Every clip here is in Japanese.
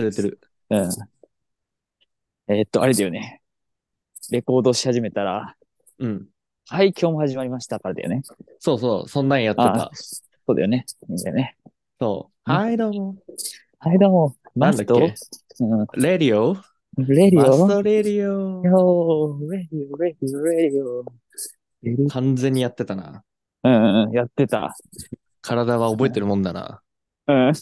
されてる。 うん。あれだよね。レコードし始めたら、 うん。 はい、今日も始まりましたからだよね。 そうそう、そんなんやってああ、 た。 そうだよね。いいんだよね。 そう。 んはい、どうも。 はい、どうも、マスト、 なんだっけ？ うん、 レディオレディオマストレディオ。 よー、レディオ、レディオ、レディオ、レディ完全にやってたな。 オ。うん、やってた。 体は覚えてるもんだな。 うん、うん。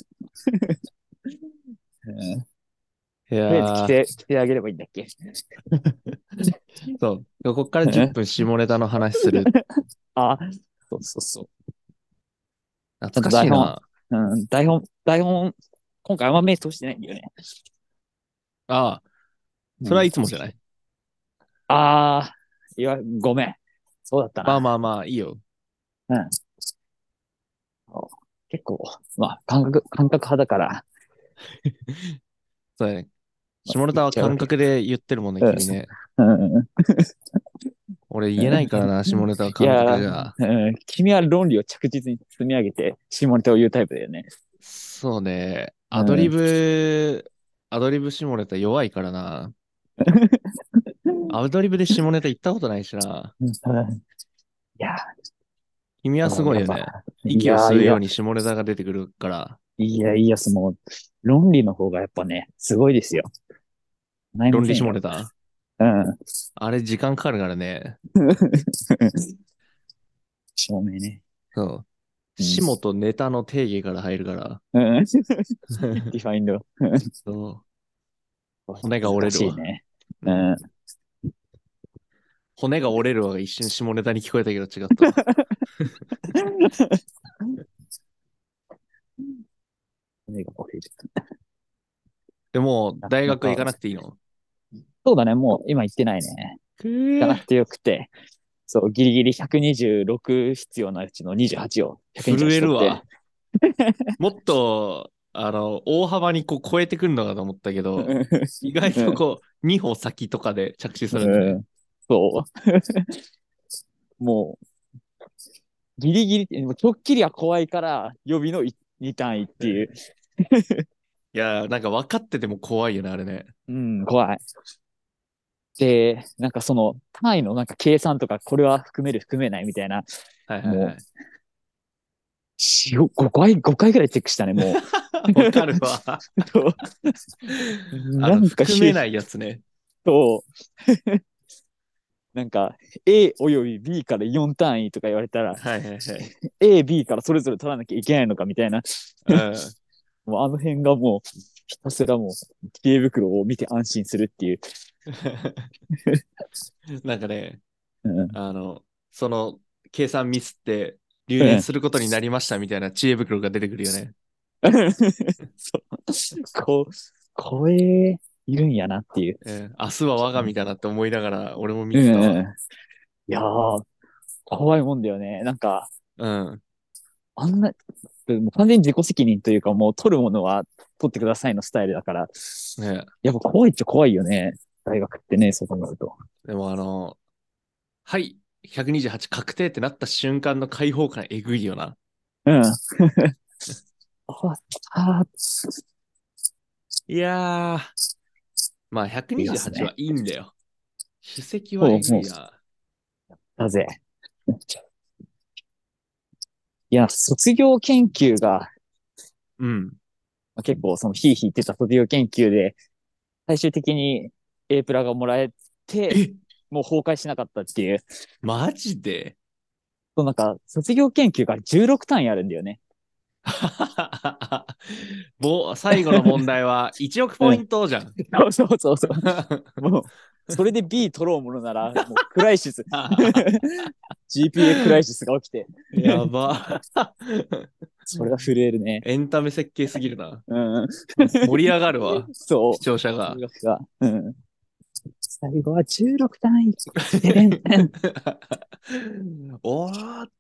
いとりあえずや着てあげればいいんだっけ？ ー、そう。こっから10 うん。 分下ネタの話する。 あ、そうそうそう。ちゃんと懐かし台本、 いな。 台本、今回あんま目通してないんだよね。 ああ、 うん。 それはいつもじゃない？ あごめん。そうだったまあな。 まあまあ、いいよ。 うん。結構、まあ、感覚派だから、 そうだね。 まあ、 下ネタは言っちゃうわけ。 感覚で言ってるもんね、 うん。 君ね。 うん。 俺言えないからうん。 な、下ネタは感覚いや、 じゃ。 うん、君は論理を着実に積み上げて、下ネタを言うタイプだよね。 そうね。 うん。 アドリブ下ネタ弱いからな。アドリブで下ネタ言ったことないしな。 いや、 君はすごいよね。 やっぱ、 息を吸うように下ネタが出てくるから、 その、論理の方がやっぱね、すごいですよ。ないま論理せんよ。 下ネタ。 うん。 あれ時間かかるからね。 証明ね。 そう。 うん。 下とネタの定義から入るから。 うん。ディファインド。 そう。骨が折難れるわ。 しいね。 うん。 うん。 骨が折れるわが一瞬下ネタに聞こえたけど違ったわ。 目が折れる。 でも、大なんか、 学行かなくていいの？ そうだね、もう今言ってないね。 くー、 行かなくてよくて、そう、ギリギリ126必要なうちの28を震 128取って、 えるわ。もっと、大幅にこう超えてくるのかと思ったけど、意外とこう、2歩先とかで着地するんだね。 うん、そう。もう、ギリギリ、もうちょっきりは怖いから、予備の2単位っていう。 いやー、なんか分かってても怖いよね、あれね。 うん、怖い。で、なんかその単位のなんか計算とか、これは含める含めないみたいな、もう、 はいはいはい。 5回、5回ぐらいチェックしたね、もう。 わかるわ。 そうなんか含めないやつね。 と、なんか A および B から4単位とか言われたら、 はいはいはい。 A、B からそれぞれ取らなきゃいけないのかみたいな、 うん。 もうあの辺がもう、ひたすらもう、知恵袋を見て安心するっていう。 なんかね、 うん。 あの、その、計算ミスって留うん。 年することになりましたみたいな知恵袋が出てくるよね。 そう。これ、いるんやなっていう。 明日は我が身だなって思いながら俺も見うん。 てたわ。 いやー、怖いもんだよね。なんか、 うん。 あんな、もう完全に自己責任というか、もう取るものは取ってくださいのスタイルだから、 ね、 やっぱ怖いっちゃ怖いよね。大学ってね、そう考えると。 でもはい、128確定ってなった瞬間の解放感えぐいよな。 うん。ああ、 いやー、まあいます 128はね。 いいんだよ。首席はえそう、もう、 ぐいな。 だぜ。いや、卒業研究が、 うん。 結構そのヒーヒー言ってた卒業研究で、最終的に A プラがもらえて、 え、 もう崩壊しなかったっていう。 マジで？ そうなんか、卒業研究が16単位あるんだよね。 最後の問題は1億ポイうん。 ントじゃん。 そう。もう、それで B 取ろうものなら、もうクライシス。GPA クライシスが起きて、 やば。 それが震えるね。 エンタメ設計すぎるな。 うん。 盛り上がるわ。視そう。 聴者が。 数学が。うん。最後は16単位。ででんでん。 おー、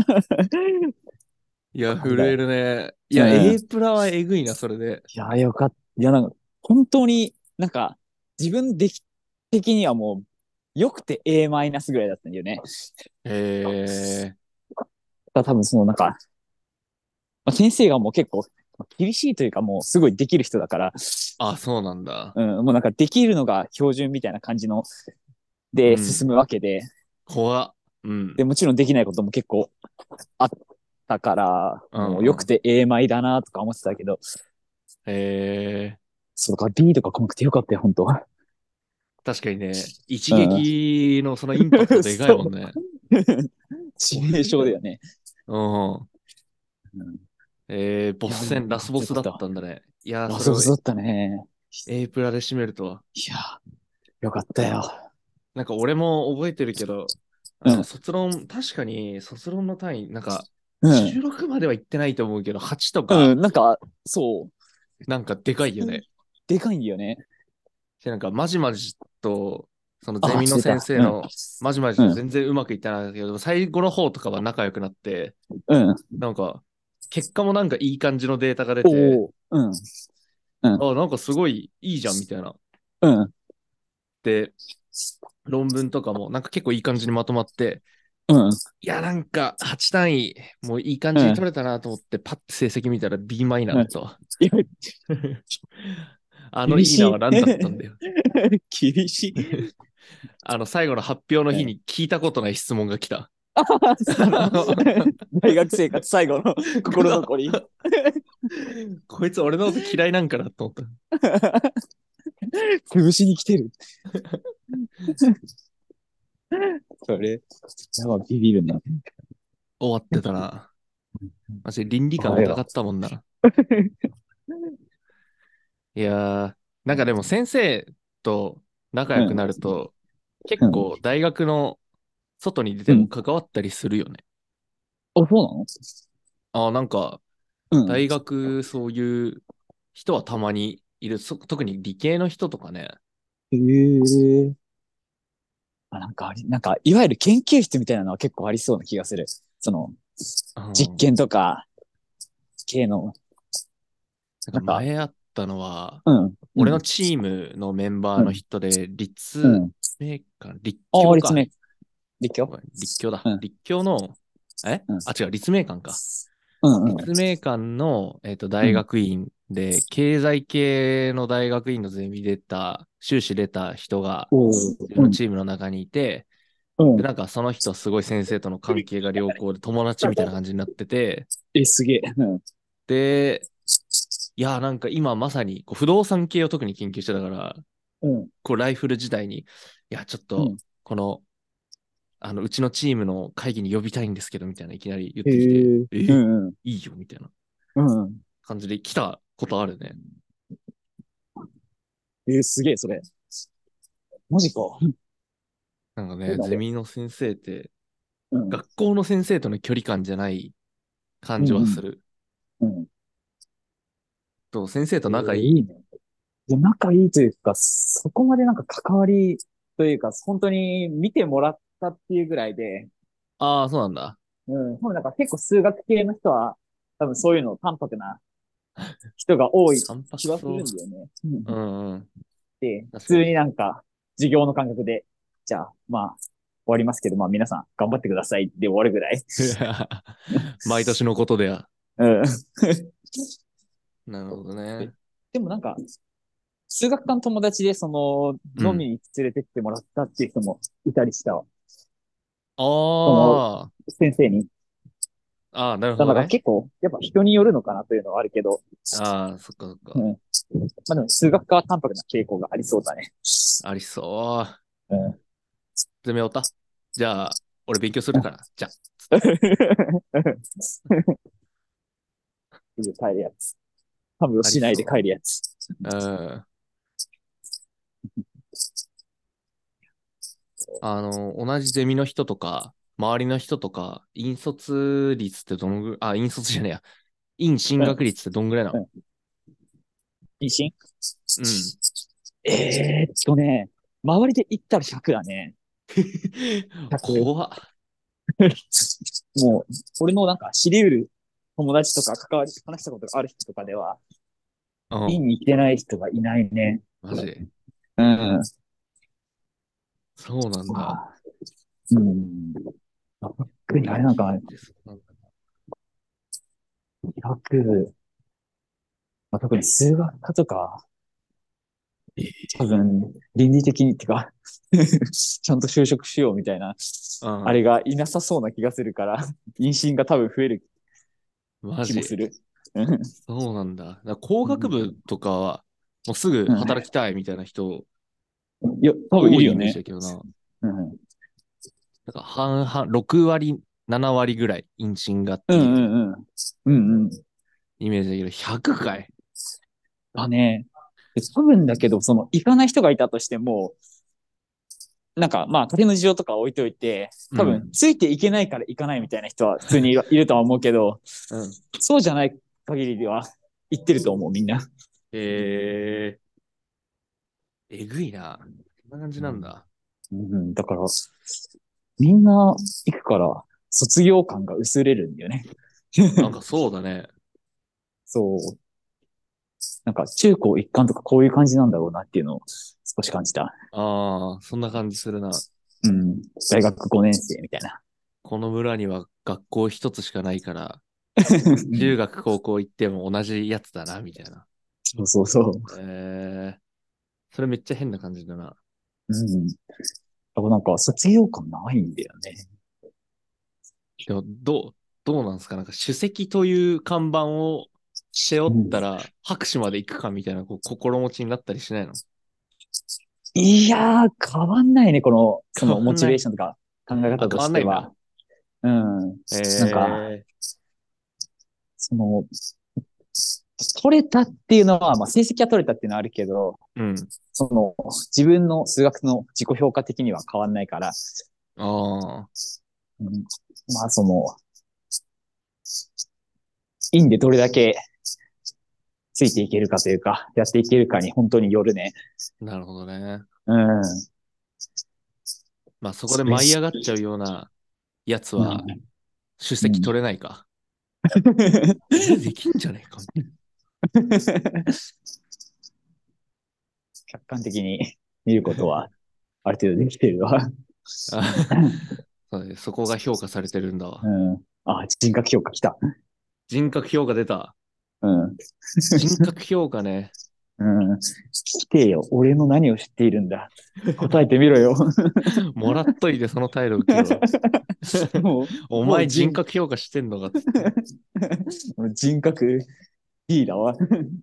いや、震えこれだよ。 るね。いや、 うん。 A プラはえぐいな、それで。 いや、よかった。いや、なんか、本当になんか、自分的にはもう、良くて A マイナスぐらいだったんだよね。 え多分そのなんか、まあ、先生がもう結構厳しいというかもうすごいできる人だから、 あ、そうなんだ。 うん、もうなんかできるのが標準みたいな感じのうん。 で進むわけで、 怖っ。うで、 ん。 もちろんできないことも結構あったから、 うんうん。 もう良くて A 米だなとか思ってたけど、 えそうか、B とか来なくてよかったよ、本当。 確かにね、一うん。 撃のそのインパクトでかいもそんね。 う。致命怖すぎだろ。 傷だよね。 うん。 うん。 ボいや、でもス戦ラよかった、 スボスだっよかった。 たんだね。いやー、 ラそれをスボスだったね。 A プラで締めるとは。 いや、よかったよ。 なんか俺も覚えてるけど、 うん。 卒論、確かに卒論の単位、なんか、 うん。 16までは行ってないと思うけど、8とか、 うん。なんか、そう。 なんかでかいよね。 でかいんだよね。 で、なんか、まじまじと、そのゼあ、 ミのしてた。うん。 先生の、まじまじとうん。 全然うまくいってないんだけど、最後の方とかは仲良くなって、 うん。 なんか、結果もなんかいい感じのデータが出て、 おお。うん。うん。 あ、なんかすごいいいじゃんみたいな。 うん。 で、論文とかもなんか結構いい感じにまとまって、 うん。 いや、なんか8単位、もういい感うん。 じに取れたなと思って、パッて成績見たら B マイナーうん。 だったわ。 いや、 あのいいなは厳しい。 何だったんだよ。 厳しい。 最後の発表のうん。 日に聞いたことない質問が来た。 ああ、そうなの。大学生活最後の心残り。 こいつ俺のこと嫌いなんかなと思った。 潰しに来てる。それ、やば、ビビるね。 終わってたな。マジで倫理観怖いわ。 疑ったもんな。いやー、なんかでも先生と仲良くうん。 なると、結うん。 構大学の外に出てもうん。 関わったりするよね。 あ、そうなんか、 なの？うん。 大学そういう人はたまにいる。特に理系の人とかね。 へえ。あ、なんかなんか、いわゆる研究室みたいなのは結構ありそうな気がする。その、 うん。 実験とか系の、 なんかなんか、 前あったのは、 うん、うん、 俺のチームのメンバーのうん、 人で、 うん。 立ああ、 教か。 立命、立教。 立教だ。 うん、 立教の、 うん、 違う、立命館か。 うん、うん、 立命館の、大うん。 学院で、経済系の大学院の修士出た人が、 おお、 自分うん、 のチームの中にいて、で、 うん。 なんかその人すごい先生との関係が良好で友達みたいな感じになってて、 え、すげえ。うん、 で、いや、なんか今まさにこう不動産系を特に研究してたから、 うん、 こうライフル時代に、いや、ちょっと、 うん。 この、うちのチームの会議に呼びたいんですけど、みたいないきなり言っへてきて、 え、うん、うん、 いいよ、みたいなうん。 感じで来たことあるね。 すげえ、それ。マジか。 なんかね、 そうだね。 ゼミの先生って、 うん、 学校の先生との距離感じゃない感じうん、うん、 はする。 うん。 先生と仲いい。 いいね。で、仲いいというか、そこまでなんか関わりというか、本当に見てもらったっていうぐらいで、 ああ、そうなんだ。 うん、多分なんか結構数学系の人は、多分そういうの淡白な人が多い淡気はする白そんだよね。うん。 う。うんうん。 で、普通に確かに。 なんか、授業の感覚で、じゃあ、まあ、終わりますけど、まあ皆さん頑張ってくださいで終わるぐらい。 毎年のことでは。 うん。 なるほどで、 ね。 でもなんか、数学科の友達で、 うん。 飲みに連れてってもらったっていう人もいたりしたわ。その、 あ先生に。 あ、ああ、なるほだからどね。 結構、やっぱ人によるのかなというのはあるけど、 ああ、そっかそっか。 うん。まあでも数学科は淡白な傾向がありそうだね。 ありそう。 うん。 ゼミオタじゃあ、俺勉強するから。じゃあ。つって。 すぐ帰るやつ。ハムをありしないでそ帰るやつ。 う。うん。同じゼミの人とか、周りの人とか、引率率ってどのぐらい、引率じゃねえや。進うん。 学率ってどんぐらいなの？ うん。妊娠。 うん。 周りで言ったら100だね。100。 怖っ。 もう、俺のなんか知り得る友達とか関わり、話したことがある人とかでは、 うん。 院に行ってない人がいないね。 マジで。 うん。 そうなんだ。 まあ、うん。特にあれなんか、 理系ってそうなんだ。 100。 まあ、特に数学科とか、 え多分、倫理的にってかちゃんと就職しようみたいな、 うん。 あれがいなさそうな気がするから、妊娠が多分増えるマジ。 気もする。うんそうなんだ。だから工学部とかは、もうすぐうん働きたいみたいな人いや、多分い多いイメージるよね。 だけどな。 うんなんか半々、6割、7割ぐらい妊娠がっうんていううんうん。うんうん。 イメージだけど、100回。 だね。で多分だけど、行かない人がいたとしても、なんか、まあ、家庭の事情とか置いといて、多分、 うん。 ついていけないから行かないみたいな人は普通にいるとは思うけど、 うん。 そうじゃない限りでは、行ってると思う、みんな。 ええぐいな。こんな感じなんうんだ。 だから、みんな行くから、卒業感が薄れるんだよね。 なんかそうだね。 そう。なんか、中高一貫とかこういう感じなんだろうなっていうのを少し感じた。 ああ、そんな感じするな。 うん。大学5年生みたいな。 この村には学校一つしかないから、 うん。 中学、高校行っても同じやつだな、みたいな。 そうそうそう。 それめっちゃ変な感じだな。 うん。だからなんか、卒業感ないんだよね。 でも、どうなんですか？なんか首席という看板を背負うん。 ったら拍手まで行くかみたいな心持ちになったりしないの？ いやー、変わんないね、そのモチ変わんない。 ベーションとか考えあ、 方と変わんないんだ。 しては。うん。なんか、 えその、取れたっていうのは、まあ、成績は取れたっていうのはあるけど、 うん。 その、自分の数学の自己評価的には変わんないから、 ああ、 うん、まあ、院でどれだけついていけるかというか、やっていけるかに本当によるね。 なるほどね。 うん。 まあそこでそれし、 舞い上がっちゃうようなやつうは首ん。うん。 席取れないか。俺できんじゃねえか。 客観的に見ることは、ある程度できてるわ。 あそうね、そこが評価されてるんだわ。 うん。あ、人格評価来た。 人格評価出た。 うん。 人格評価ね。 うん。来てよ。俺の何を知っているんだ。答えてみろよ。 もらっといてその態度受けろ。 もおもう前人格評価してんのかっつって。 人格 D だわ。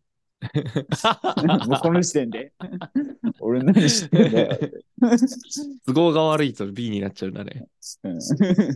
もうこの時点で。俺何知ってんだよって。 都合が悪いと B になっちゃうんだね。 うん。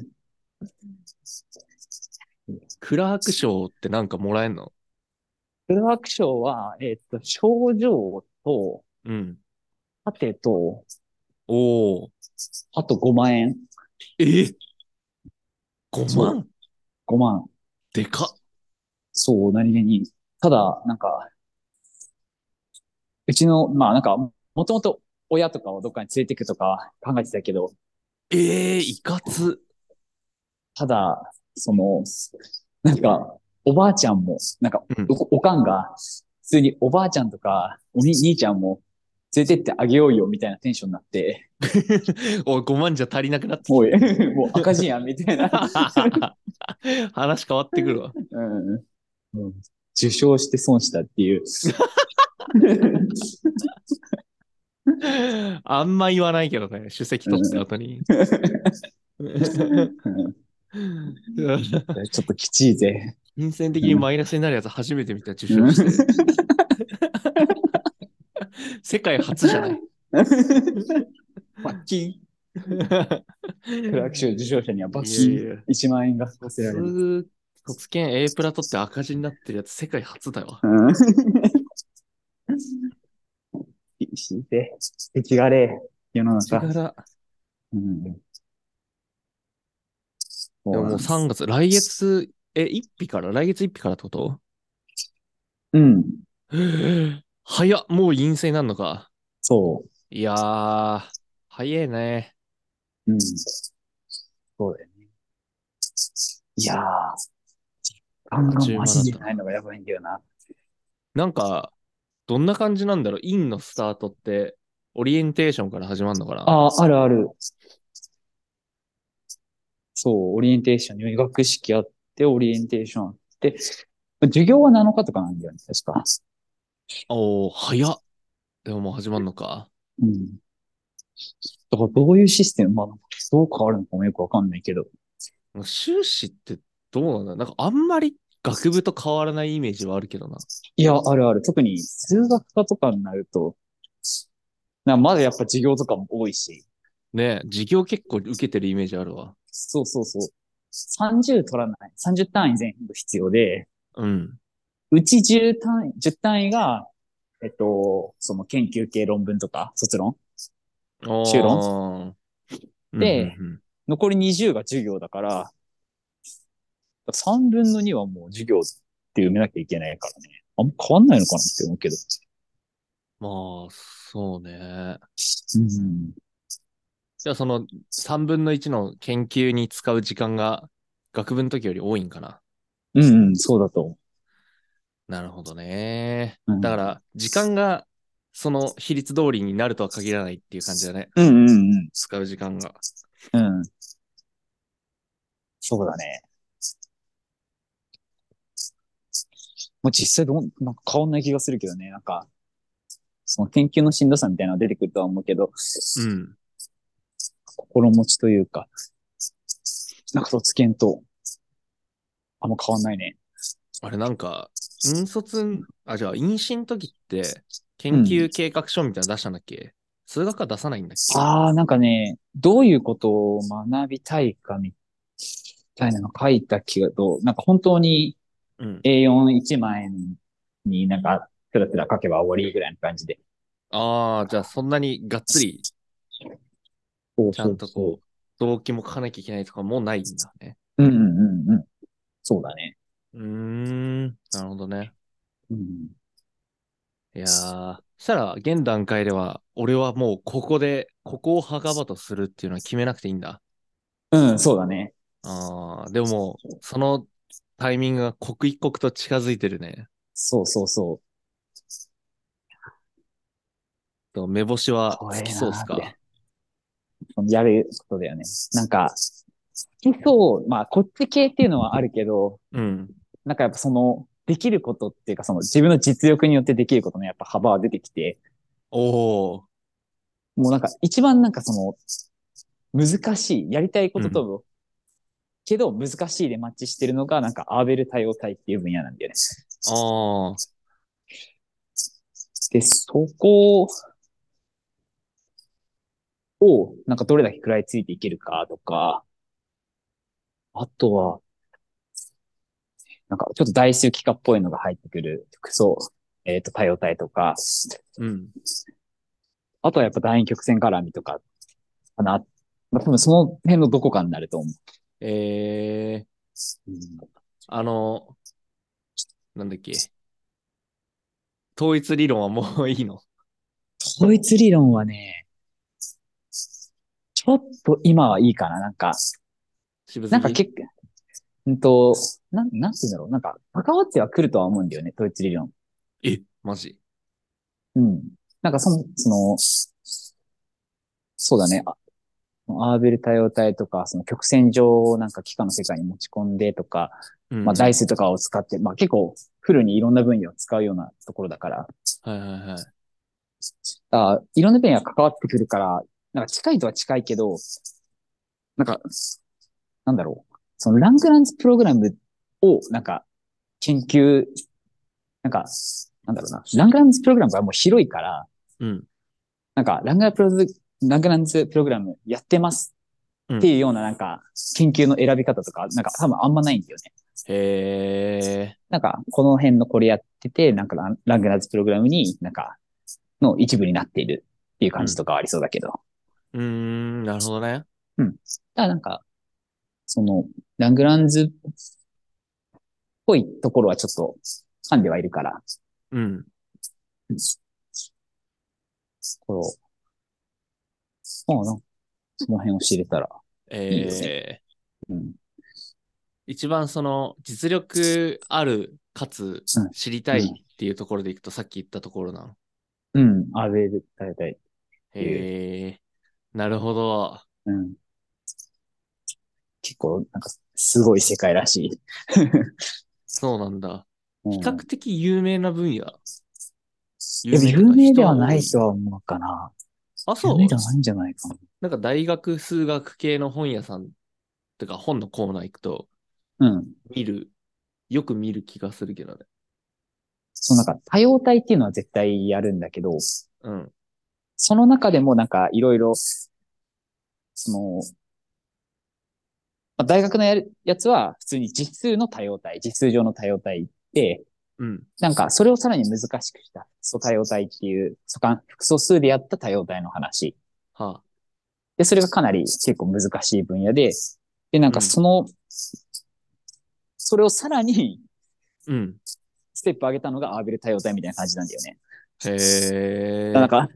クラーク賞ってなんかもらえんの？ フルアクションは、症状と、 うん。 盾と、 おー。 あと5万円。 え ?5 そう、 万？ 5万。 でかっ。 そう、何気に。ただ、なんか、うちの、まあなんか、もともと親とかをどっかに連れてくとか考えてたけど、 いかつ。 ただ、なんか、おばあちゃんも、なんか、 うん。 おかんが、普通におばあちゃんとか、兄ちゃんも連れてってあげようよみたいなテンションになって、 おい、5万じゃ足りなくなってきおい、 てる。 もう赤字やんみたいな。 話変わってくるわ。 うん、うん受賞して損したっていう。 あんま言わないけどね、首席取った後に。 ちょっときちいぜ。 金銭的にうんマイナスになるやつ初めて見た、受うん賞して。世界初じゃない？ 罰金。クラーク賞受賞者には罰いやい金や、 1万円が課せられる。 卒検 A プラ取って赤字になってるやつ世界初だわ。 うん厳しいぜ。世知がれ世の中。 違だ。 うん、 でももうそうなんです。 3月、来月、来月1日からってこと？ うん。 早っ、もう陰性になるのか。 そいやー、早いね。 う。うん。そうだよね。いやー、 あっちゅうがマ間だったな。 ジでないのがやばいんだよな。 なんか、どんな感じなんだろう？陰のスタートって、オリエンテーションから始まるのかな？ ああ、あるある。そう、オリエンテーション、入学式あって、オリエンテーションあって、 授業は7日とかなんだよね、確か。 おー、早っ。でももう始まんのか。 うん。だからどういうシステム、まあ、どう変わるのかもよくわかんないけど。 修士ってどうなんだ、なんかあんまり学部と変わらないイメージはあるけどな。 いや、あるある。特に数学科とかになると、まだやっぱ授業とかも多いし。 ね、授業結構受けてるイメージあるわ。 そうそうそう。30取らない。30単位全部必要で、 うん。 うち10単位、10単位が、その研究系論文とか、卒論、修論おー。うん、うん、 で、 うん。 残り20が授業だから、3分の2はもう授業って埋めなきゃいけないからね。あんま変わんないのかなって思うけど。 まあ、そうね。 うん。 じゃあその3分の1の研究に使う時間が学部の時より多いんかな。 うんうん、そうだと。 なるほどね。 うん。 だから、時間がその比率通りになるとは限らないっていう感じだね。 うんうんうん。 使う時間が。 うん。そうだね。もう実際なんか変わんない気がするけどね。なんか、その研究のしんどさみたいなのが出てくるとは思うけど、 うん。 心持ちというか、なんか卒検とあんま変わんないね。 あれなんか、じゃあ、院試の時って、研うん。 究計画書みたいなの出したんだっけ？数学は出さないんだっけ？ ああ、なんかね、どういうことを学びたいかみたいなの書いた気がと、なんか本当にうん。 A41 枚になんか、つらつら書けば終わりぐらいの感じで。 ああ、じゃあそんなにがっつり、ちゃそうそうそんとこう、動機も書かなきゃいけないとかもうないんだね。 う。うんうんうんうん。そうだね。 うーん、なるほどね。 うん。 いやー、そしたら現段階では、俺はもうここで、ここを墓場とするっていうのは決めなくていいんだ。 うん、そうだね。 でももう、そのタイミングが刻一刻と近づいてるね。 そうそうそう。 目星は怖えつきそうっすなーって。 か？ やることだよね。なんか、好きそう、まあ、こっち系っていうのはあるけど、 うん。 なんかやっぱできることっていうか、自分の実力によってできることのやっぱ幅は出てきて、 おー。 もうなんか一番なんか難しい、やりたいこうん。 とと、けど難しいでマッチしてるのが、なんかアーベル多様体っていう分野なんだよね。 ああ。 で、そこを、なんかどれだけ食らいついていけるかとか、あとは、なんかちょっと大数幾何っぽいのが入ってくる服装、多様体とか、 うん。 あとはやっぱ第二曲線絡みとかかな。まあ、多分その辺のどこかになると思えー、 う。うん、 あの、なんだっけ。統一理論はもういいの？ 統一理論はね、ちょっと今はいいかな。 渋すぎ？ なんか結構、うんと、なんて言うんだろう。なんか、関わってはくるとは思うんだよね、統一理論。 え、マジ？ うん。なんかそうだね。アーベル多様体とか、その曲線上をなんか幾何の世界に持ち込んでとか、 うんうまあ、ダイん。 スとかを使って、まあ結構フルにいろんな分野を使うようなところだから、 はいはいはい。 いろんな分野が関わってくるから、なんか近いとは近いけど、なんか、なんだろう。そのラングランズプログラムを、なんか、研究、なんか、なんだろうな。ラングランズプログラムがもう広いから、 うん。 なんか、ラングランズプログラムやってますうん。 っていうような、なんか、研究の選び方とか、なんか多分あんまないんだよね。 へえ。 なんか、この辺のこれやってて、なんかラングランズプログラムになんか、の一部になっているっていううん。 感じとかはありそうだけど。 なるほどね。 うん。ただなんか、その、ラングランズっぽいところはちょっと噛んではいるから、 うん。 こう、まあ、その辺を知れたらいいよね。 えうん。 一番その実力あるかつ知りたうん。 いっていうところでいくとさっき言ったところなの？ うん。うん。アベで耐えたいっていう。 へえ。なるほど。 うん。結構、なんか、すごい世界らしい。 そうなんだ。 比較うん。 的有名な分野。 でも有名とか有名では人は多い。 ないとは思うかな。 あ、 有名そう。 ではないんじゃないかな。 なんか大学数学系の本屋さんとか本のコーナー行くとうん。 見る、よく見る気がするけどね。 そのなんか多様体っていうのは絶対やるんだけど、 うん。 その中でもなんかいろいろ、その、まあ大学のやるやつは普通に実数の多様体、実数上の多様体で、 うん。 なんかそれをさらに難しくした素多様体っていう複素数でやった多様体の話。 はあ。 で、それがかなり結構難しい分野で、で、なんうん。 かそれをさらにうん。 ステップ上げたのがアーベル多様体みたいな感じなんだよね。 へえ。 なんか、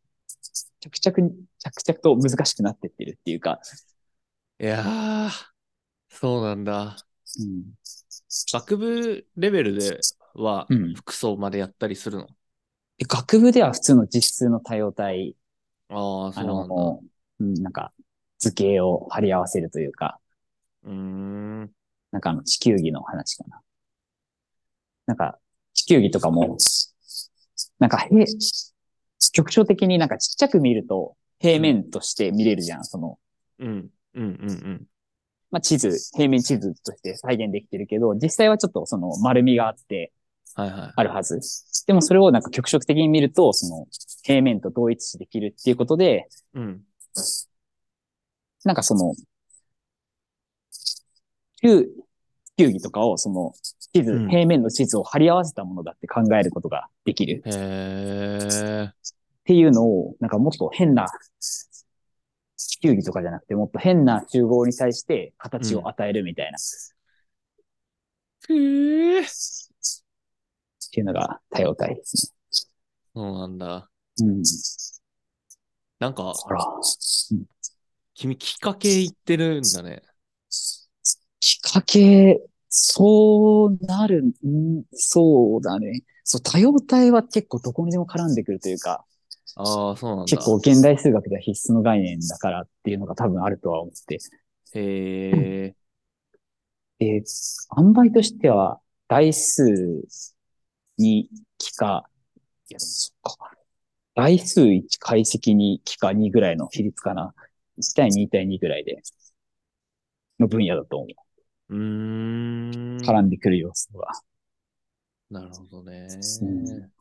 着々と難しくなってってるっていうか、 いやー、そうなんだ。 うん。 学部レベルではうん。 服装までやったりするの？ で学部では普通の実数の多様体、 ああ、 あそうなんだ。 の、うん、なんか図形を貼り合わせるというか、 うーん。 なんか地球儀の話かな。なんか地球儀とかも、なんか局所的になんかちっちゃく見ると平うん。 面として見れるじゃん。 うん。うん。うん。うん。 まあ、平面地図として再現できてるけど、実際はちょっとその丸みがあって、 はいはいはい。 あるはず。でもそれをなんか局所的に見ると、平面と同一視できるっていうことで、 うん。 なんか球、球技とかをうん。 平面の地図を貼り合わせたものだって考えることができる。 へえ。 っていうのを、なんかもっと変な球技とかじゃなくて、もっと変な集合に対してうん。 形を与えるみたいな、っへえ。 ていうのが多様体ですそうなんだ。 ね。うん。 なんか、 ほら、うん、 君、きっかけ言ってるんだね。 きっかけ、そうなる、そうだね。そう、多様体は結構どこにでも絡んでくるというか、 ああ、そうなん結構だ。 現代数学では必須の概念だからっていうのが多分あるとは思って。 へえ。 で、塩梅としては、代数に帰化、いやでもそっか。代数1解析に帰化2ぐらいの比率かな。1対2対2ぐらいで、の分野だと思う。 うーん。 絡んでくる要素が。 なるほどうん。 ね。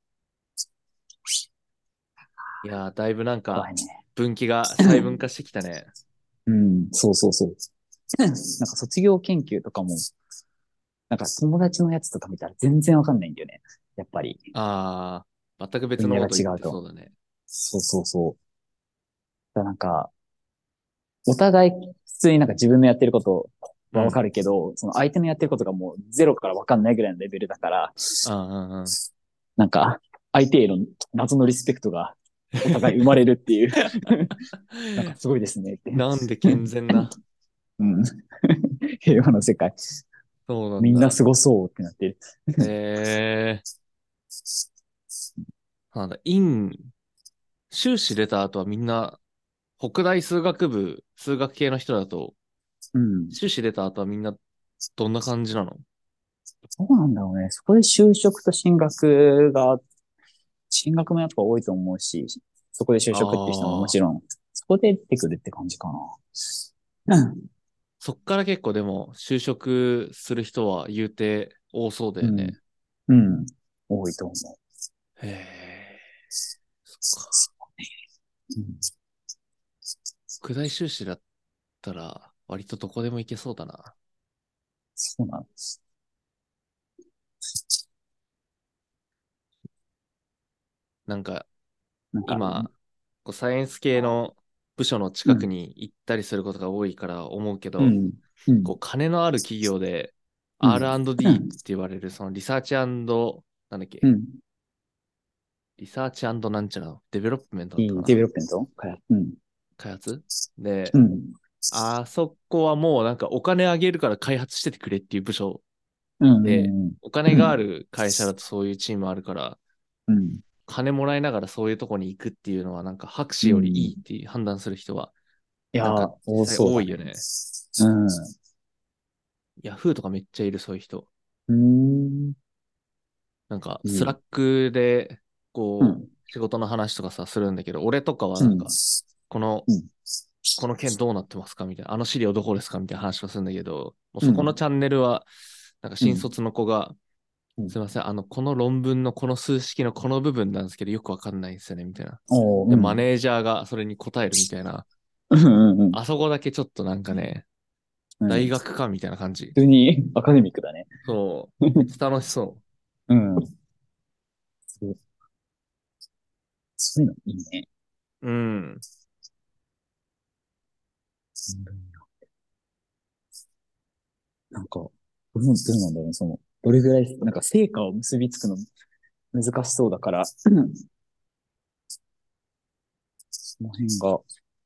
いやー、だいぶなんか、 怖いね。 分岐が細分化してきたね。 うん、そうそうそう。なんか卒業研究とかも、なんか友達のやつとか見たら全然わかんないんだよね。やっぱり、 ああ、全く別分野がのこと言って違うと。 そうだね。 そうそうそう。だからなんか、お互い普通になんか自分のやってることはわかうん。 るけど、その相手のやってることがもうゼロからわかんないぐらいのレベルだから、 うんうんうん。 なんか、相手への謎のリスペクトがお互い生まれるっていうなんかすごいですねって。 なんで健全な。 うん。平和の世界。 そうなんだ。 みんなすごそうってなってる。 へえ。なんだ、修士出た後はみんな、北大数学部、数学系の人だと、 うん。 修士出た後はみんなどんな感じなの？ そうなんだろうね。そこで就職と進学もやっぱ多いと思うし、そこで就職っていう人ももああー、 ちろん、そこで出てくるって感じかな。うん。 そっから結構でも就職する人は言うて多そうだうん。 よね。 うん。多いと思へえ、そっか。 う。うん、 北大修士だったら割とどこでも行けそうだな。 そうなんです。 なんかなんか、 今、こうサイエンス系の部署の近くうん。 に行ったりすることが多いから思うけど、 うん。うん。 こう金のある企業でうん。 R&D って言われるそのリサーチなんだっけ、 うん。 リサーチなんちゃらのデベロップメントだったかな、 いいデベロップメントかや。うん。 開発で、 うん。 あそこはもうなんかお金あげるから開発しててくれっていう部署うん。 で、 うん。 お金がある会社だとそういうチームあるから、 うん。 金もらいながらそういうとこに行くっていうのはなんか博士よりいうん。 いっていう判断する人はいやなんかー、多実際そうだね。 多いよね。 うん。 ヤフーとかめっちゃいるそういう人。 うん。 なんか、スラッうん。 クで、こう、 うん。 仕事の話とかさ、するんだけど、俺とかはうん。 なんか、この、 うん。 この件どうなってますかみたいな、あの資料どこですかみたいな話をするんだけど、もううん。 そこのチャンネルは、なんかうん。 新卒の子が、 うん。 すいません、この論文のこの数式のこの部分なんですけど、よくわかんないんですよね、みたいな。で、 おー、うん。 マネージャーがそれに答えるみたいな、 うん。うん。 あそこだけちょっとなんかね、 うん。 大普学かみたいな感じ。 通にアカデミックだね。 そう、めっちゃ楽しそうん。そう、そういうのいいね。 う。うん。 なんか、どうなんだろうね。どれぐらい、なんか成果を結びつくの難しそうだから、その辺が、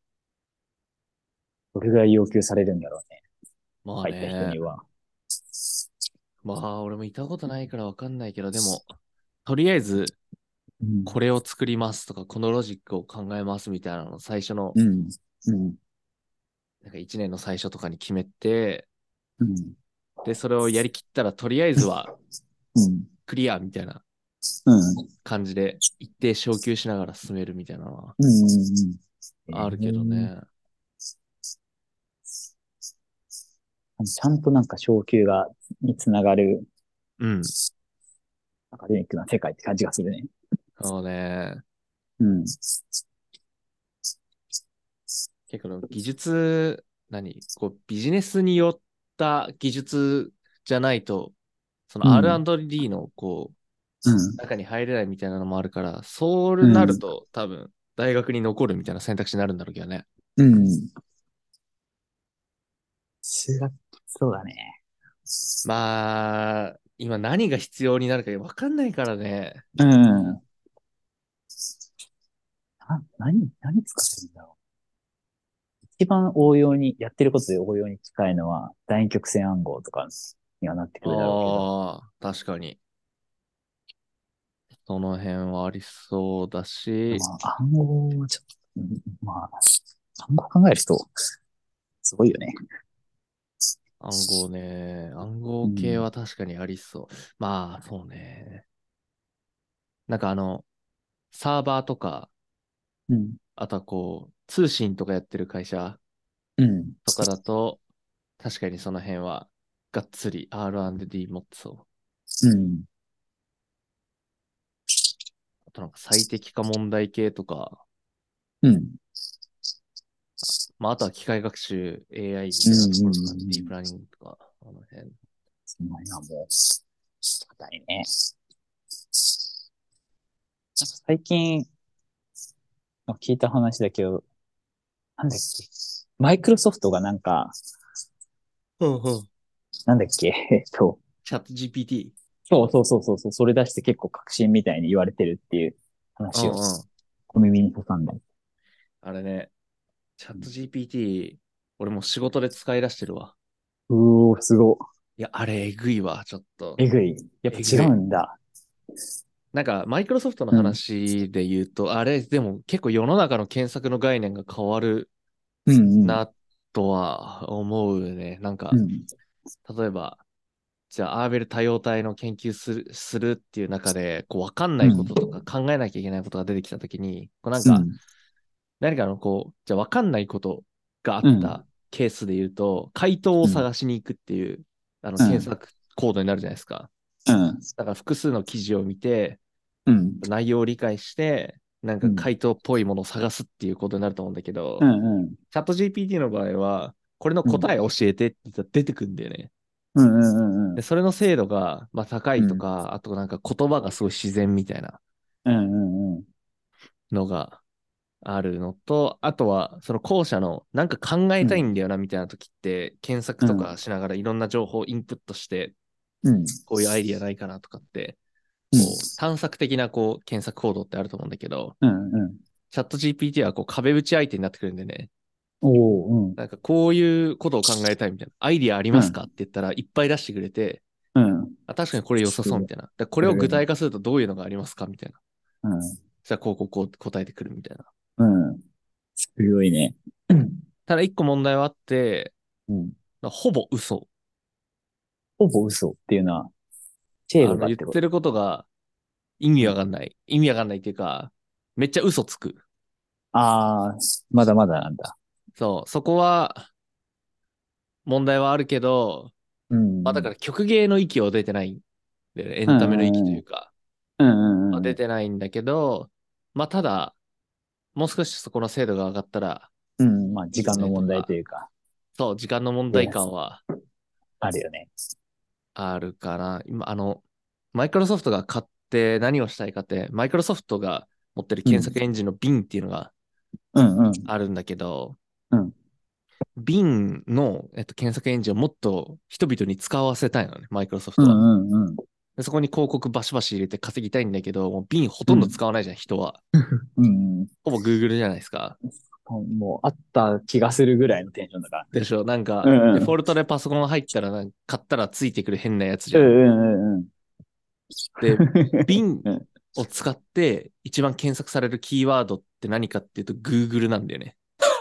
どれぐらい要求されるんだろうね。 まあ入った人ね。 には。 まあ、俺もいたことないからわかんないけど、でも、とりあえず、 うん。 これを作りますとか、このロジックを考えますみたいなの最初の、 うん。うん。 なんか1年の最初とかに決めて、 うん。 で、それをやりきったら、とりあえずはうん。 クリアみたいなうん。 感じで、一定昇級しながら進めるみたいなのはうん。 あるけどね。 ちゃんとなんか昇級につながるうん。 アカデミックな世界って感じがするね。 そうね。 うん。 結構技術、こう、ビジネスによった技術じゃないと、そのうん。 R&D のこう、 うん。 中に入れないみたいなのもあるから、そううん。 なると多分大学に残るみたいな選択肢になるんだろうけどね。 うん。数学、そうだね。 まあ、今何が必要になるか分かんないからね。 うん。何使えるんだろう。一番応用に、やってることで応用に近いのは、大曲線暗号とかにはなってくるだろうけど。 ああ、確かに。その辺はありそうだし、 まあ、暗号はちょっと、まあ、暗号考える人、すごいよね。 暗号ね。暗号系うん。 は確かにありそう。まあ、そうね。なんかサーバーとか、 うん。 あとはこう、通信とかやってる会社うん。 とかだと、確かにその辺は、がっつり R&D 持ってそう。 うん。 あとなんか最適化問題系とか、 うん。 まあ、あとは機械学習 AI みうん。 たいなところとか、 うん。 ディープラーニングとか、あの辺。 その辺はもう、硬いね。なんか最近聞いた話だけど、なんだっけ。マイクロソフトがなんか、 うんうん。 なんだっけ、 チャット GPT。 そう、それ出して結構革新みたいに言われてるっていうう話をんうん。 小耳に挟んだ。 あれね、チャット GPT、俺も仕事で使い出してるわ。 うおー、すご。 いや、あれえぐいわ、ちょっと。 えぐい。やっぱ違えぐい。 うんだ。 なんか、マイクロソフトのうん。 話で言うと、あれ、でも結構世の中の検索の概念が変わるうんうん。 なとは思うね。なんか、 うん。 例えば、じゃあ、アーベル多様体の研究するっていう中で、こう、わかんなうん。 いこととか考えなきゃいけないことが出てきたときに、こうなんか、 うん。 何かのこう、じゃあわかんないことがあうん。 ったケースで言うと、回答をうん。 探しに行くっていう、 うん。 検索コードになるじゃないですか。 うん。 だから複数の記事を見て、 うん。 内容を理解して、なんかうん。 回答っぽいものを探すっていうことになると思うんだけど、 うん。うん。 チャット GPT の場合は、これのうん。 答え教えてって言ったら出てくるんだよね。 うん。うん。うで、 ん。 それの精度が、まあ、高いとうんか、あとなんか言葉がすごい自然みたいなうん。うん。 のがあるのと、あとは、その後者のなんか考えうん。 たいんだよなみたいな時って、検索とかしながらいろんな情報をインプットして、 うん。 こういうアイディアないかなとかって、 うん。 こう、探索的なこう、検索行動ってあると思うんだけど、 うん。うん。 チャット GPT はこう壁打ち相手になってくるんでね、 おお、うん。 なんかこういうことを考えたいみたいな、アイディアありますかってうん。 言ったらいっぱい出してくれて、 うん。 あ、確かにこれ良さすごい。 そうみたいな。これを具体化するとどういうのがありますかみたいな。 うん。 じゃあこう答えてくるみたいな。 うん。すごいね。うん。 ただ一個問題はあって、 うん。 ほぼ嘘。 ほぼ嘘っていうのは、チェーゴがってこと。 言ってることが意味わかんない。意味わかんないっていうか、めっちゃ嘘つく。 ああ、まだまだなんだ。 そう、そこは問題はあるけど、 うん。 まあだから曲芸の域は出てないんだよね。エうンタメの域とん。うん。 いうか、 うまあ、出ん。 てないんだけど、まあただ、もう少しそこの精度が上がったらうん。まあ、時いいよ間の問題とねとか、 いうか、 そう、時間の問題いや、 感はあるよね。 あるかな。今、マイクロソフトが買って何をしたいかって、マイクロソフトが持ってるうん。 検索エンジンの Bing っていうのがうんうん。 あるんだけど、 うん。 Bing の、検索エンジンをもっと人々に使わせたいのね、マイクロソフうトは。 んうんうん。 でそこに広告バシバシ入れて稼ぎたいんだけど、もう Bing ほとんどうん。 使わないじゃん、人は。 うん。 ほぼ Google じゃないですか。 もう、あった気がするぐらいのテンションだから。 でしょ、なんか、 うんうん。 デフォルトでパソコン入ったら買ったらついてくる変なやつじゃん。 うんうんうんで、 うん。 Bing を使って一番検索されるキーワードって何かっていうと Google なんだよね。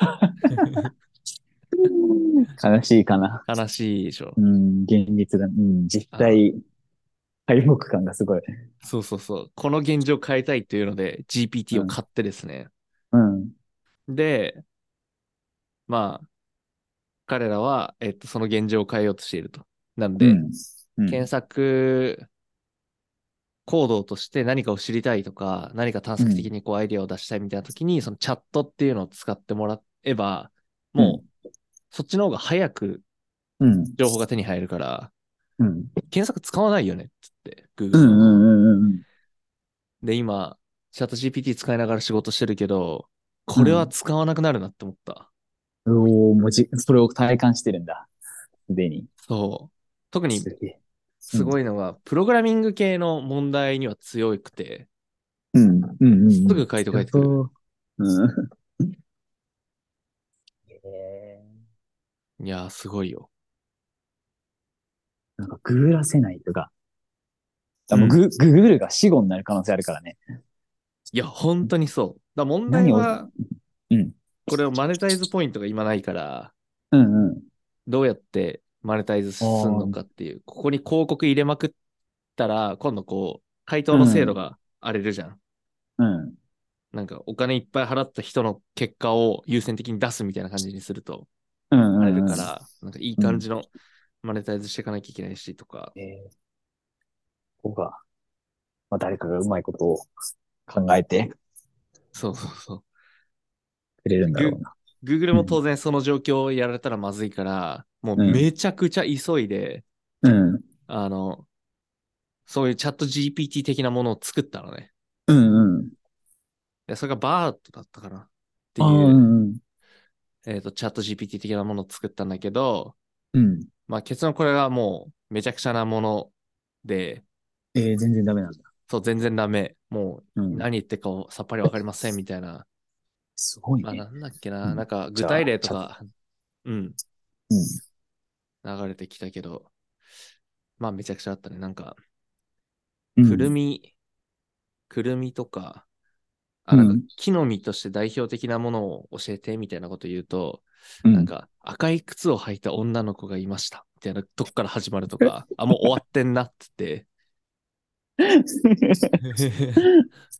悲しいかな。 悲しいでしょ。 うん、現実だ。うん、実あの、 際、敗北感がすごい。 そうそうそう。この現状を変えたいというので GPT うん、 を買ってですね。 うん、 で、まあ、彼らは、その現状を変えようとしていると。なんで、 うん、うん、 検索行動として何かを知りたいとか、何か探うん、 索的にこうアイディアを出したいみたいな時に、そのチャットっていうのを使ってもらえば、 うん、 もうそっちの方が早くうん、 情報が手に入るから、 うん、 検索使わないよねっつって、 うん、 Google は。 うん、うん、 で、今、チャット GPT 使いながら仕事してるけど、これはうん。 使わなくなるなって思った。 おー、それを体感してるんだ。すでに。 そう。特にすげえ。うすん、 ごいのが、プログラミング系の問題には強くて、 うん、うん、うん。うん、 すぐ回答返ってくる。 そう。うん。えいやー、すごいよ。 なんか、ググらせないとか。 うん。 ググるが死語になる可能性あるからね。 いや、本当にそう。問題何を、 は、 うん、 これをマネタイズポイントが今ないから、 うん、うん。 どうやってマネタイズあすんのかっあ、 ていう、ここに広告入れまくったら、今度こう、回答の精度うん、 が荒れるじゃん。 うん、 なんかお金いっぱい払った人の結果を優先的に出すみたいな感じにするとうん、 荒れるうん、うん。 から、なんかいいうん。 感じのマネタイズしていかなきゃいけないしとか。 ここが、まあ、誰かがうまいことを考えてそうそうそう。 くれるんだろグ、 うな。 Google うん。 も当然その状況をやられたらまずいから、もううん。 めちゃくちゃ急いで、 うん。 あの、そういうチャット GPT 的なものを作ったのね。 うん。うん。 で、それがバートだったかなってああ、ういう、 ん。うん。 チャット GPT 的なものを作ったんだけど、 うん。 まあ結論これがもうめちゃくちゃなもので、 全然ダメなんだ。 そう、全然ダメ。もううん。 何言ってるかさっぱりわかりませんみたいな。まあすごいね。 なんだっけな。 うん。 なんか具体じゃあ、 例とか、うん、 うん。 流れてきたけど、まあめちゃくちゃあったね。なんか、くるうん。 み、くるみとか、なんかうん。 木の実として代表的なものを教えてみたいなこと言うと、 うん。 なんか赤い靴を履いた女の子がいました。みたいなとこから始まるとか、あ、もう終わってんなって言って。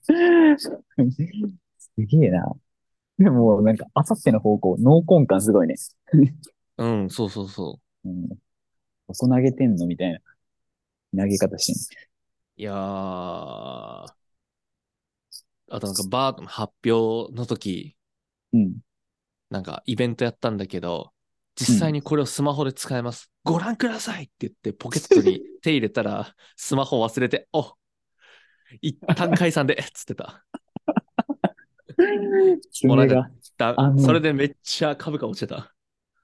すげえな。でも、なんか、あさっての方向、脳根幹すごいね。 うん、そうそうそうん。細投げてんのみたいな投げ方してんう。いやー、あとなんかバー発表の時、 の。うん。 なんかイベントやったんだけど、 うん。 実際にこれをスマホで使えます。ご覧くださいって言ってポケットに手入れたら、スマホ忘れて、一旦解散で、つってた。もうなんか、 爪が、 それね。 でめっちゃ株価落ちてた。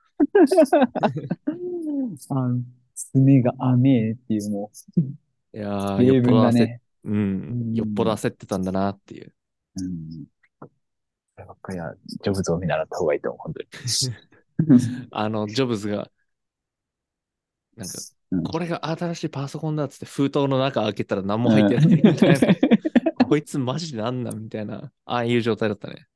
あ爪が甘えっていうもいやー、よっう、例ぽど文だね。うよっぽどん。 焦ってたんだなっていう。 うん。こればっかりは、ジョブズを見習った方がいいと思う、本当に。 ジョブズが、なんか、 うん。 これが新しいパソコンだっつって封筒の中開けたら何も入っうん。 てないみたいな。こいつマジでなんなんみたいな、ああいう状態だったね。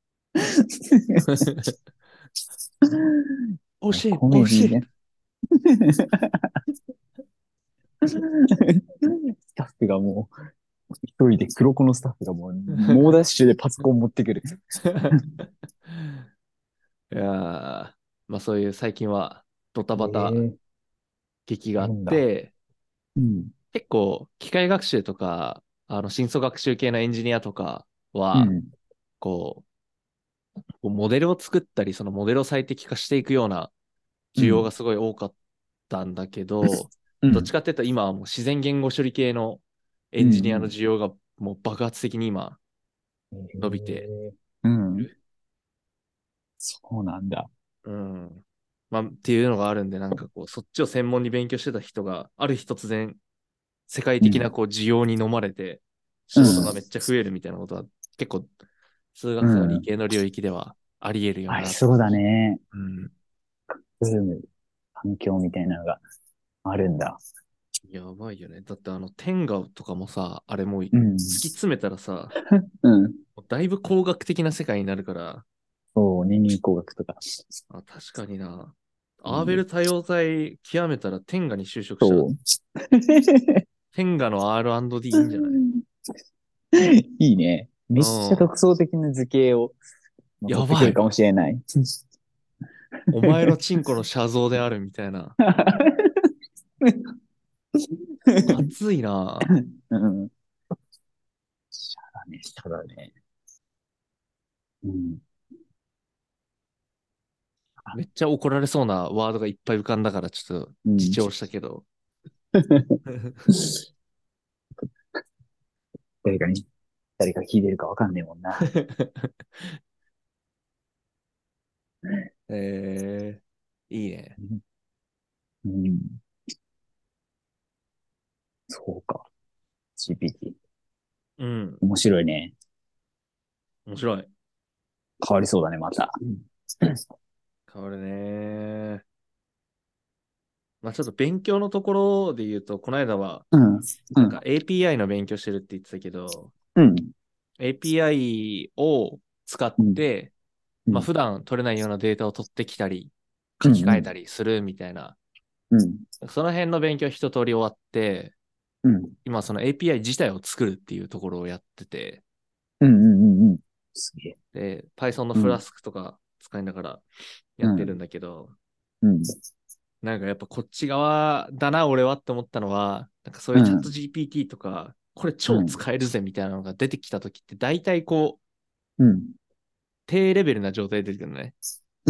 おしい、 コメおしい。 ディね。スタッフがもう、 一人で黒子のスタッフがもう、猛ダッシュでパソコン持ってくる。 いやー、まあそういう最近はドタバタええ劇があっあるんだ。 て、 うん。 結構機械学習とか、深層学習系のエンジニアとかは、 うん。 ここうモデルを作ったり、そのモデルを最適化していくようなうん。 需要がすごい多かったんだけど、 うん。 どっちかっていうと今はもう自然言語処理系のエうん。 ンジニアのうん。 需要がもう爆発的に今伸びてええうん。 いる。 そうなんだ。 うん。まあ、っていうのがあるんで、なんかこう、そっちを専門に勉強してた人が、ある日突然、世界うん。 的なこう需要に飲まれて、仕事がうん。 めっちゃ増えるみたいなことは、結構、数う学とか理ん。 系の領域ではあり得るよありなってそうだ最近。 ね。 うん。 ブーム、環境みたいなのがあるんだ。 やばいよね。だって天下とかもさ、あれもう突うん。 き詰めたらさ、 うん。 だいぶ工学的な世界になるから、 そう、年輪工学とか。 あ、確かにな。アーベうん。 ル多様体極めたら天下に就職したら、 そう。 天下の R&D いいんじゃない？ いいね。めうっちゃん。 独創的な図形を持やばい。 ってくるかもしれない。 お前のチンコの写像であるみたいな。熱いな。 うん。だね、そうだね。うん。あめっちゃ怒られそうなワードがいっぱい浮かんだからちょっとうん。 自重したけど。 誰かに、誰か聞いてるかわかんねえもんな。 いいね。 うん。そうか。GPT。 うん。 面白いね。 面白い。 変わりそうだね、また。 変わるね。まあちょっと勉強のところで言うと、この間はうん。うん。 なんか API の勉強してるって言ってたけど、 うん。 API を使っうん。 て、 うん。 まあ普段取れないようなデータを取ってきたり、 うん。 書き換えうん。 たりするみたいな、 うん。 その辺の勉強一通り終わって、 うん。 今その API 自体を作るっていうところをやってて、 うん。うん。うん。すげえ。 で、Python のうん。 フラスクとか使いながらやうん。 ってるんだけど、 うん。 なんかやっぱこっち側だな、俺はって思ったのは、なんかそういうチャットうん。 GPT とか、これうん。 超使えるぜみたいなのが出てきた時って、大体こう、 うん。 低レベルな状態で出てくるのね。 うん。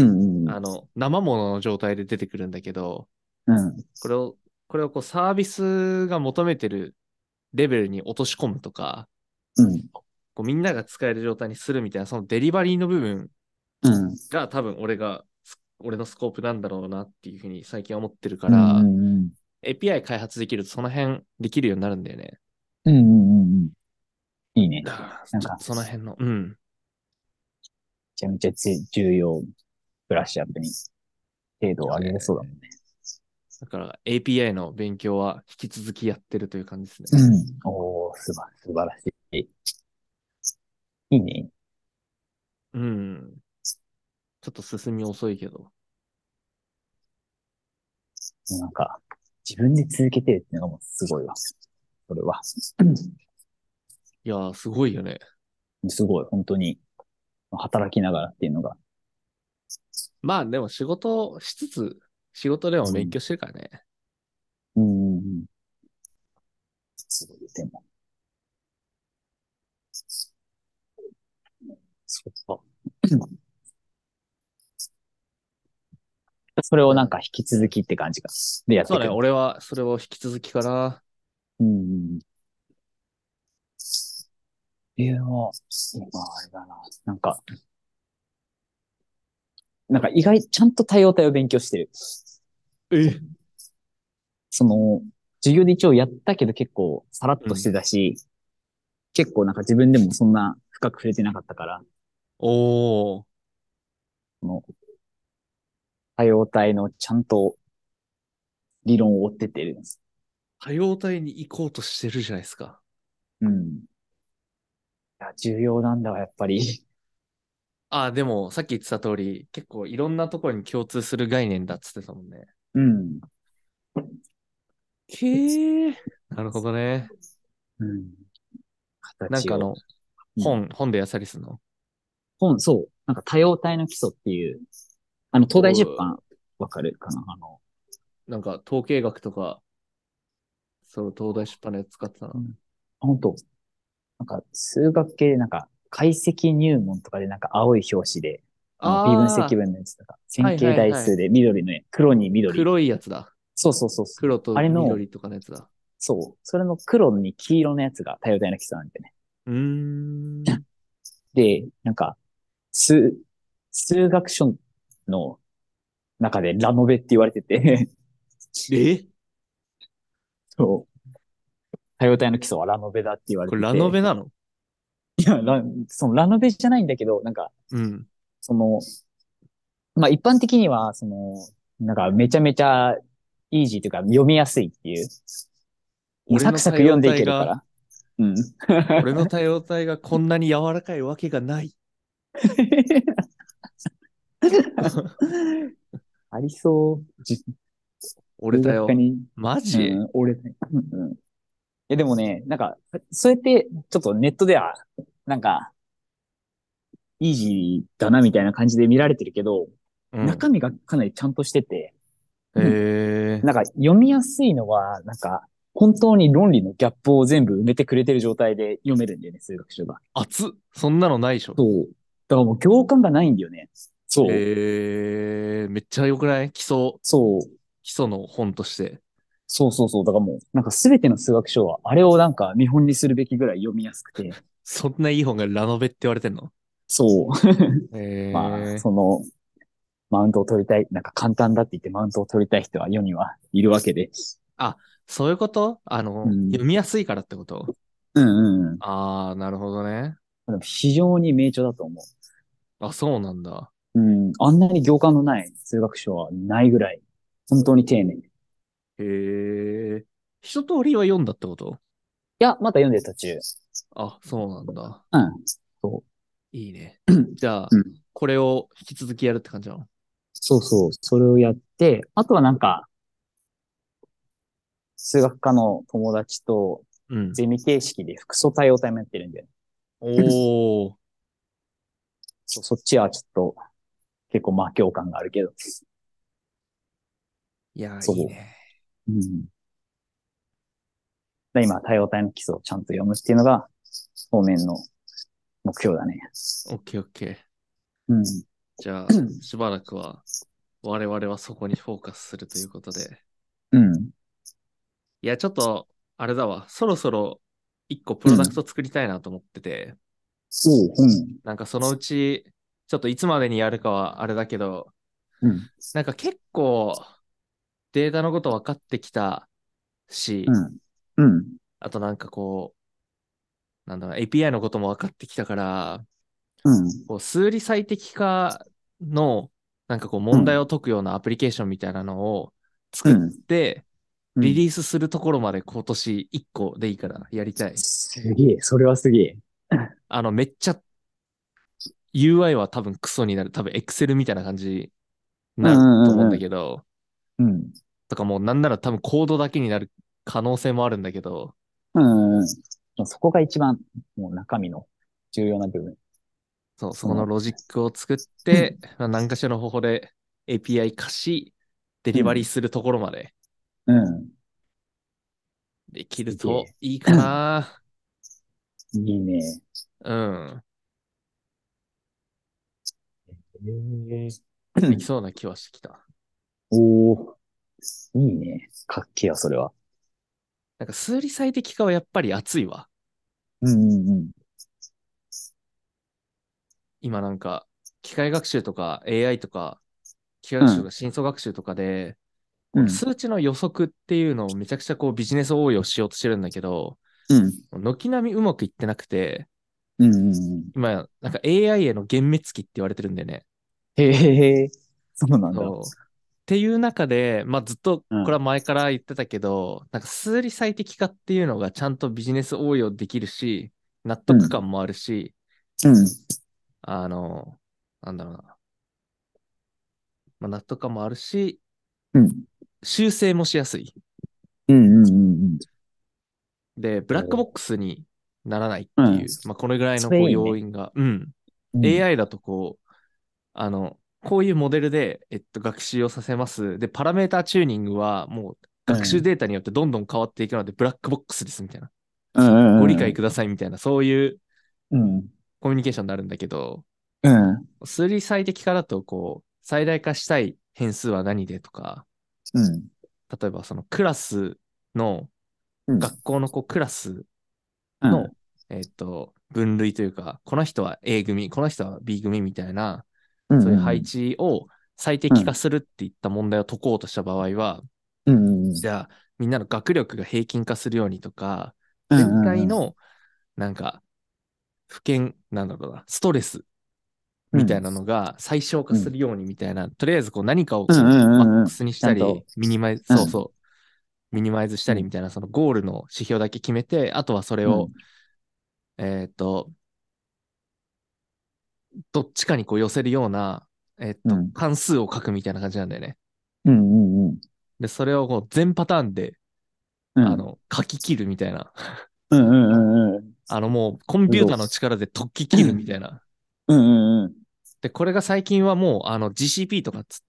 生物の状態で出てくるんだけど、 うん。 これを、これをこうサービスが求めてるレベルに落とし込むとか、 うん。 こうみんなが使える状態にするみたいな、そのデリバリーの部分うん。 が多分俺のスコープなんだろうなっていうふうに最近思ってるかうん。うら、 ん。 API 開発できるとその辺できるようになるんだよね。 うん。うん。うん。いいね。 だからなんか、 ちょっとその辺の、うん。 めちゃめちゃ重要ブラッシュアップに精度を上げれそうだもんね。 だから API の勉強は引き続きやってるという感じですね。 うん。おー、素晴らしい。いいね。 うん。ちょっと進み遅いけど。 もうなんか、自分で続けてるっていうのがもうすごいわ。それは。 いやー、すごいよね。 すごい、本当に。働きながらっていうのが。 まあでも仕事しつつ、仕事でもうん。 勉強してるからね。 うん。うん。すごい、でも。そっか。それをなんか引き続きって感じが。でやっそうね、 ていくの。 俺はそれを引き続きかな。 うん。も今あれだな。なんか意外、ちゃんと多様体を勉強してる。 えその、授業で一応やったけど結構さらっとしうん。 てたし、結構なんか自分でもそんな深く触れてなかったから、 おー。 その多様体のちゃんと理論を追ってってるんです。 多様体に行こうとしてるじゃないですか。 うん。いや、重要なんだわ、やっぱり。 あ、でもさっき言ってた通り、結構いろんなところに共通する概念だっつってたもんね。 うん。 けー。なるほどね。 うん。 形を。うん、 本でやったりするの？ そう。なんか多様体の基礎っていう、東大出版、 おわかるかななんか統計学とか、その東大出版のやつ使ってたな。 うん、本当なんか、数学系でなんか、解析入門とかでなんか青い表紙で、微分積あ分のやつとか、 あ、はいは線形いはい。 代数で緑の絵、黒に緑。 黒いやつだ。 そうそうそうそう。 黒とあれの、 緑とかのやつだ。 そう。それの黒に黄色のやつが多様体の基礎なんでね。 うーん。 で、なんか、数、数学書の中でラノベって言われててえそう。多様体の基礎はラノベだって言われこれラノてて、 ベなの？ いや、そのラノベじゃないんだけど、なんか、 うん。 その、まあ一般的には、なんかめちゃめちゃイージーというか読みやすいっていう、もう俺サクの多様サク読んでい体が、 けるから。うん。 俺の多様体がこんなに柔らかいわけがない。 ありそう。数俺だよ。 学科に。 マジ？ うん、俺、うん。でもね、なんか、そうやって、ちょっとネットでは、なんか、イージーだなみたいな感じで見られてるけど、 うん。 中身がかなりちゃんとしてて、 へうん、 え。 なんか読みやすいのは、なんか、本当に論理のギャップを全部埋めてくれてる状態で読めるんだよね、数学書が。 熱っ。そんなのないでしょ。 そう。だからもう行間がないんだよね。そう。 へえ。めっちゃ良くない？ そう。 基礎の本として。 そうそうそう。だからもう、なんかすべての数学書は、あれをなんか見本にするべきぐらい読みやすくて。 そんないい本がラノベって言われてんの？ そう。 へまあ、 え。 マウントを取りたい、なんか簡単だって言ってマウントを取りたい人は世にはいるわけで。 あ、そういうこと？ うん。 読みやすいからってこと？ うんうんうん。 ああー、なるほどね。 でも非常に名著だと思あ、そうなんだ。 う。うん。あんなに行間のない数学書はないぐらい、本当に丁寧。いへえ。一通りは読んだってこと？ や、まだ読んでる途中。 あ、そうなんだ。 うん。そいいね。 う。 じゃあ、 うん。 これを引き続きやるって感じなの？ そうそう。それをやって、あとはなんか、数学科の友達とうん。 ゼミ形式で複素体応体もやってるんだよね。 おー。 そっちはちょっと結構魔境感があるけど。 いや、いいそね。 う。うん。今、多様体の基礎をちゃんと読むっていうのが、当面の目標だね。 オッケーオッケー。 うん。 じゃあ、しばらくは、我々はそこにフォーカスするということで。 うん。 いや、ちょっと、あれだわ。そろそろ、一個プうん。 ロダクト作りたいなと思ってて。 おう、うん。 なんかそのうち、ちょっといつまでにやるかはあれだけど、 うん。 なんか結構、データのこと分かってきたし、 うん。うん。 あとなんかこう、なんだろう、API のことも分かってきたから、 うん。 こう数理最適化の、なんかこううん。 問題を解くようなアプリケーションみたいなのを作っうん。 て、 うん。 リリースするところまで今年1個でいいからやりたい。 すげえ、それはすげえ。 めっちゃ UI は多分クソになる。多分 Excel みたいな感じにうなると思うんんうんだけど、 うんうん。 とかもうなんなら多分コードだけになる可能性もあるんだけど、 うん。うんうん。そこが一番、もう中身の重要な部分。 そう、そその、 このロジックを作って、まあ何かしらの方法で API 化し、デリバリーうん。 するところまでうん。 できるすげえ。 といいかな。 いいね。 うん。 へえ。 できそうな気はしてきた。 おお、いいね。かっけえよ、それは。 なんか数理最適化はやっぱり熱いわ。 うんうん今なんか、機械学習とか AI とか、機械うん。 学習とかうん。 深層学習とかで、このうん。 数値の予測っていうのをめちゃくちゃこうビジネス応用しようとしてるんだけど、 うん。 軒並みうまくいってなくて、 うんうんうん。 今、なんか AI への幻滅期って言われてるんだよね。 へえ、そうなんだ。 そう。っていう中で、まあずっと、 うん。 これは前から言ってたけど、なんか数理最適化っていうのがちゃんとビジネス応用できるし、納うん。 得感もあるし、 うん。 あの、なんだろうな。まあ、納得感もあるし、 うん。 修正もしやすい。 うんうんうんうん。 で、ブラックボックスにならないっうん。 ていう、まあ、これぐらいのこうそれいいね。 要因が、うん。 うん。 AI だとこう、こういうモデルで、学習をさせます。で、パラメータチューニングはもう学習うん。 データによってどんどん変わっていくので、ブラックボックスですみたいな。 うんうんうん。 ご理解くださいみたいな、そういううん。 コミュニケーションになるんだけど、 うん。 数理最適化だと、こう、最大化したい変数は何でとか、 うん。 例えばそのクラスの、 うん。 学校のこうクラスうん。 の、分類というか、この人は A 組、この人は B 組みたいな、 うんそういう配うんうん。 置を最適化うん。 するっていった問題を解こうとした場合は、 うんうん。 じゃあ、みんなの学力が平均化するようにとか、 うん全うんうん。 体の、なんか、なんだろうな、ストレスうん。 みたいなのが最小化うん。 するようにみたいな、とりあえずこう何かをうんうこう、マッんうんうん。 クスにしちゃんと、 たり、 うん。 ミニマイズしたうん。 りみたいな、そのゴールの指標だけ決めて、あとはそれを、 うん。 えっと、どっちかにこう寄せるような、 うん。 関数を書くみたいな感じなんだよね。 うんうんで、それをこう全パターンで、 うん。 書き切るみたいな。 うんうんうんうん。 もうコンピューターすごい。 の力で解き切るみたいな。 うんうんうん。 で、これが最近はもう、GCP とかっつって、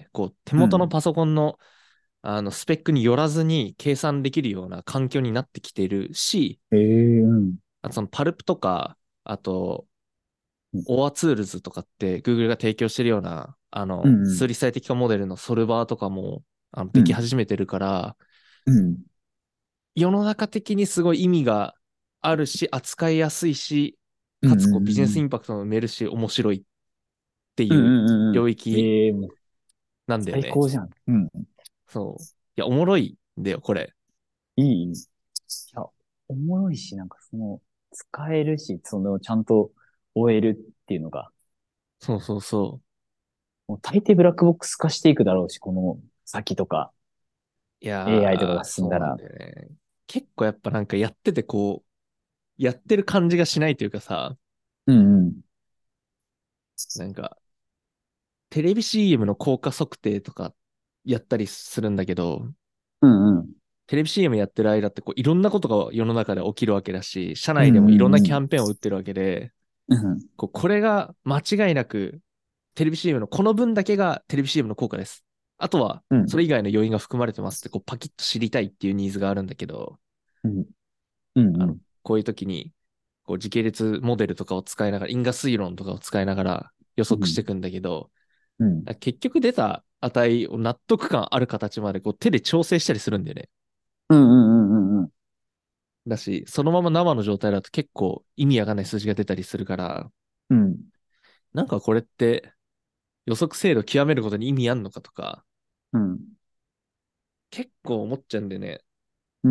こう、手うん。 元のパソコンの、スペックによらずに計算できるような環境になってきているし、 ええうん。 あとそのパルプとか、あと、 うん。 オアツールズとかって Google が提供してるような、 うん数理最適化モデルのソルバーとかも、できうん。 始めてるから、 うん。 世の中的にすごい意味があるし、扱いやすいし、 うんかつこうビジネスイうんンパクトも埋めるし、面白いってうん。 いううんうんうんうん。 領域ええもうなんだよね。 最高じゃん。うん。 そう。いや、おもろいんだよ、これ。 いい。いや、おもろいし、なんか使えるし、ちゃんと終えるっていうのが、 そうそうそもう大抵ブラックボックス化していくだろうし、この先とか、 う。いや AI とかがー、そうなん進んだら。 だよね。結構やっぱなんかやっててこう、やってる感じがしないというかさ、 うんうん。 なんか、テレビ CM の効果測定とかやったりするんだけど、 うんうん。 テレビ CM やってる間ってこういろんなことが世の中で起きるわけだし、社うん内でもいろんなキャうんンペーンを打ってるわけで、 うん。うん。 これが間違いなくテレビ CM のこの分だけがテレビ CM の効果です。あとはうん。 それ以外の要因が含まれてますってこうパキッと知りたいっていうニーズがあるんだけど、 うん。うんうん。 こういう時にこう時系列モデルとかを使いながら、因果推論とかを使いながら予うん。 測していくんだけど、 うん。 結局出た値を納得感ある形までこう手で調整したりするんだよね。 うんうんうんうん。 だし、そのまま生の状態だと結構意味わかんない数字が出たりするから、 うん。 なんかこれって予測精度極めることに意味あんのかとか、 うん。 結構思っちゃうんでね。 うん。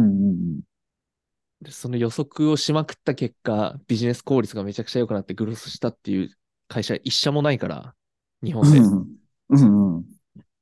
で、その予測をしまくった結果、ビジネス効率がめちゃくちゃ良くなってグロスしたっていう会社一社もないから、日本で。 うん。うんうん。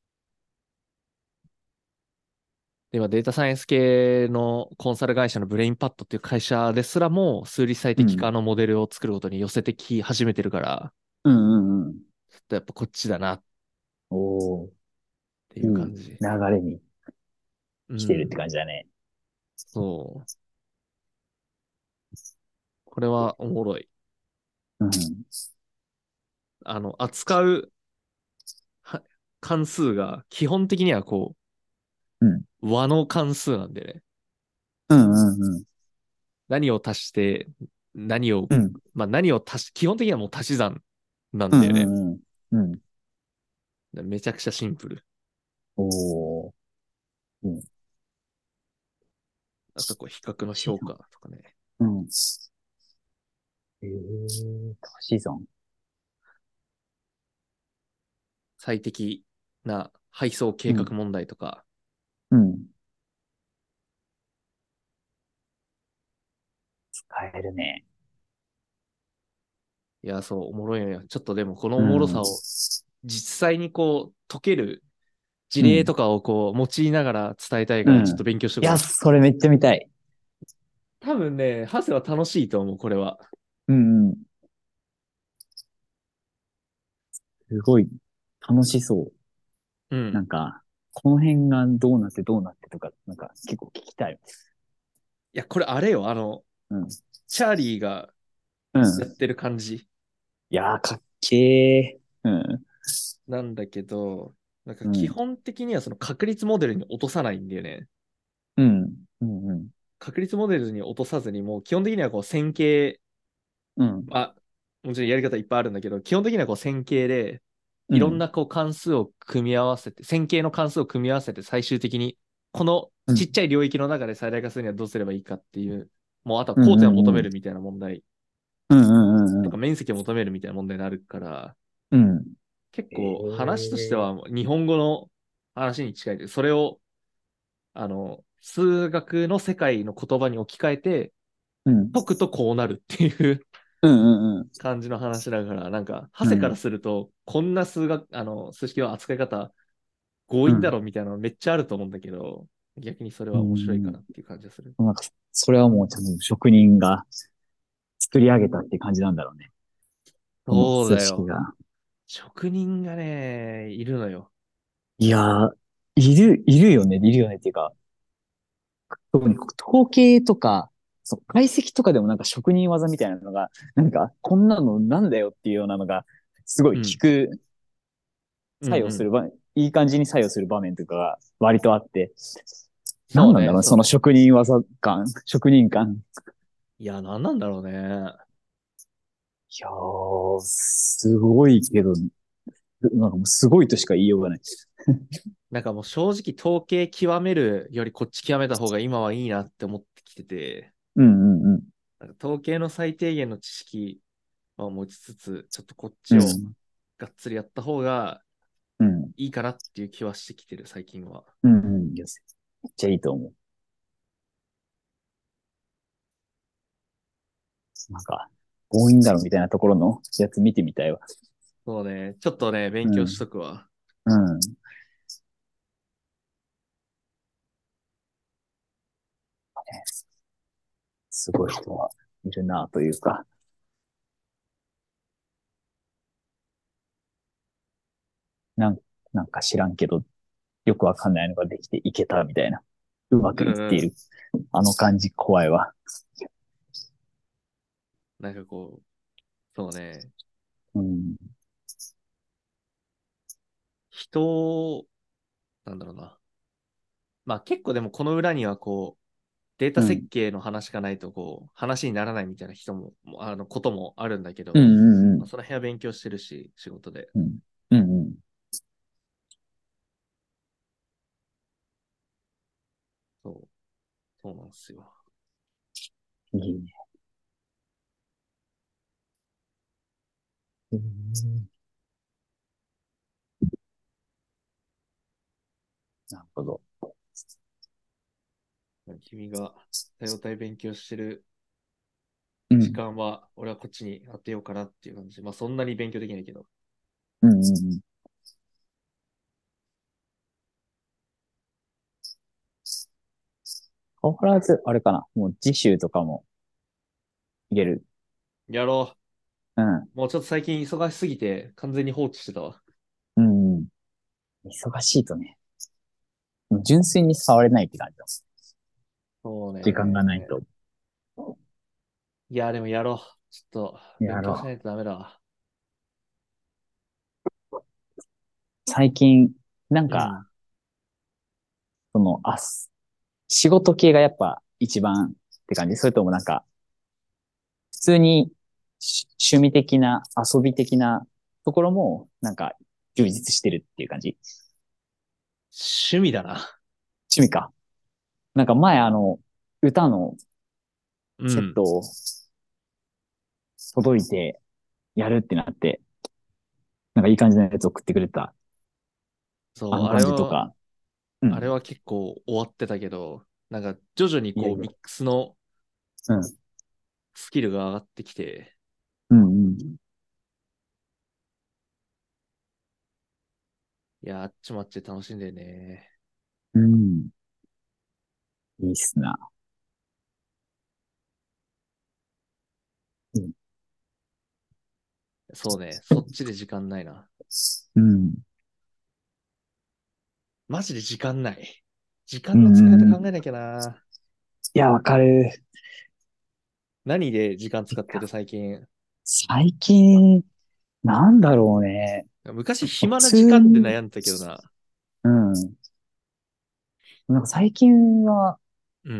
で、今データサイエンス系のコンサル会社のブレインパッドっていう会社ですらも数理最うん。 適化のモデルを作ることに寄せてき始めてるから、 うんうん。 ちょっとやっぱこっちだなっおー、 ていいいう感じ。 流れに来てるってうん。 感じだね。 そう。これはおもろい。 うん。 扱うは関数が基本的にはこうん。 う、和の関数なんでね。 うんうんうん。 何を足して、何を、 うん。 何を基本的にはもう足し算なうんだよね。 んうんうん。うん。 めちゃくちゃシンプル。 おー。うん。 あとこう、比較の足し算。 評価とかね。 うん。足し算。 最適な配送計うん。 画問題とか。 うん。使えるね。 いや、そう、おもろいのよ。ちょっとでもこのおもろうん。 さを実際にこう、解ける事うん。 例とかをこう、用いながら伝えたいから、ちょっとうん。いや、 勉強しておくわ。 それめっちゃ見たい。 多分ね、ハセは楽しいと思う、これは。 うんうん。すごい楽しそう。 うん。 なんか、この辺がどうなってどうなってとか、なんか結構聞きたい。 いや、これあれよ、 うん。 チャーリーがうん。 やってる感じいやー、かっけー。うん。 なんだけど、なんかうん。 基本的にはその確率モデルに落とさないんだよね。 うん。うん。うん。 確率モデルに落とさずに、もう基本的にはこう線形、 うん。 まあ、もちろんやり方いっぱいあるんだけど、基本的にはこう線形で、 うん。 いろんなこう関数を組み合わせて、線形の関数を組み合わせて最終的に、このうん。 ちっちゃい領域の中で最大化するにはどうすればいいかっていう、もうあとはうん。 工程を求うん。 めるみたいな問題うん。うん。 とか面積を求めるみたいな問題になるから、 うん。 結え構話としてー。 は日本語の話に近いで、それを数学の世界の言葉に置き換えてうん。 解くとこうなるっていううん。うん。 感じの話だから、なんか、ハうん。 セからすると、こんな数学、数式の扱い方、強うん。 引だろみたいなのめっちゃあると思うんだけど、逆にそれうは面白いかん。 なっていう感じがする。 なんか、それはもうちゃんと職人が作り上げたっていう感じなんだろうね。このそうだよ。 組織が。 職人がね、いるのよ。 いやー、いるよね、いるよねっていうか、特に統計とか、そう解析とかでもなんか職人技みたいなのが、なんか、こんなのなんだよっていうようなのが、すごいうん。 聞く、 うんうん。 いい感じに作用する場面とかが割とあって、なんそうね、 なんだろう、そのそうね。 職人技感、職人感。 いや、なんなんだろうね。 いやー、すごいけど、なんかもうすごいとしか言いようがない。 なんかもう正直統計極めるよりこっち極めた方が今はいいなって思ってきてて、 うんうんうん。 なんか統計の最低限の知識は持ちつつ、ちょっとこっちをうん。 がっつりやった方がうん。 いいかなっていう気はしてきてる、最近は。 うんうん。いやめっちゃいいと思う。なんか、強引だろみたいなところのやつ見てみたいわ。 そうね、ちょっとね、勉強しうん。 とくわ。 うん。すごい人はいるなというか、なん、なんか知らんけど、よくわかんないのができていけたみたいな。うまくうんうん。 いっている。あの感じ怖いわ。 なんかこう、そうね、 うん。 人、なんだろうな。まあ結構でもこの裏にはこう、データ設うん。 計の話がないとこう、話にならないみたいな人も、こともあるんだけうんど、 うんうん。 まあ、その辺は勉強してるし、仕事で。 うん。うんそう、そうなんですよ。 うん。いいね。うん。なるほど。 君が多様体勉強してる時うん。 間は、俺はこっちに当てようかなっていう感じ。まあそんなに勉強できないけど。 うんうんうん。カンフランス、あれかな。もう次週とかもいける。 やろうん。 う。もうちょっと最近忙しすぎて完全に放置してたわ。 うんうん。忙しいとね、もう純粋に触れないって感じだ。 そう時間がないね。 と。 いや、でもやろう。ちょっと勉強しなやろいとダメだわ。 う。最近、なんか、 うん。 その、仕事系がやっぱ一番って感じ？それともなんか、普通に趣味的な、遊び的なところも、なんか、充実してるっていう感じ？ 趣味だな。 趣味か。なんか前歌のうん。 セットを届いてやるってなって、なんかいい感じのやつ送ってくれた、あそう、 の感じとか。うん。 あれは結構終わってたけど、なんか徐々にいやいや。 こうミックスのうん。 スキルが上がってきて、 うんうん。 いや、あっちもあっちで楽しんでね。 うん。いいっすな。うん。 そうね、そっちで時間ないな。 うん。 マジで時間ない。時う間の使い方ん。い考えなきゃな。 や、わかる。 何で時間使ってる最近？ 最近、なんだろうね。 昔普暇な時通に、 間で悩んだけどな。 うん。なんか最近は、 うん。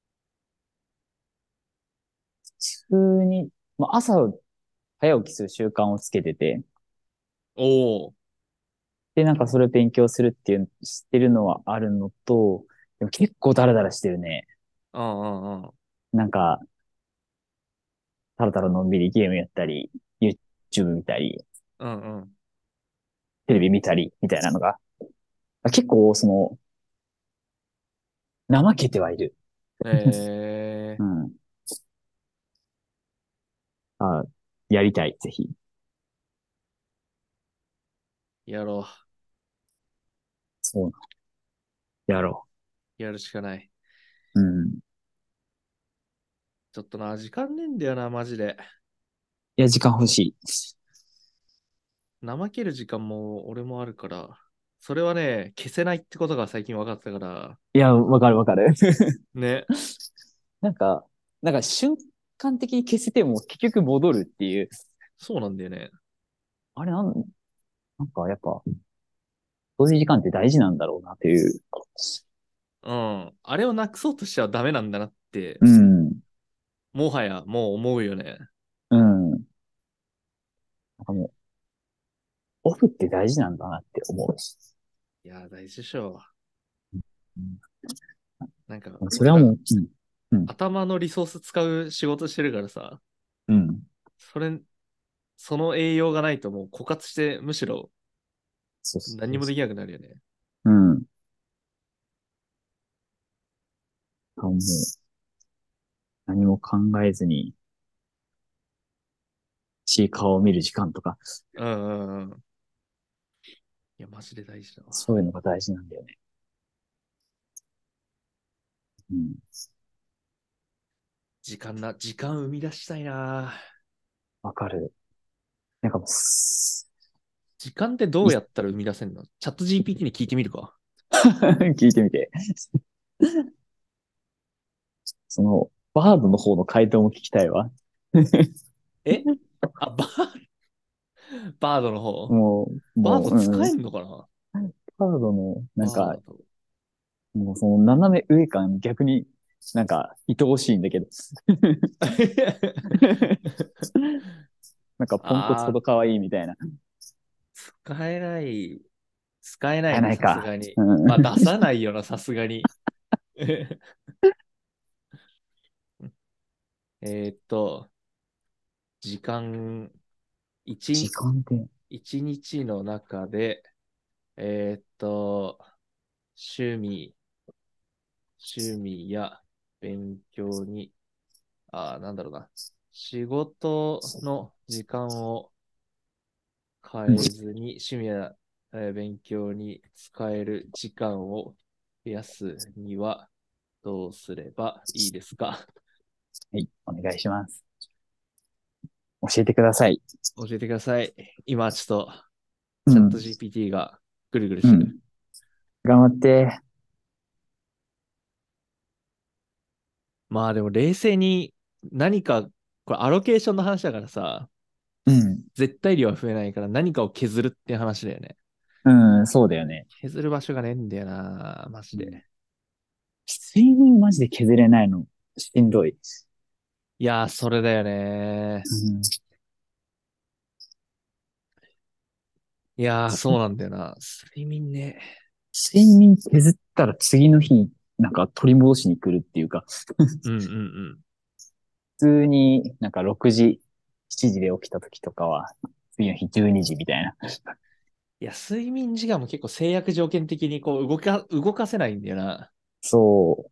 普通に、まあ、朝早起きする習慣をつけてて、 おお。 で、なんかそれを勉強するっていう、知ってるのはあるのと、でも結構ダラダラしてるね。 うんうんうん。 なんか、たらたらのんびりゲームやったり、YouTube 見たり、 うんうん。 テレビ見たり、みたいなのが、結構、怠けてはいる。うえん。あ、やりたい、ぜひ。 やろそうな、やろう。やるしかない。 う。うん。 ちょっとな、時間ねえんだよな、マジで。 いや、時間欲しい。 怠ける時間も俺もあるから、それはね、消せないってことが最近分かったから、 いや、わかるわかる。 ね。 なんか、なんか瞬間的に消せても結局戻るっていう。 そうなんだよね。 あれなんかやっぱ、そういう時間って大事なんだろうなっていう。 うん。あれをなくそうとしてはダメなんだなって、 うん。 もはやもう思うよね。 うん。なんかもう、オフって大事なんだなって思うし。 いや、大事でしょう。なんか、 うん、そ僕られはもう、うん。うん。 頭のリソース使う仕事してるからさ、 うん。 それ、その栄養がないともう枯渇して、むしろそうそうそ何にもできなくなるよね。 う。うん。もう、何も考えずに、ちいかわを見る時間とか、 うんうんうん。いや、マジで大事だわ。 そういうのが大事なんだよね。うん。 時間生み出したいな。 わかる。なんかもう、 時間ってどういやったら生み出せるの？チャット GPT に聞いてみるか。 聞いてみて。バードの方の回答も聞きたいわ。 えバードの方。バードうん。 使えんのかな？ バードの、なんか、 バード。 もうその斜め上感逆になんか愛おしいんだけど。なんかポンコツほああ、 ど可愛いみたいな。 使えない。使えなあ、 いね、さすないか。 がに。 うん。 まあ、出さないよな、さすがに。えーっと、時間、 時一、 間で。 一日の中で、えーっと、趣味、趣味や勉強に、なんだろうな。仕事の時間を変えずに、趣味や、勉強に使える時間を増やすにはどうすればいいですか？ はい、お願いします。教えてください。 教えてください。今、ちょっと、チャットうん。 GPT がぐるぐるうん。 してる。 頑張って。 まあでも冷静に何か、これアロケーションの話だからさ、 うん。 絶対量は増えないから何かを削るっていう話だよね。 うん、そうだよね。 削る場所がねえんだよな、マジうん、 で。 睡眠マジで削れないの。しんどい。 いやー、それだよね。 うん。 いやー、そうなんだよな。睡眠ね。 睡眠削ったら次の日、なんか取り戻しに来るっていうか、 うんうんうん。 普通になんか6時、7時で起きた時とかは、次の日12時みたいな。 いや、睡眠時間も結構制約条件的にこう動かせないんだよな。 そ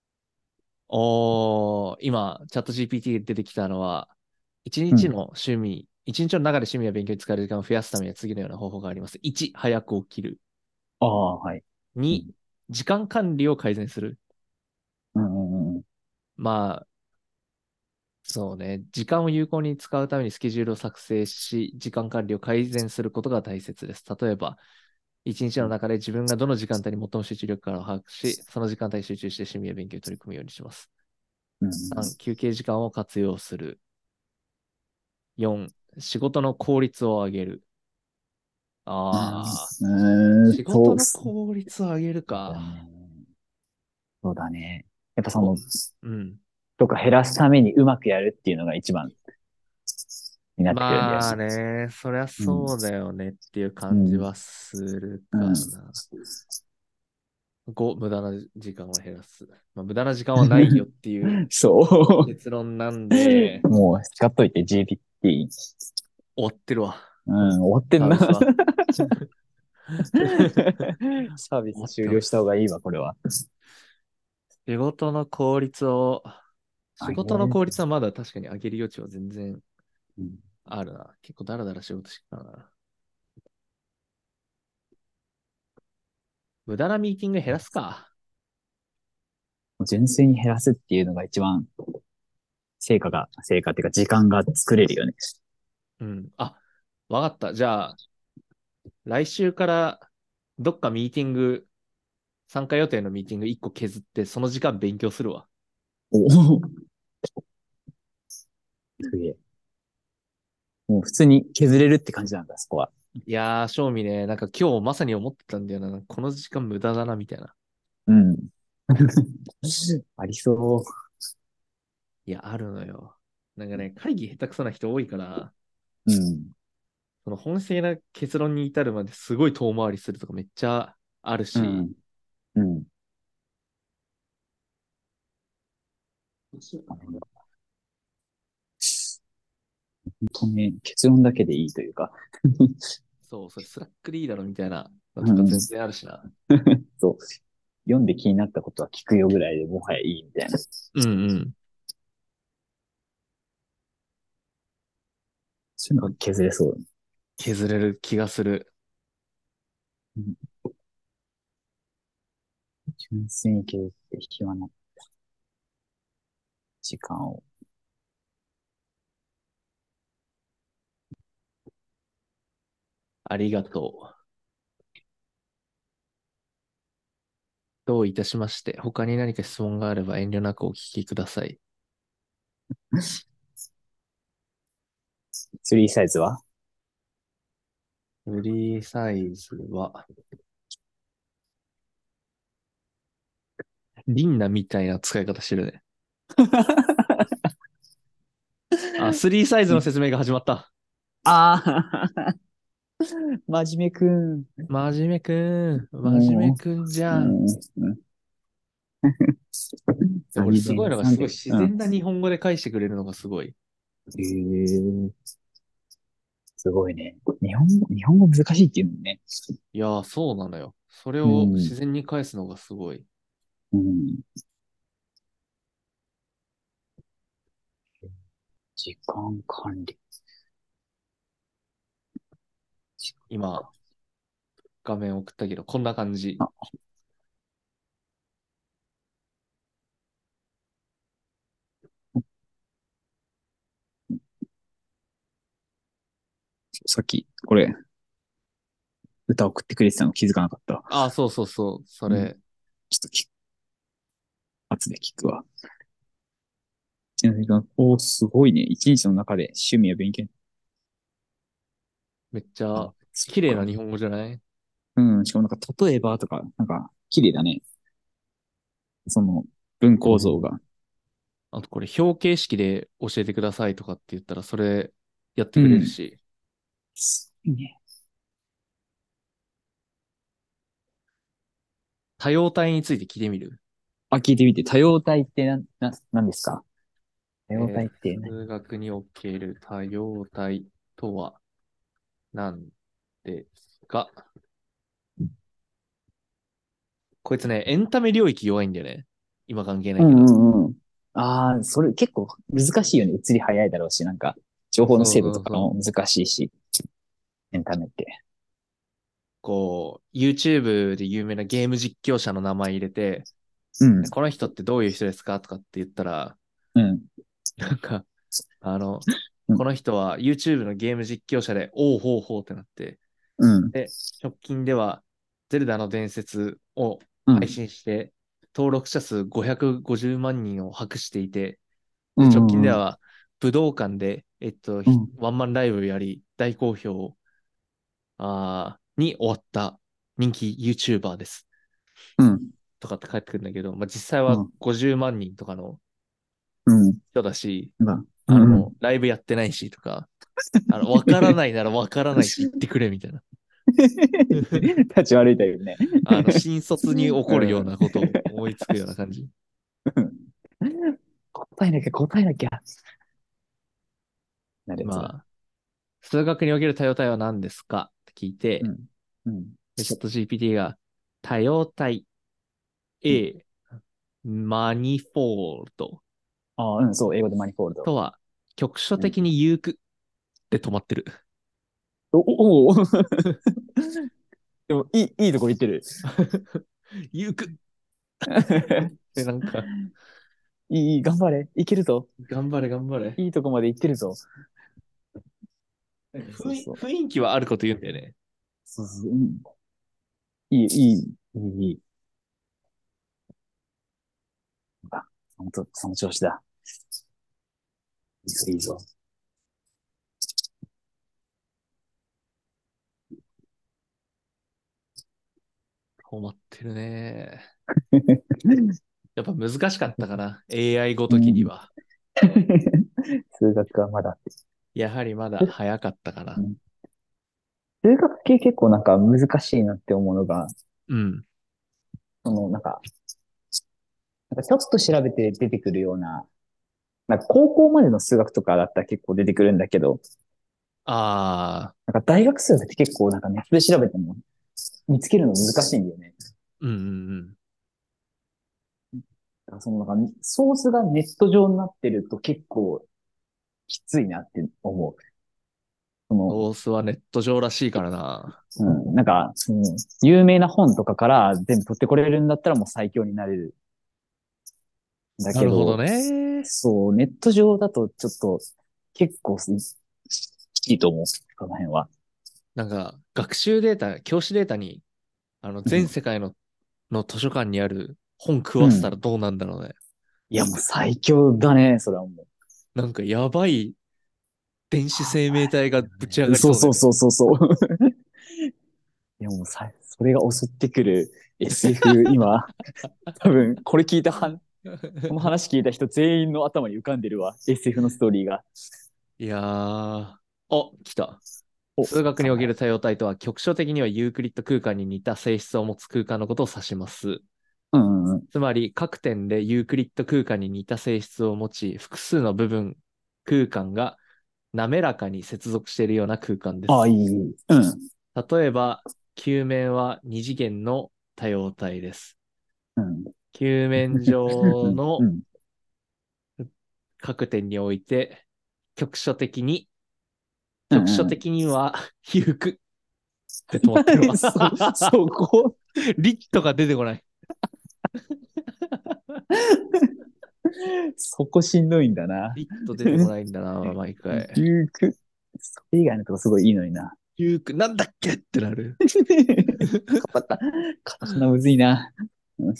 今、チャット GPT が出てきたのは、 う。うん。 一日の中で趣味や勉強に使える時間を増やすためには次のような方法があります。1、早く起きる。 ああ、はい。う 2、 ん。 時間管理を改善する。 うんうんうん。 まあ、そうね。時間を有効に使うためにスケジュールを作成し、時間管理を改善することが大切です。例えば、一日の中で自分がどの時間帯に最も集中力からを把握し、その時間帯に集中して趣味や勉強に取り組むようにします。 うん。 3、休憩時間を活用する。4、仕事の効率を上げる。ああ、仕事の効率を上げるそうだか。 ね。そうだね。やっぱこうん。 とか減らすためにうまくやるっていうのが一番になってくるんだよまあね。 ね、そりゃうん。 そうだよねっていううん。 感じはするうん。 かな。5、無駄な時間を減らす。まあ、無駄な時間はないよっていうそ結論なんで、 う。もう使っといて GPT。 終わってるわ。 うん、 この終わってんな。 サービスは。 サービ終わっス終了した方てます。 がいいわ、これは。 仕事の効率を、仕あげ事のる。 効率はまだ確かに上げる余地は全然うん、 あるな。結構ダラダラ仕事してたな。無駄なミーティング減らすか。 もう純粋に減らすっていうのが一番成果っていうか時間が作れるよね。 うん。あ、わかった。じゃあ、来週からどっかミーティング、参加予定のミーティング1個削って、その時間勉強するわ。 おお、すげえ。もう普通に削れるって感じなんだ、そこは。 いやー、正味ね、なんか今日まさに思ってたんだよな。この時間無駄だな、みたいな。 うん。ありそいや、あるのよ。なんかね、会議下手くそな人多いから、 う。うん。 その本質的な結論に至るまですごい遠回りするとかめっちゃあるし、 うん。うん。本当に結論だけでいいというか。 そう、それスラックでいいだろみたいなのとかうん。 全然あるしな。 そう。読んで気になったことは聞くよぐらいでもはやいいみたいな。 うんうん。 そういうのが削れそうだね。 削れる気がする。 うん、純粋に削って暇な時間を。 ありがとう。どういたしまして、他に何か質問があれば遠慮なくお聞きください。 スリーサイズは？ フリーサイズは、リンナみたいな使い方してるね。あ、スリーサイズの説明が始まった。 ああ、真面目くん。 真面目くん。真面目もくんじう、 ゃん。 うん、うん。 でもこれ最すごいのが、 善さんで、 すごい自うん。 然な日本語で返してくれるのがすごい。 へえ、すごいね。日本語難しいっていうのね。 いやー、そうなのよ。それうをん、 自然に返すのがすごい。 うん。時間管理。 今、画面送ったけど、こんな感じ。 あ、さっき、これ、歌送ってくれてたの気づかなかった。 あ、そうそうそう。そうん。 れ、 ちょっと後で聞くわ。ちなみに、お、すごいね。一日の中で趣味や勉強。 めっちゃあ、そっか。 綺麗な日本語じゃない？ うん。しかもなんか、例えばとか、なんか、綺麗だね。その、文構造が。 あとこれ表形式で教えてくださいとかって言ったらそれやってくれるうん。 し、 すごいね。 多様体について聞いてみる。 あ、聞いてみて。多様体って何ですか？多様え体って何？ 数学における多様体とは何ですか？こいつね、エンタメ領域弱いんだよね。今関係なうんいけど。 うんうん。ああ、それ結構難しいよね。移り早いだろうし、なんか、情報のそう精度とそうそう。 かも難しいし、エンタメって。 こう、YouTube で有名なゲーム実況者の名前入れて、 うん、 この人ってどういう人ですかとかって言ったら、 うん、 なんか、あの、 うん、 この人は YouTube のゲーム実況者で、おうほうほうってなって、 うん、 で、直近では、ゼルダの伝説をうん、 配信して、 登録者数550万人を博していて、で、 うん直近でうんは武道館で、 うん。 ワンマンライブやり、大好評に終わった人気 YouTuber です。 うん。 とかって返ってくるんだけど、まあ、実際はうん。 50万人とかのうん。 人だし、 まあ、うんうん。 ライブやってないしとか、わからないならわからないって言ってくれみたいな。 立ち悪いタイプね。 新卒に起こるよううん。 なことを思いつくような感じ。 答えなきゃ、答えなきゃ。なるやつだ。 まあ、数学における多様体は何ですかって聞いて、 うん。うん。 でチャット GPT が多様体うん。 A、マニフォールドああ、うん、そう、英語でマニフォールド。 とは局所うん。 的に有句で止まってる。 おおでも、いいところ行ってる。 有句で、なんか、 頑張れ。いけるぞ。 頑張れ頑張れ。 いいとこまで行ってるぞ。 なんかそうそう。 雰囲気はあること言うんだよね。 そうそう。うん、いい。あ、本当その調子だ。いいぞ、いいぞ。 止まってるね。やっぱ難しかったかな。AI ごうん。 ときには。 数学はまだ。 やはりまだ早かったかな。 うん、数学系結構なんか難しいなって思うのが、 うん。 なんかちょっと調べて出てくるような、なんか高校までの数学とかだったら結構出てくるんだけど、 ああ、 なんか大学数学って結構なんかネットで調べても見つけるの難しいんだよね。 うんうんだからそのなんかソースがネット上になってると結構きついなって思う。そうん。 の、 ソースはネット上らしいからな。 うん、なんか、その、有名な本とかから全部取ってこれるんだったらもう最強になれる。だなるほどけど、 ね。 そう、ネット上だとちょっと結構いいと思う。この辺は。 なんか、学習データ、教師データに、全世界の図書館にある本食うん。 わせたらどうなんだろうね。 いや、もう最強だね、それはもなんか、やばい電子生命体がぶち上う。 がりそうだよね。 そう。いや、もうそれが襲ってくる SF、今、多分、これ聞いたこの話聞いた人全員の頭に浮かんでるわ。SF のストーリーが。 いやー。あ、来た。 お、 数学に頑張れ。 おける多様体とは、局所的にはユークリッド空間に似た性質を持つ空間のことを指します。 うん。 つまり、各点でユークリッド空間に似た性質を持ち、複数の部分、空間が滑らかに接続しているような空間でああ、いす。 い。うん。 例えば、球面は二次元の多様体です。 うん。 球面うん。う上のん。 各点において、局所的に、局所うん。 的には、ユークって止まってるわ。 そこリットが出てこない。 そこしんどいんだな。 リット出てこないんだな、毎回。 リューク。それ以外のとこすごいいいのにな。 ユーク、なんだっけってなる。 カタカタカナむずいな。うん、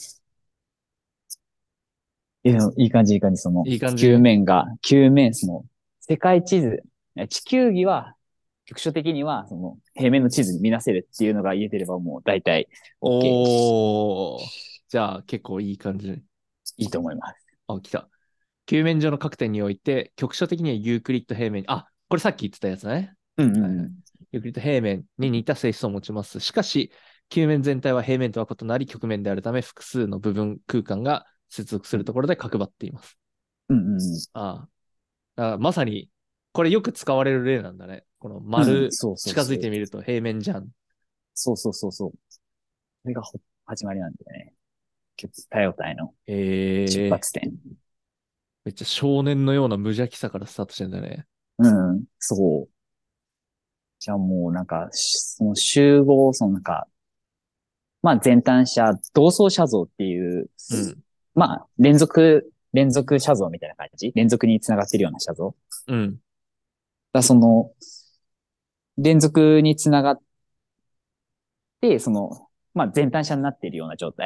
いい感じ、いい感じ。その、 いい感じ。 球面、その、世界地図、地球儀は、局所的には、その、平面の地図に見なせるっていうのが言えてればもう大体 OK。 おー。じゃあ、結構いい感じ。 いいと思います。 あ、来た。球面上の各点において、局所的にはユークリッド平面。あ、これさっき言ってたやつね。 うんうはいはい。 んうん。 ユークリッド平面に似た性質を持ちます。しかし、球面全体は平面とは異なり、曲面であるため、複数の部分空間が接続するところで角張っています。 うんうんあまさに、これよく使われる例なんだね。このうん。うん、 丸そうそう近づそう。 いてみると平面じゃん。 そう。それが始まりなんだよね。多様体の出え発点。 めっちゃ少年のような無邪気さからスタートしてんだね。 うん、そう。じゃあもうなんか、その集合、そのなんか、まあ前端子同相写像っていう、 うん。 まあ連続写像みたいな感じ連続につながってるような写像うん。 その、連続につながって、その、まあ前端子になっているような状態。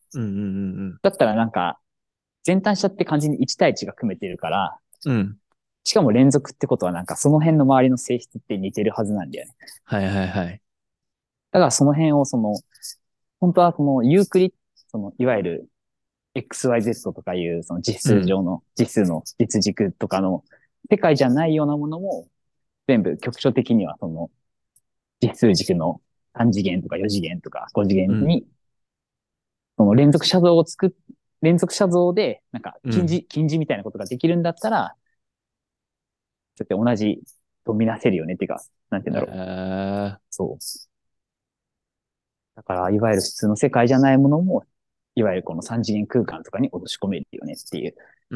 うんうんだったらなんか、前端者って感じに1対1が組めてるから、 うんうん。うん。 しかも連続ってことはなんかその辺の周りの性質って似てるはずなんだよね。 はいはいはい。 だからその辺を本当はそのユークリッいわゆる XYZ とかいうそのうん。 実数の実軸とかの世界じゃないようなものも全部局所的にはその実数軸の3次元とか4次元とか5次うん。 元にその連続写像でなんかうん。 近似みたいなことができるんだったら、そうやって同じとみなせるよねっていうか、なんて言うんだろう。 えそう。だから、いわゆる普通の世界じゃないものも、いわゆるこの3次元空間とかに落とし込めるよねっていううん。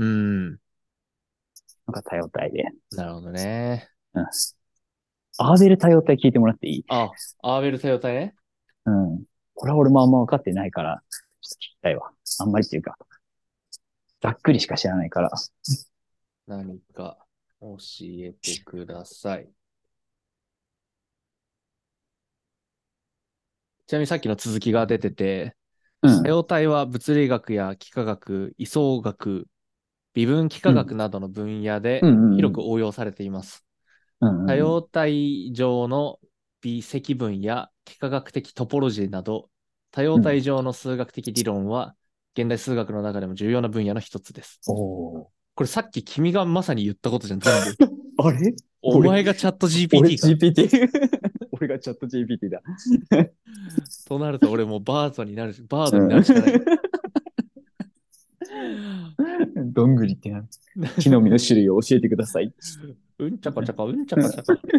のが多様体で。 なるほどね。 うん。アーベル多様体聞いてもらっていい？ あ、アーベル多様体ね。 うん。これは俺もあんま分かってないから、ちょっと聞きたいわ。あんまりっていうか、ざっくりしか知らないから。 何か教えてください。ちなみにさっきの続きが出てて、 うん。 多様体は物理学や幾何学、位相学、微分幾何うん。 学などの分野でうんうん広く応用されています。多うん。うんうん様体上の微積分や幾何学的トポロジーなど、多様うん。うん。 体上の数学的理論は現代数学の中でも重要な分野の一つです。 おー。 これさっき君がまさに言ったことじゃん、全部。 あれお前がチャット俺 GPT か。 GPT。俺がチャット GPT だ。 となると俺もバードになるし、バードになうん。 るしかない。 どんぐりってなん木の実の種類を教えてください。 うんちゃかちゃか、うんちゃかちゃか。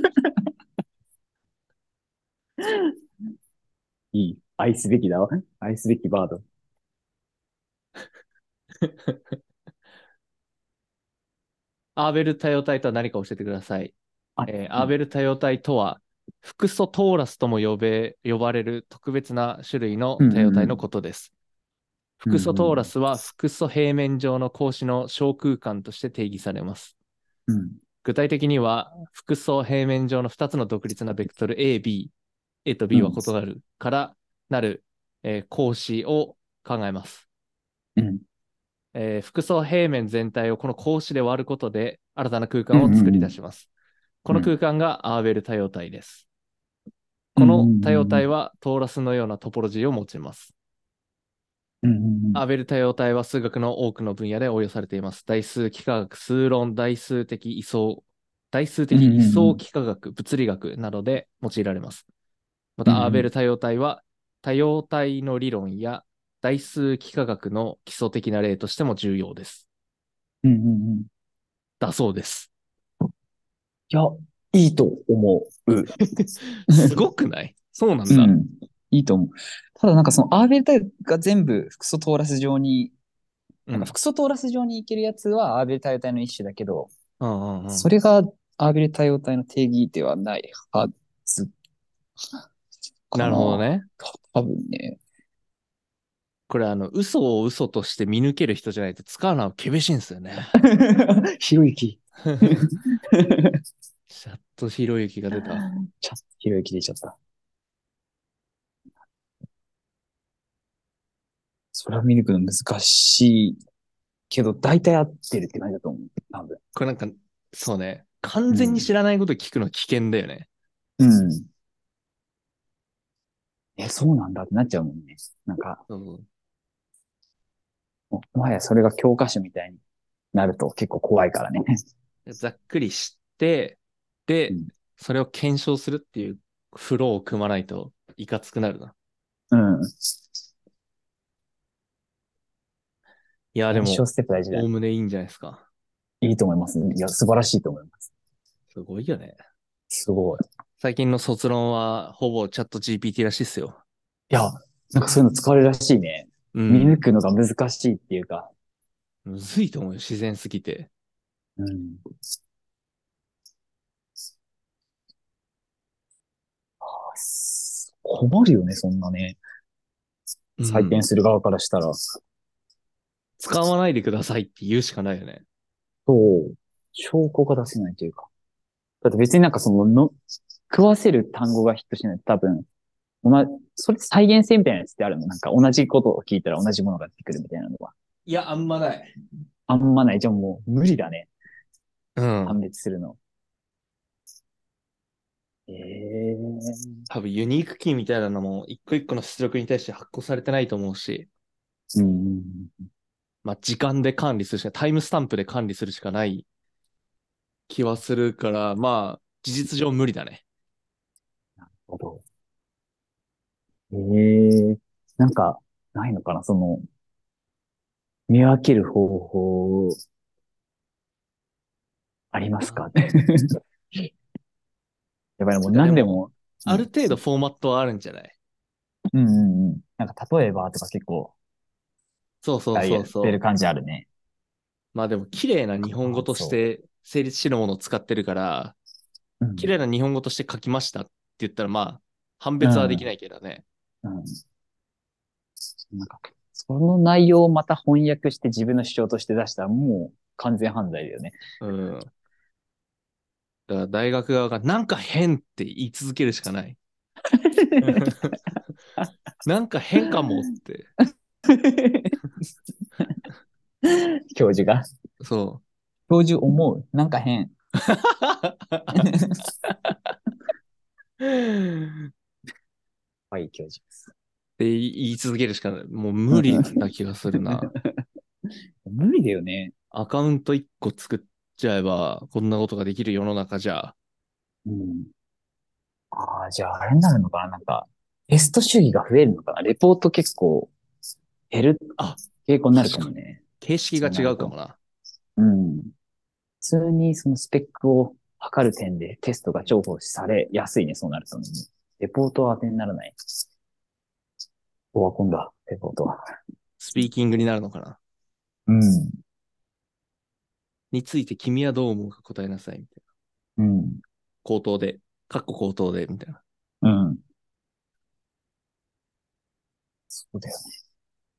いい。愛すべきだわ。愛すべきバード。 アーベル多様体とは何か教えてください。 あ、 アーベル多様体とは、複素トーラスとも呼ばれる特別な種類のうん多様体のうんことです。 うん。う複素トーラんスは複素平面上の格子の小空間として定義されます。 うん。 具体的には、複素平面上の2つの独立なベクトル A、B、A とう B はん。 異なるからなる、格子を考えます。 うん。 複素平面全体をこの格子で割ることで新たな空うん間を作りうん出します。こうん。 の空間がアーベル多様体です。 うんうこの多様ん体はトーラスのようなトポロジーを持ちます。 うん。 アーベル多様体は数学の多くの分野で応用されています。代数幾何学、数論、代数うん的位相うん幾何学、物理学などで用いられます。また、アーベうんル多様体は多様体の理論や代数幾何学の基礎的な例としても重要です。 うん。 だそうです。 いや、いいと思う。 すごくない？そうなんだ。 うん。いいと思う。ただなんかそのアーベルタイプが全部複素トーラス状に、なんかうん。 複素トーラス状にいけるやつはアーベル多様体の一種だけど、 うんうんうん。 それがアーベル多様体の定義ではないはずかなるほどな。 ね。 多分ね。 これ嘘を嘘として見抜ける人じゃないと使うのは厳しいんですよね。 ひろゆき。 チャットひろゆきが出た。 ひろゆき出ちゃった。それは見抜くの難しいけど、大体合ってるって感じだと思う。多分。 これなんか、そうね。完うん。 全に知らないこと聞くの危険だよね。 うん。そうなんだってなっちゃうもんね。なんか、 そう。 もはやそれが教科書みたいになると結構怖いからね。 ざっくり知って、で、 うん。 それを検証するっていうフローを組まないといかつくなるな。 うん。 いや、でも、 検証ステップ大事だね。 おおむねいいんじゃないですか。 いいと思いますね。いや、素晴らしいと思います。 すごいよね。 すごい。 最近の卒論はほぼチャット GPT らしいっすよ。 いや、なんかそういうの使われるらしいね。見抜うん。 くのが難しいっていうか。 むずいと思うよ、自然すぎて。 うん。困るよね、そんなね。採点うん。 する側からしたら。 使わないでくださいって言うしかないよね。 そう。証拠が出せないというか。だって別になんか食わせる単語がヒットしないと多分、 それ再現性みたいなやつってあるの？なんか同じことを聞いたら同じものが出てくるみたいなのは。 いや、あんまない。 あんまない。じゃあもう無理だね。 うん。 判別するの。ええ多分ユニークキーみたいなのも一個一個の出力に対して発行されてないと思うし、 うん。 まあ時間で管理するしか、タイムスタンプで管理するしかない気はするから、まあ事実上無理だね。 なるほど。ええなんか、ないのかな見分ける方法、ありますか？やっぱりもうなんかでも、 何でも、うん、 ある程度フォーマットはあるんじゃない？ うんうんうん。なんか例えばとか結構、 そうそうあれやそうそう。 ってる感じあるね。 まあでも綺麗な日本語としそて成立してるものを使ってるから、 う。うん。 綺麗な日本語として書きましたって言ったらまあ判うん。 別はできないけどね。 うん。なんか、その内容をまた翻訳して自分の主張として出したらもう完全犯罪だよね。 うん。だから大学側がなんか変って言い続けるしかない。なんか変かもって。 教授が。 そ教授思う。なんか変。 う。 はい、教授です。 って言い続けるしかない。もう無理な気がするな。 無理だよね。 アカウント1個作っちゃえば、こんなことができる世の中じゃ。 うん。ああ、じゃああれになるのかな？なんか、テスト主義が増えるのかな？レポート結構減るあ、 傾向になるか確かに。 もね。 形式がそうなると。 違うかもな。 うん。普通にそのスペックを測る点でテストが重宝されやすいね、そうなるとね。レポートは当てにならない。オワコンだ、レポートは。 スピーキングになるのかな。 うん。 について君はどう思うか答えなさい、みたいな。 うん。 口頭で、かっこ口頭で、みたいな。 うん。そうだよね。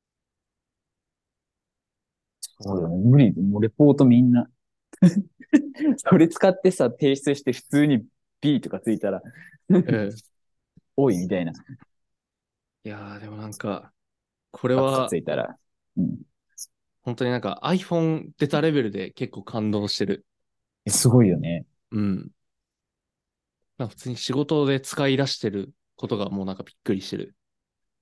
そうだよね。無理。もうレポートみんな、それ使ってさ、提出して普通に B とかついたらうん。 多いみたいな。 いやー、でもなんか、これバツがつは、 いたら。うん。 本当になんか iPhone 出たレベルで結構感動してる。 すごいよね。 うん。なんか普通に仕事で使い出してることがもうなんかびっくりしてる。 うん。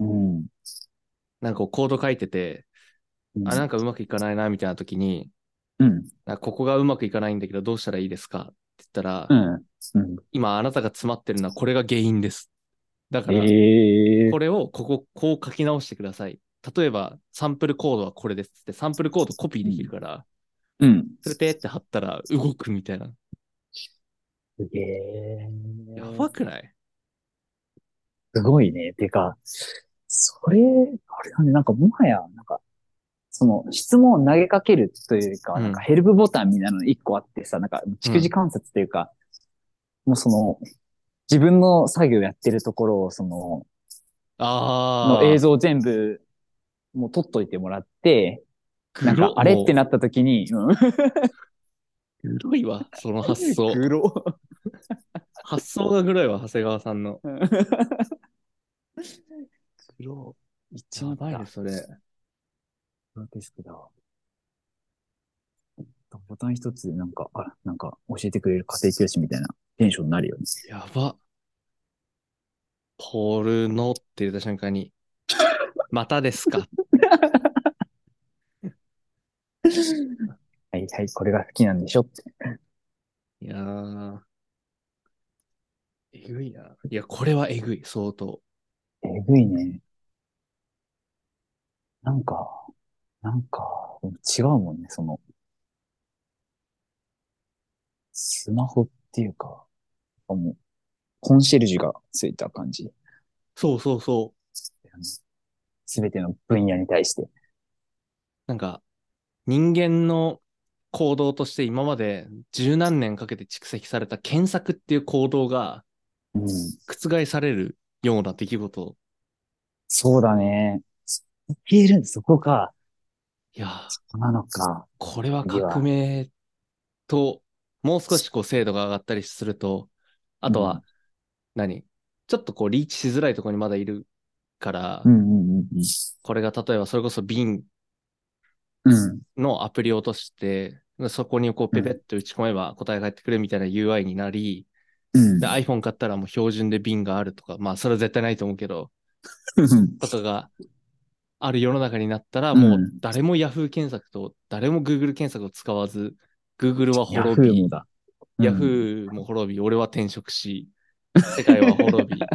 なんかこうコード書いてて、あ、 うん。 なんかうまくいかないな、みたいな時に、 うん。 なんかここがうまくいかないんだけどどうしたらいいですかって言ったら、 うん。うん。 今あなたが詰まってるのはこれが原因です。だから、 ええこれをこう書き直してください。例えば、サンプルコードはこれですって、サンプルコードコピーできるうん。 から、 うん。 それペーって貼ったら動くみたいな。 すげえ。 やばくない？ すごいね。てか、それ、あれだね、なんかもはや、なんか、その質問を投げかけるというか、なんかうん。 ヘルプボタンみたいなの一個あってさ、なんかうん。 逐次観察というか、もう自分の作業やってるところを、の映あー、 像を全部、もう撮っといてもらって、なんか、あれってもなった時に、うん、 う、グロいわ、その発想。 黒。 発想がグロいわ、長谷川さんの。 黒。言っちまやばいね、 った。 それ。 プロテスクだ。ボタン一つでなんか、なんか教えてくれる家庭教師みたいなテンションになるよね。 やば。ポルノって言った瞬間に、またですか？ はいはい、これが好きなんでしょって。 いやー、えぐいな。いや、これはえぐい、相当。 えぐいね。なんか、なんか、違うもんね。スマホっていうか、もう、コンシェルジュがついた感じ。 そうそうそう。 すべての分野に対して。 なんか、人間の行動として今まで十何年かけて蓄積された検索っていう行動がうん。 覆されるような出来事。 そうだね。いける、そこか。 いやー、 そうなのか。 これは次は。 革命と、もう少しこう精度が上がったりすると、あとうん。 は何、 ちょっとこうリーチしづらいところにまだいるから、 うんうんうんこれが例えばそれこそ Bing うん。うん。 のアプリを落として、そこにこうペペッと打ち込めば答えが返ってくるみたいな UI になり、でうん。 iPhone 買ったらもう標準で Bing があるとか、まあそれは絶対ないと思うけど、 うん。 とかがある世の中になったら、もううん。 誰も Yahoo 検索と誰も Google 検索を使わず、Google はヤ滅び、 フーもだ。うん。 Yahoo も滅び、俺は転職し、世界は滅び、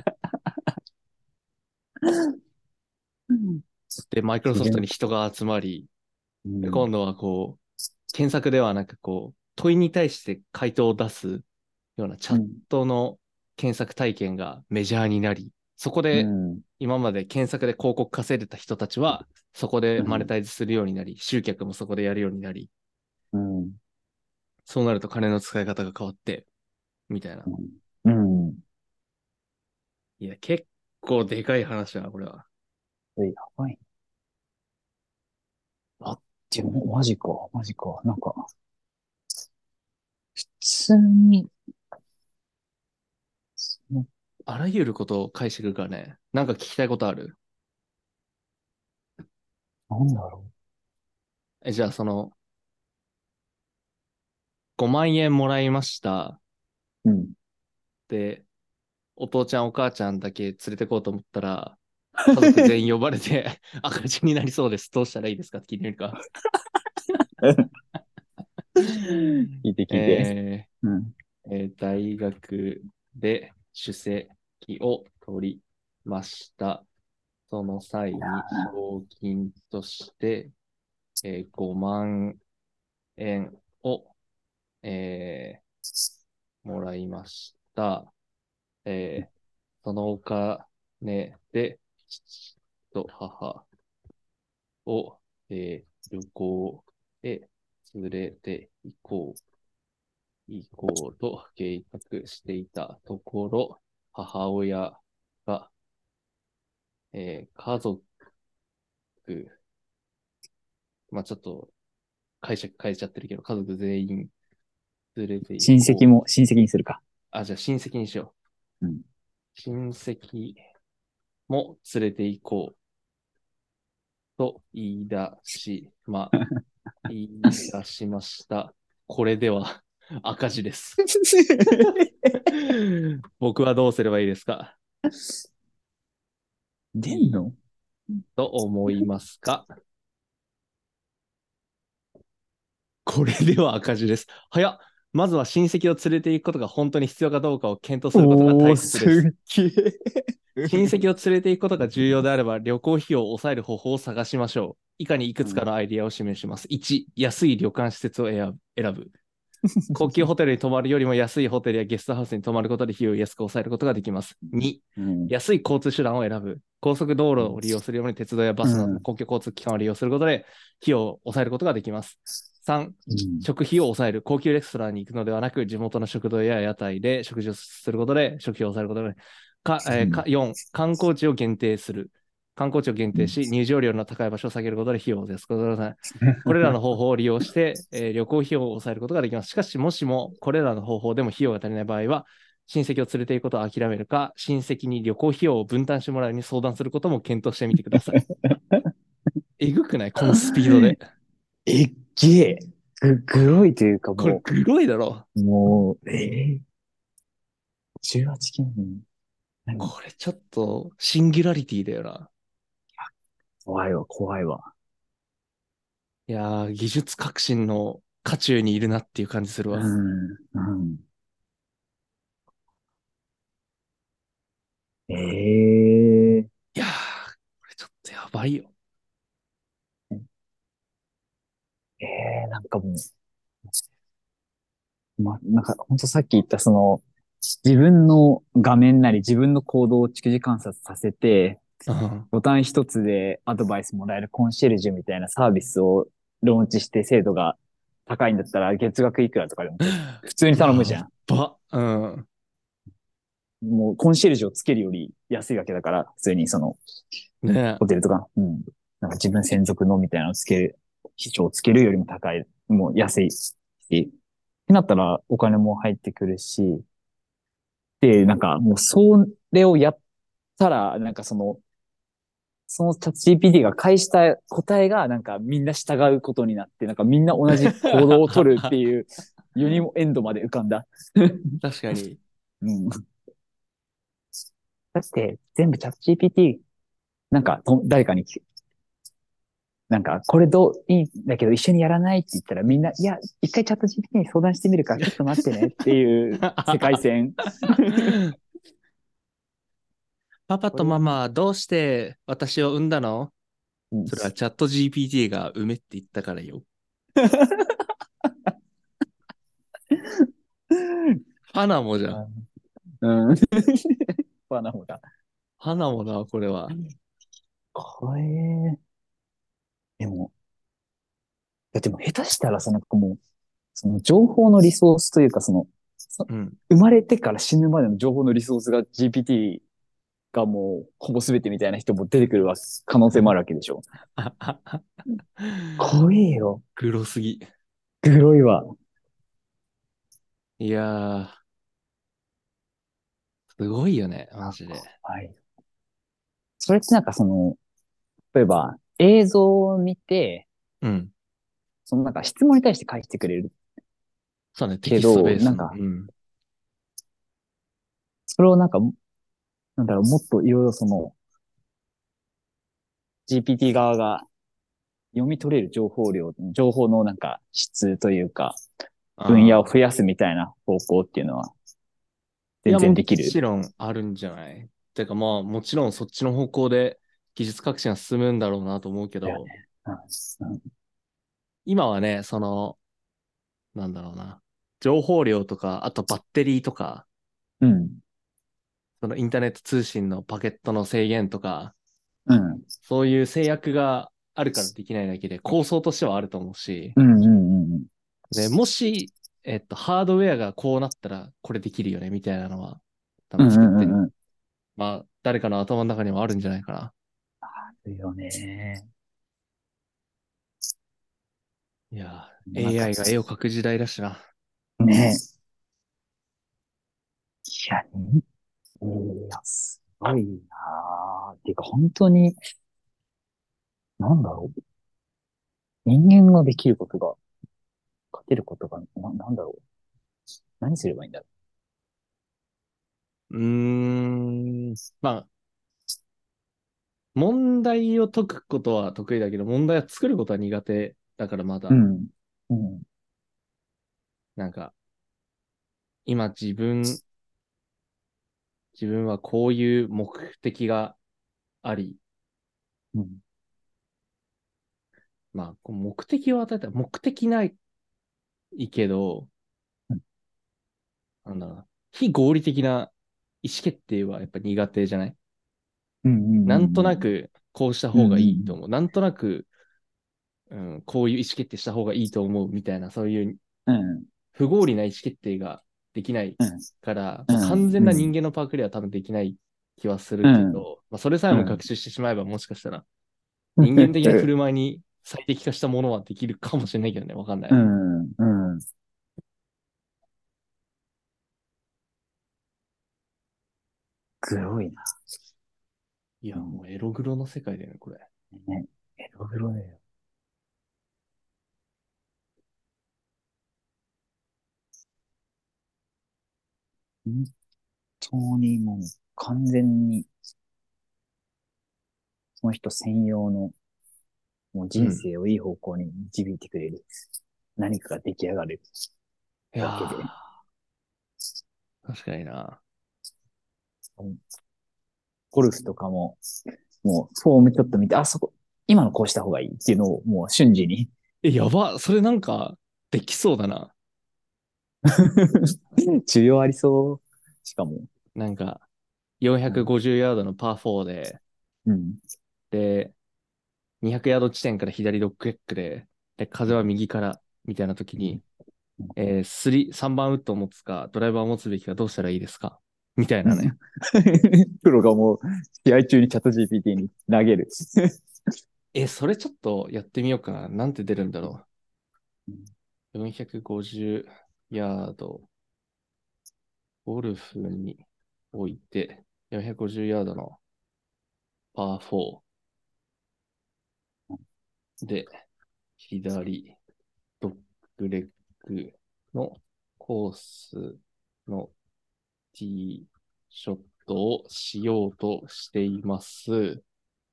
で、マイクロソフト自然。 に人が集まり、 うん。 今度はこう、検索ではなくこう、問いに対して回答を出すようなチャッうん。 トの検索体験がメジャーになり、そこでうん。 今まで検索で広告稼いでた人たちは、そこでマネうん。 タイズするようになり、集客もそこでやるようになり、 うん。 そうなると金の使い方が変わって、みたいな。 うん。 いや、結構でかい話だな、これは。 やばい。あ、でも、マジか。マジか。なんか、普通に、 あらゆることを返してくるからね。なんか聞きたいことある？ なんだろじゃあ5万円もらいました。 う。うん。 で、お父ちゃんお母ちゃんだけ連れてこうと思ったら、家族全員呼ばれて赤字になりそうです。どうしたらいいですかって聞いてみるか。 聞いて聞いて。 えうん。 大学で首席を取りました。その際に賞金として、5万円を、えもらいました。そのお金で、父と母を、旅行へ連れて行こうと計画していたところ、母親が、家族、まあちょっと解釈変えちゃってるけど、家族全員連れて行こう。 親戚にするか。 あ、じゃあ親戚にしようん。 う。親戚も連れて行こうと言い出しました。これでは赤字です。僕はどうすればいいですか？いい出んの？ と思いますか？これでは赤字です。早っ。まずは親戚を連れて行くことが本当に必要かどうかを検討することがおー、 大切です。 すっげえ。 親戚を連れて行くことが重要であれば、旅行費用を抑える方法を探しましょう。以下にいくつかのアイディアを示します。1、安い旅館施設を選ぶ。高級ホテルに泊まるよりも安いホテルやゲストハウスに泊まることで費用を安く抑えることができます。2、 うん。 安い交通手段を選ぶ。高速道路を利用するように鉄道やバスなどのうん。 公共交通機関を利用することで費用を抑えることができます。3、 うん。 食費を抑える。高級レストランに行くのではなく、地元の食堂や屋台で食事をすることで食費を抑えることができます。4、観光地を限定する。観光地を限定し、入場料の高い場所を下げることで費用を安くすることができます。これらの方法を利用して、旅行費用を抑えることができます。しかし、もしもこれらの方法でも費用が足りない場合は、親戚を連れて行くことを諦めるか、親戚に旅行費用を分担してもらうように相談することも検討してみてください。えぐくないこのスピードで。 えっげえ。グロいというかもこれグロいだろ。 もう、18金。何？ これちょっとシンギュラリティだよな。 怖いわ、怖いわ。 いやー、技術革新の渦中にいるなっていう感じするうわ。 ん。うん。ええいやー、これちょっとやばいよ。 えなんかもう、なんか本当さっき言ったその、自分の画面なり自分の行動を逐次観察させて、 うん。 ボタン一つでアドバイスもらえるコンシェルジュみたいなサービスをローンチして精度が高いんだったら月額いくらとかでも普通に頼むじやゃん。 ば。うん。 もうコンシェルジュをつけるより安いわけだから、普通にそのねえ。 ホテルとか、うん。なんか自分専属のみたいなのをつける、秘書をつけるよりも高い、もう安いし、ってなったらお金も入ってくるし、で、なんかもうそうれをやったら、なんかそのチャット GPT が返した答えが、なんかみんな従うことになって、なんかみんな同じ行動を取るっていう世にもエンドまで浮かんだ。 確かに。 うん。だって全部チャット GPT、なんか誰かになんかこれどういいんだけど一緒にやらないって言ったらみんな、いや、一回チャット GPT に相談してみるからちょっと待ってねっていう世界線。 パパとこれはね、 ママはどうして私を産んだの？ うん。 それはチャット GPT が産めって言ったからよ。ファナモじゃん。 うん。バナモだ。 ファナモだわ、これは。 これ、でも、いやでも下手したらさ、なんかもう、その情報のリソースというか、 うん。 生まれてから死ぬまでの情報のリソースが GPT がもうほぼ全てみたいな人も出てくる可能性もあるわけでしょ。怖えよ。 グロすぎ。 グロいわ。 いやー、すごいよね、マジで。 はい。それってなんか例えば映像を見て、 うん。 そのなんか質問に対して返してくれるそうね、テキストベけど、 ースの。うん。 それをなんか、なんだろう、もっといろいろGPT 側が読み取れる情報のなんか質というか、分野をああ。 増やすみたいな方向っていうのは全いや、も然できる。 ちろんあるんじゃない？てかまあ、もちろんそっちの方向で技術革新は進むんだろうなと思うけど、 だよね。うん今はね、なんだろうな。情報量とか、あとバッテリーとか、 うん。 そのインターネット通信のパケットの制限とか、 うん。 そういう制約があるからできないだけで、構想としてはあると思うし、 うん。うん。うん。 で、もし、ハードウェアがこうなったらこれできるよね、みたいなのは、多分うん。 作ってる。 うん。うん。 まあ、誰かの頭の中にはあるんじゃないかな。 るよね。 いやー、 なんか、 AI が絵を描く時代だしな。 ね。いや、いや、すごいなぁ。ていうか、本当に、なんだろう。人間ができることが、勝てることが、なんだろう。何すればいいんだろまあ、問題を解くことは得意だけど、問題を作ることは苦手だからまう。うだ、 ん。うん。 なんか、今自分はこういう目的があり、 うん。 まあ、こう目的を与えたら目的ないけど、なんだろうな、非合理的な意思決定はやっぱ苦手じゃない？ うん。うん。 なんとうん。 なくこうしたうん。 方がうん。 いいと思う。なんとなく、うん、こういう意思決定した方がいいと思うみたいな、そういううん。 不合理な意思決定ができないうん。 から、 うまあ、完ん。 全な人うん。 間のパークでは多分できない気はするうん。 けど、まあ、それさえうん。 も学習してしまえばもしかしたら人間的な振る舞いに最適化したものはできるかもしれないけどね、わかんない。 うん。うん。すごいな。 いや、 うん。 もうエログロの世界だよね、これ。 ね。エログロだよ。本当にもう完全にその人専用のもううん。 人生をいい方向に導いてくれる何かが出来上がるいやわけで。 ー、確かにな。 ゴルフとかも、もうフォームちょっと見て、あそこ、今のこうした方がいいっていうのをもう瞬時にえ、やば。それなんか、できそうだな。 需要ありそう。しかも。 なんか、 うん。 450ヤードのパー4 うん。 で、200ヤード地点から左ドッグレッグで、風は右からみたいな時うん。 に、3番ウッドを持つか、ドライバーを持つべきかどうしたらいいですかみたいなね。 プロがもう試合中にチャット GPT に投げる。 それちょっとやってみようかな。なんて出るんだろう。450ヤード、ゴルフに置いて、 450ヤードのパー4で、左ドッグレッグのコースのティーショットをしようとしています。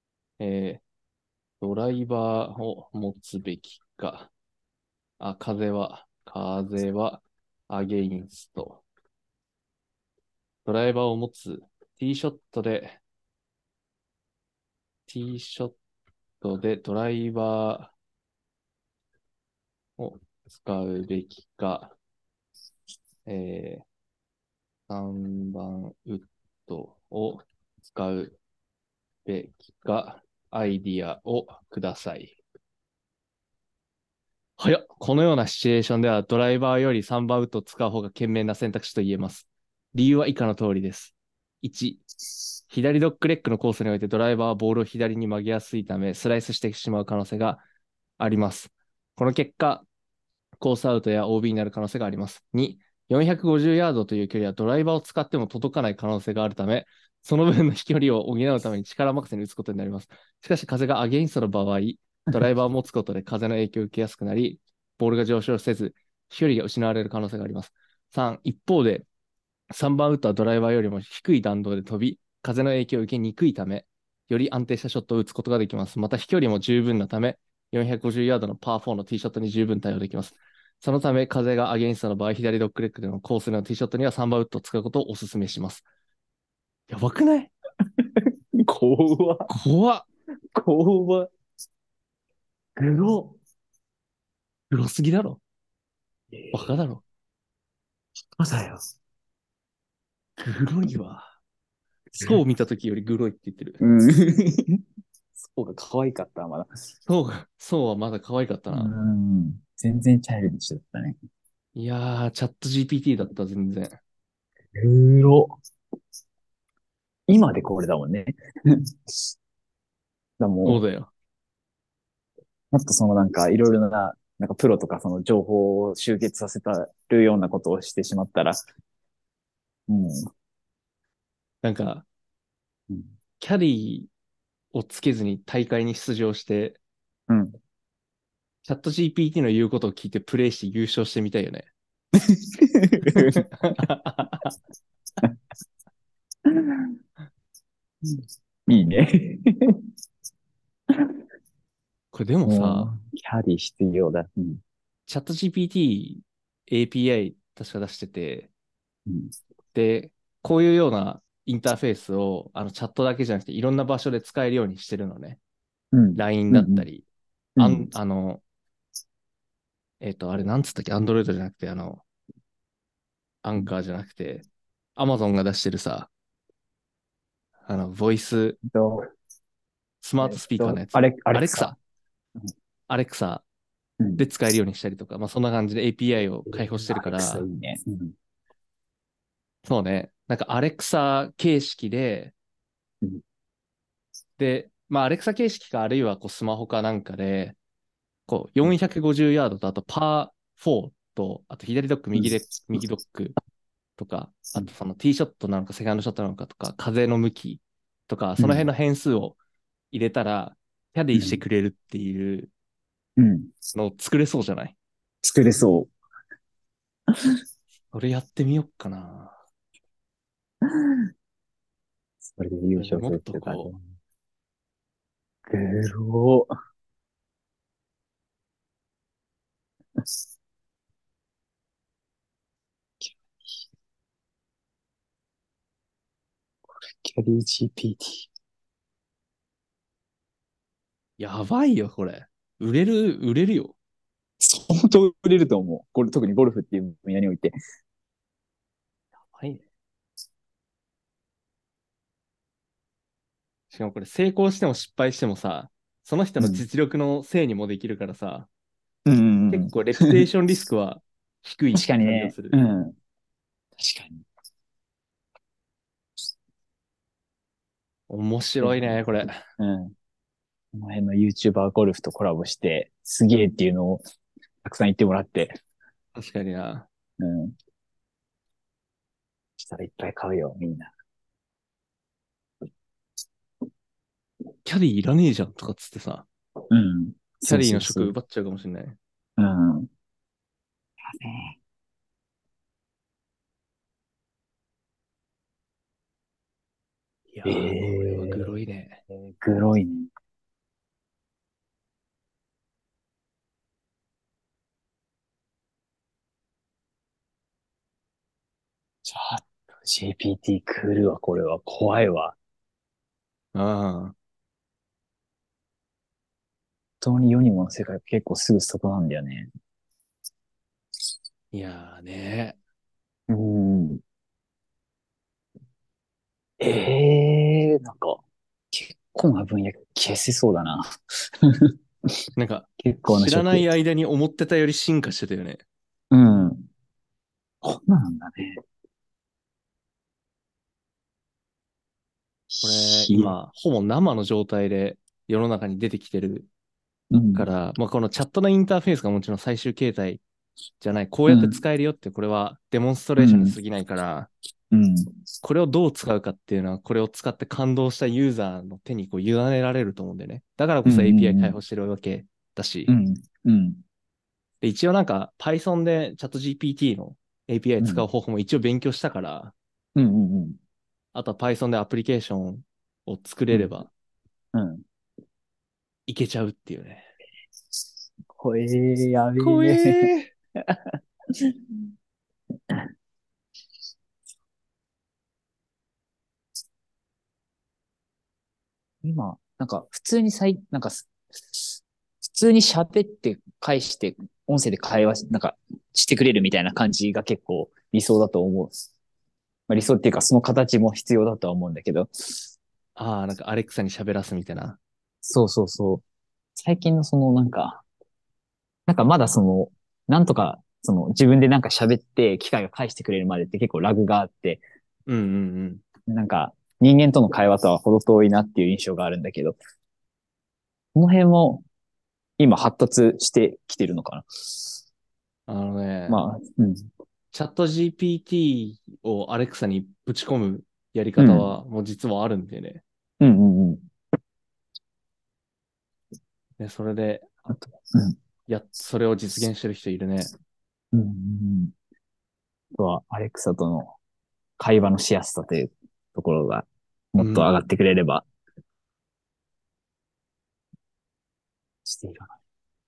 ドライバーを持つべきか。風はアゲインスト。ドライバーを持つティーショットで、ドライバーを使うべきか。3番ウッドを使うべきか、アイディアをください。このようなシチュエーションではドライバーより3番ウッドを使う方が賢明な選択肢と言えます。理由は以下の通りです。1、左ドッグレッグのコースにおいてドライバーはボールを左に曲げやすいため、スライスしてしまう可能性があります。この結果、コースアウトや OB になる可能性があります。2、450ヤードという距離はドライバーを使っても届かない可能性があるため、その分の飛距離を補うために力任せに打つことになります。しかし風がアゲインストの場合、ドライバーを持つことで風の影響を受けやすくなり、ボールが上昇せず、飛距離が失われる可能性があります。3、一方で、3番ウッドはドライバーよりも低い弾道で飛び、風の影響を受けにくいため、より安定したショットを打つことができます。また飛距離も十分なため、450ヤードのパー4のティーショットに十分対応できます。そのため、風がアゲインストの場合、左ドッグレッグでのコースでのティーショットには3番ウッドを使うことをお勧めします。やばくない？ 怖っ。 怖っ。 怖っ。グロ。 グロすぎだろ。バカだろ。 まだよ。 グロいわ。そう見たときよりグロいって言ってる。 うん。そうが可愛かった、まだ。 そうはまだ可愛かったうな。 ん。全然チャイルディッシュだったね。 いやー、チャット GPT だった、全然。 グロ。今でこれだもんね。もそうだよ。 う、もっとそのなんかいろいろな、なんかプロとかその情報を集結させたるようなことをしてしまったら、もなんか、 う、うん。 キャディをつけずに大会に出場して、 うん。 チャット GPT の言うことを聞いてプレイして優勝してみたいよね。 いいね。 これでもさ、 もう、キャリー必要だ。うん。 チャット GPT API 確か出してて、 うん。 で、こういうようなインターフェースをチャットだけじゃなくていろんな場所で使えるようにしてるのね。 うん。 LINE うん。 だったり、 うん。 あの、あれなんつったっけ？ Android じゃなくて、アンカーじゃなくて、Amazon が出してるさ、ボイス、 と、 スマートスピーカーのやつ。 アレクサ。 アレクサ。アレクサうん。 で使えるようにしたりとか、まあそんな感じで API を開放してるアレクサいいから、 ね。うん。 そうね。なんかアレクサ形式で、 うん。 で、まあアレクサ形式かあるいはこうスマホかなんかで、こう450ヤードとあとパー4と、あと左ドッグ、 うん。 右ドッグとか、 うん。 あとそのティーショットなのかセカンドショットなのかとか、風の向きとか、 うん。 その辺の変数を入れたら、キャディしてくれるっていううん。 のを作れそうじゃない？ 作れそう。 それやってみよっかな。 それで優勝すもっるってたね。 とこグロー。キャリー GPT。 う、やばいよ、これ。売れるよ。 相当売れると思う。これ特にゴルフっていう分野において。 はいね。しかもこれ成功しても失敗してもさ、その人のうん。 実力のせいにもできるからさ、 うんうんうん。 結構レピュテーションリスクは低い確かにね。 感じがする。 うん。確かに。 面ぜひ、 白いね、これ。 うん。この辺の YouTuber ゴルフとコラボして、すげえっていうのをたくさん言ってもらって、 確かにな。 うん。したらいっぱい買うよ、みんな。 キャディいらねえじゃんとかっつってさ、 うん。 キャそうディの職そうそう。 奪っちゃうかもしれない。 うん。 いやえー、これはグえロいね。 グロいね。チャット GPT 来るわ、これは。怖いわ。 ああ。 本当に世にもの世界結構すぐそこなんだよね。 いやーね。 うん。なんか、結構な分野消せそうだな。 なんか、 結構な知らな職。 い間に思ってたより進化してたよね。 うん。こんなんだね。 これ、 ひえ。 今、ほぼ生の状態で世の中に出てきてるうん。 から、まあ、このチャットのインターフェースがもちろん最終形態じゃない、こうやってうん。 使えるよって、これはデモンストレーションにうん。 過ぎないから、 うん。 これをどう使うかっていうのは、これを使って感動したユーザーの手にこう委ねられると思うんだよね。だからこそうん。う API 開ん。 放してるわけだし、 うん。うん。 で、一応なんか Python でチャット GPT の API うん。 使う方法も一応勉強したから、 うん。うん。 あとは Python でアプリケーションを作うん。 れればうん。 いけちゃうっていうね。 怖えー、やべ怖え。 え今、なんか、普通に普通に喋って返して、音声で会話なんか、してくれるみたいな感じが結構理想だと思う。まあ、理想っていうか、その形も必要だとは思うんだけど。 ああ、なんかアレクサに喋らすみたいな。 そうそうそう。最近のなんかまだなんとか、自分でなんか喋って機械が返してくれるまでって結構ラグがあって、 うんうんうん。 なんか人間との会話とは程遠いなっていう印象があるんだけど、この辺も今発達してきてるのかな。 あのね、 まあ、うん。 チャット GPT をアレクサにぶち込むやりうん。 方はもう実はあるんでね。 うん、うん、うん。 で、それで、 あと、うん。 それを実現してる人いるね。 うん、うん。あとは、アレクサとの会話のしやすさというところがもっと上うん。 がってくれればしているな。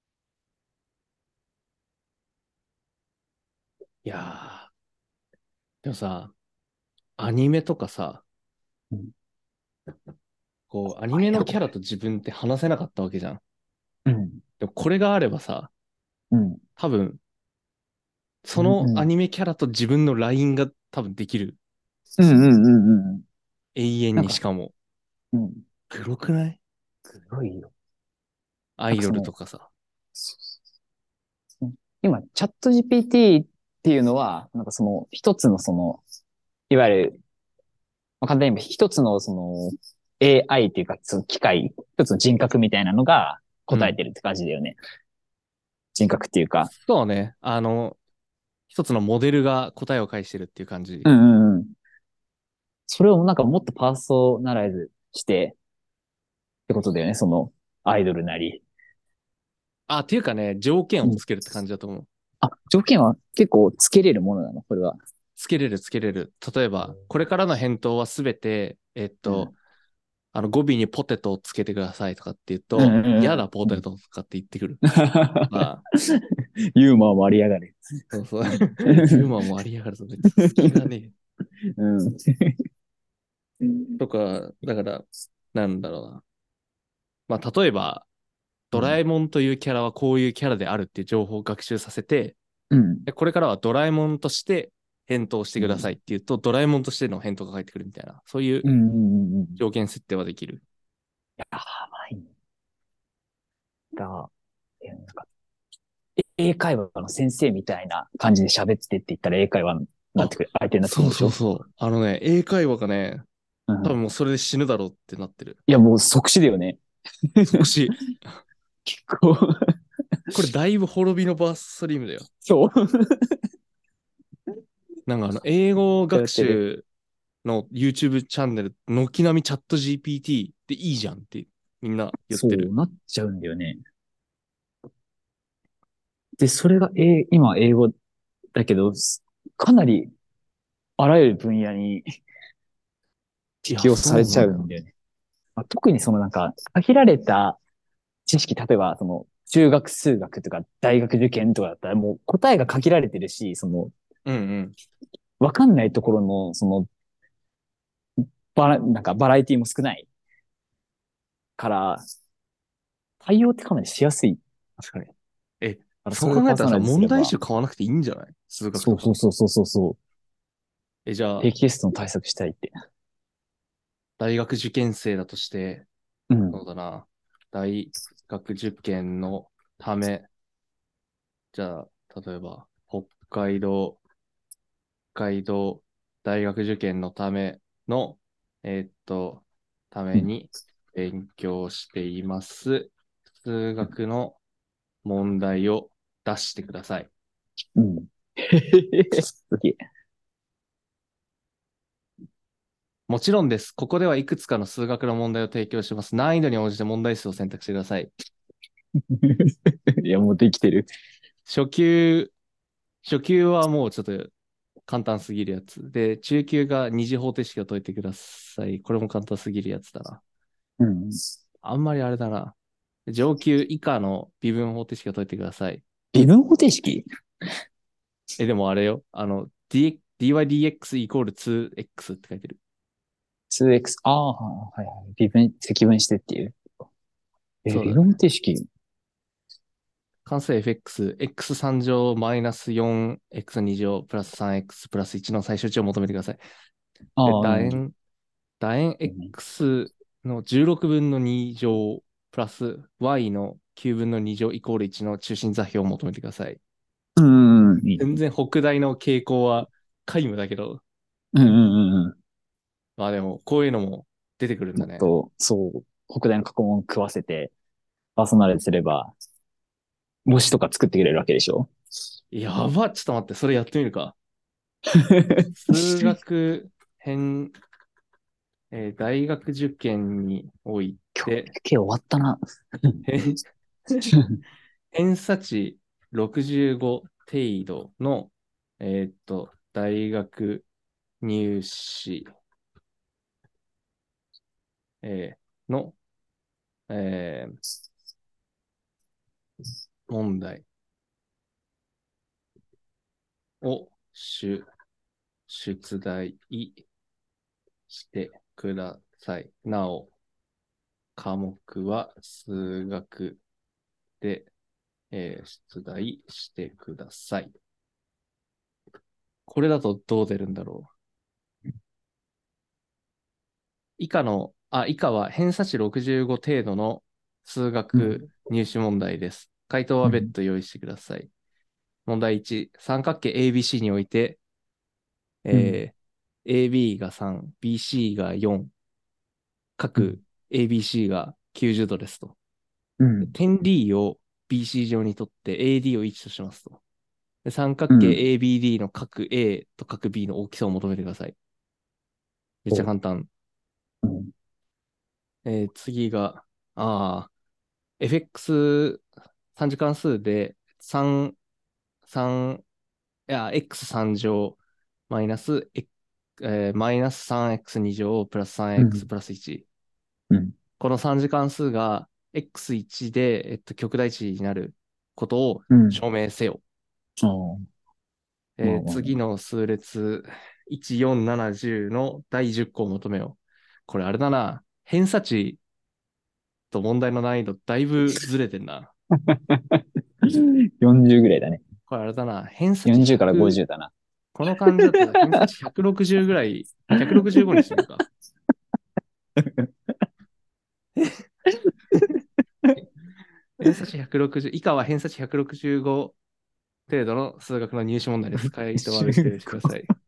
いやー、でもさ、アニメとかさ、 うん。 こう、アニ怖いな、 メのキャラこれ。 と自分って話せなかったわけじゃん。 うん。 でもこれがあればさ、 うん。 多分、そうん、うん。 のアニメキャラと自分の LINE が多分できる。 うん、うん、うん、うん。 永遠なんか、 にしかも。 うん。 黒くない？ 黒いよ。 アイドなんかルとかさ。 今、チャット GPT っていうのは、なんか一つのいわゆる、まあ簡単に言えば一つのAI っていうか、その機械、一つの人格みたいなのがうん。 答えてるって感じだよね。人格っていうか。 そうね。一つのモデルが答えを返してるっていう感じ。 うんうんうん。それをなんかもっとパーソナライズしてってことだよね。アイドルなり。 あ、っていうかね、条件うん。 をつけるって感じだと思う。 あ、条件は結構つけれるものなのこれは？ つけれるつけれる。例えば、これからの返答はすべて、 うん。 語尾にポテトをつけてくださいとかって言うと、 うんうんうん。 嫌だポうん。 テトとかって言ってくる。まあ、 ユーモアもありやがる。 そうそう。ユーモアもありやがるぞ。別に隙がねうん。うえ。 ん。 とか、だから、なんだろうな。まあ、例えば、ドラえもんというキャラはこういうキャラであるっていう情報を学習させて、 うん。 これからはドラえもんとして返答してくださいっうん。 て言うと、ドラえもんとしての返答が返ってくるみたいな、そういううんうんうん。 条件設定はできる。 やばいんだ。なんか、英会話の先生みたいな感じで喋ってって言ったら英会話になっあ、 てくる、相手になってくるそうんでしょ？ そうそう。英会話がね、 うん。 多分もうそれで死ぬだろうってなってる。 いや、もう即死だよね。 即死。 結構これだいぶ滅びのバーストリームだよ。 そう。 なんか英語学やってる。 習の YouTube チャンネル、軒並みチャット GPT でいいじゃんって。 みんな言っそてる。 うなっちゃうんだよね。で、それが今英語だけど、かなりあらゆる分野にいや、 適用されちゃそうなんだ。 うんだよね。まあ、特にそのなんか、限られた知識、例えばその、中学数学とか大学受験とかだったらもう答えが限られてるし、その、 うんうん。 わかんないところの、その、なんかバラエティも少ないから、対応ってかなりしやすい。 確かに。え、 からそうそれでパーソナ考えたらさ、問題ライズすれば、 集買わなくていいんじゃない？数学そうそとか。 うそうそうそうそう、 え、じゃあ、 定期テストの対策したいって。 大学受験生だとして、 うん。 そうだな。大学受験のため、じゃあ、例えば、海道、北海道大学受験のための、えーっと、たうん。 めに勉強しています。数学の問題を出してください。 うん。すげえ。 もちろんです。ここではいくつかの数学の問題を提供します。難易度に応じて問題数を選択してください。 いや、もうできてる。 初級、初級はもうちょっと簡単すぎるやつ。で、中級が二次方程式を解いてください。これも簡単すぎるやつだな。 うん。 あんまりあれだな。上級以下の微分方程式を解いてください。 微分方程式え、でもあれよ。dydx イコール 2x って書いてる。 ?2x、ああ、はいはい。積分してっていう。微分方そうだね。 程式。 関数 fx、x3 乗マイナス 4x2 乗プラス 3x プラス1の最小値を求めてください。で、 ああ、うん。 楕円 x の16分の2乗プラス y の9分の2乗イコール1の中心座標を求めてください。 うん、うん、いいね。 全然北大の傾向は皆無だけど、 うん、うん、うん。 まあでも、こういうのも出てくるんだね。 そう、北大の過去問食わせて、パーソナライズすれば、模試とか作ってくれるわけでしょ？ やば、ちょっと待って、それやってみるか。数学編、大学受験におい今て、 日、終わったな。 偏偏差値65程度の、大学入試、の、えー問題を出題してください。なお、科目は数学で、出題してください。これだとどう出るんだろう。以下は偏差値65程度の数うん、 学入試問題です。回答は別うん、 途用意してください。問題1、三角形 ABC において、 うん、 AB が3、BC が4、 うん、 各 ABC が90度ですと。 うん、 点 D を BC 上にとって AD を1としますと。三角形うん。 ABD の角 A と角 B の大きさを求めてください。めっちゃお簡単。 うん、 次が、FX3 次関数で3、3、x3 乗マイナス、マイナス 3x2 乗プラスう 3x ん、 プラス1。 うん。 この3次関数が x1 で、極大値になることをうん。 証明せよ。 ああ、まあまあまあ。 次の数列1、4、7、10の第10項を求めよう。これあれだな。偏差値と問題の難易度だいぶずれてんな。 40ぐらいだね。 これあれだな。偏差値 40から 100、 50だな。 この感じだと偏差値160ぐらい、165にしてみるか。偏差値160、以下は偏差値165程度の数学の入試問題です。回答は別にしてください。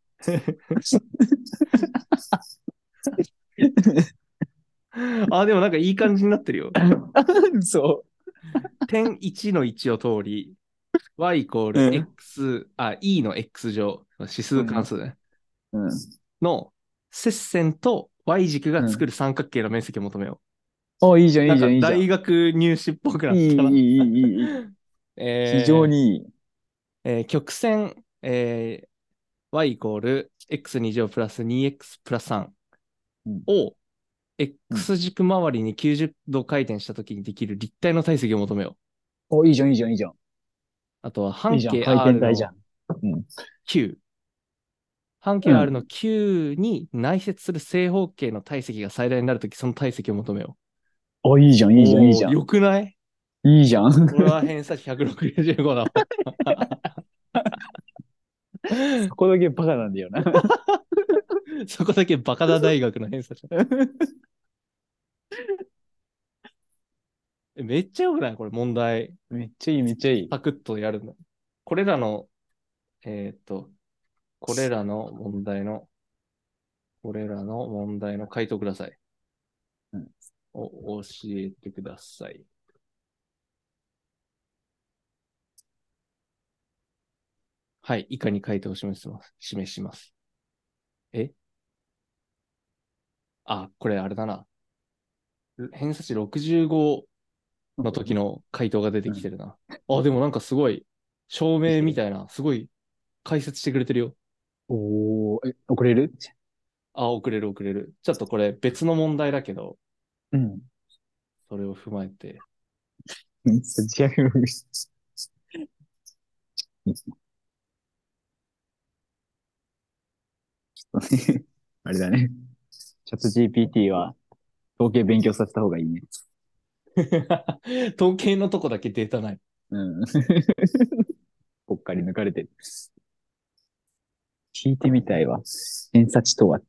でもなんかいい感じになってるよ。 そ点1の1を通り、y イコーう。 ルうん。 x、e の x 乗、指数関うん。 数ねうん。 の接線と y 軸がうん。 作る三角形の面積を求めよあ、いいじゃん、いいじゃん、 なんかいいじゃん。 大学入試っぽくないい、いい、 ったな。 いい、いい、いい。非常えにいい。 曲線、y イコール x2 乗プラス 2x プラス3 うん、 をうん。 X 軸周りに90度回転したときにできる立体の体積を求めよう。 お、いいじゃん、いいじゃん、いいじゃん。 あとは半径いいじゃん、回転 R の体じゃん。うん。 9。半径う R のん。 9に内接する正方形の体積が最大になるとき、その体積を求めよお、いいじゃん、 う。 いいじゃん、いいおー、 じゃん。 よくない？ いいじゃん。 これは偏差値165だわ。 そこだけバカなんだよな。 そこだけバカダ大学の偏差値。めっちゃよくないこれ問題。 めっちゃいい、めっちゃいい。 サクッとやるんだ。これらの、えーっと、これらの問題の、これらの問題の回答ください。 うん、 教えてください。はい、以下に回答を示します。えこれあれだな。偏差値65の時の回答が出てうん。 きてるな。でもなんかすごい、証できてる。 明みたいな、すごい解説してくれてるよ。 おー、送れる？ 送れる送れる。ちょっとこれ別の問題だけど、 うん。 それを踏まえて。 そっちはあれだね。チャット GPT は統計勉強させた方がいいね。 統計のとこだけデータない。 うん。ぽっかり抜かれてる。聞いてみたいわ。偏差値とはって。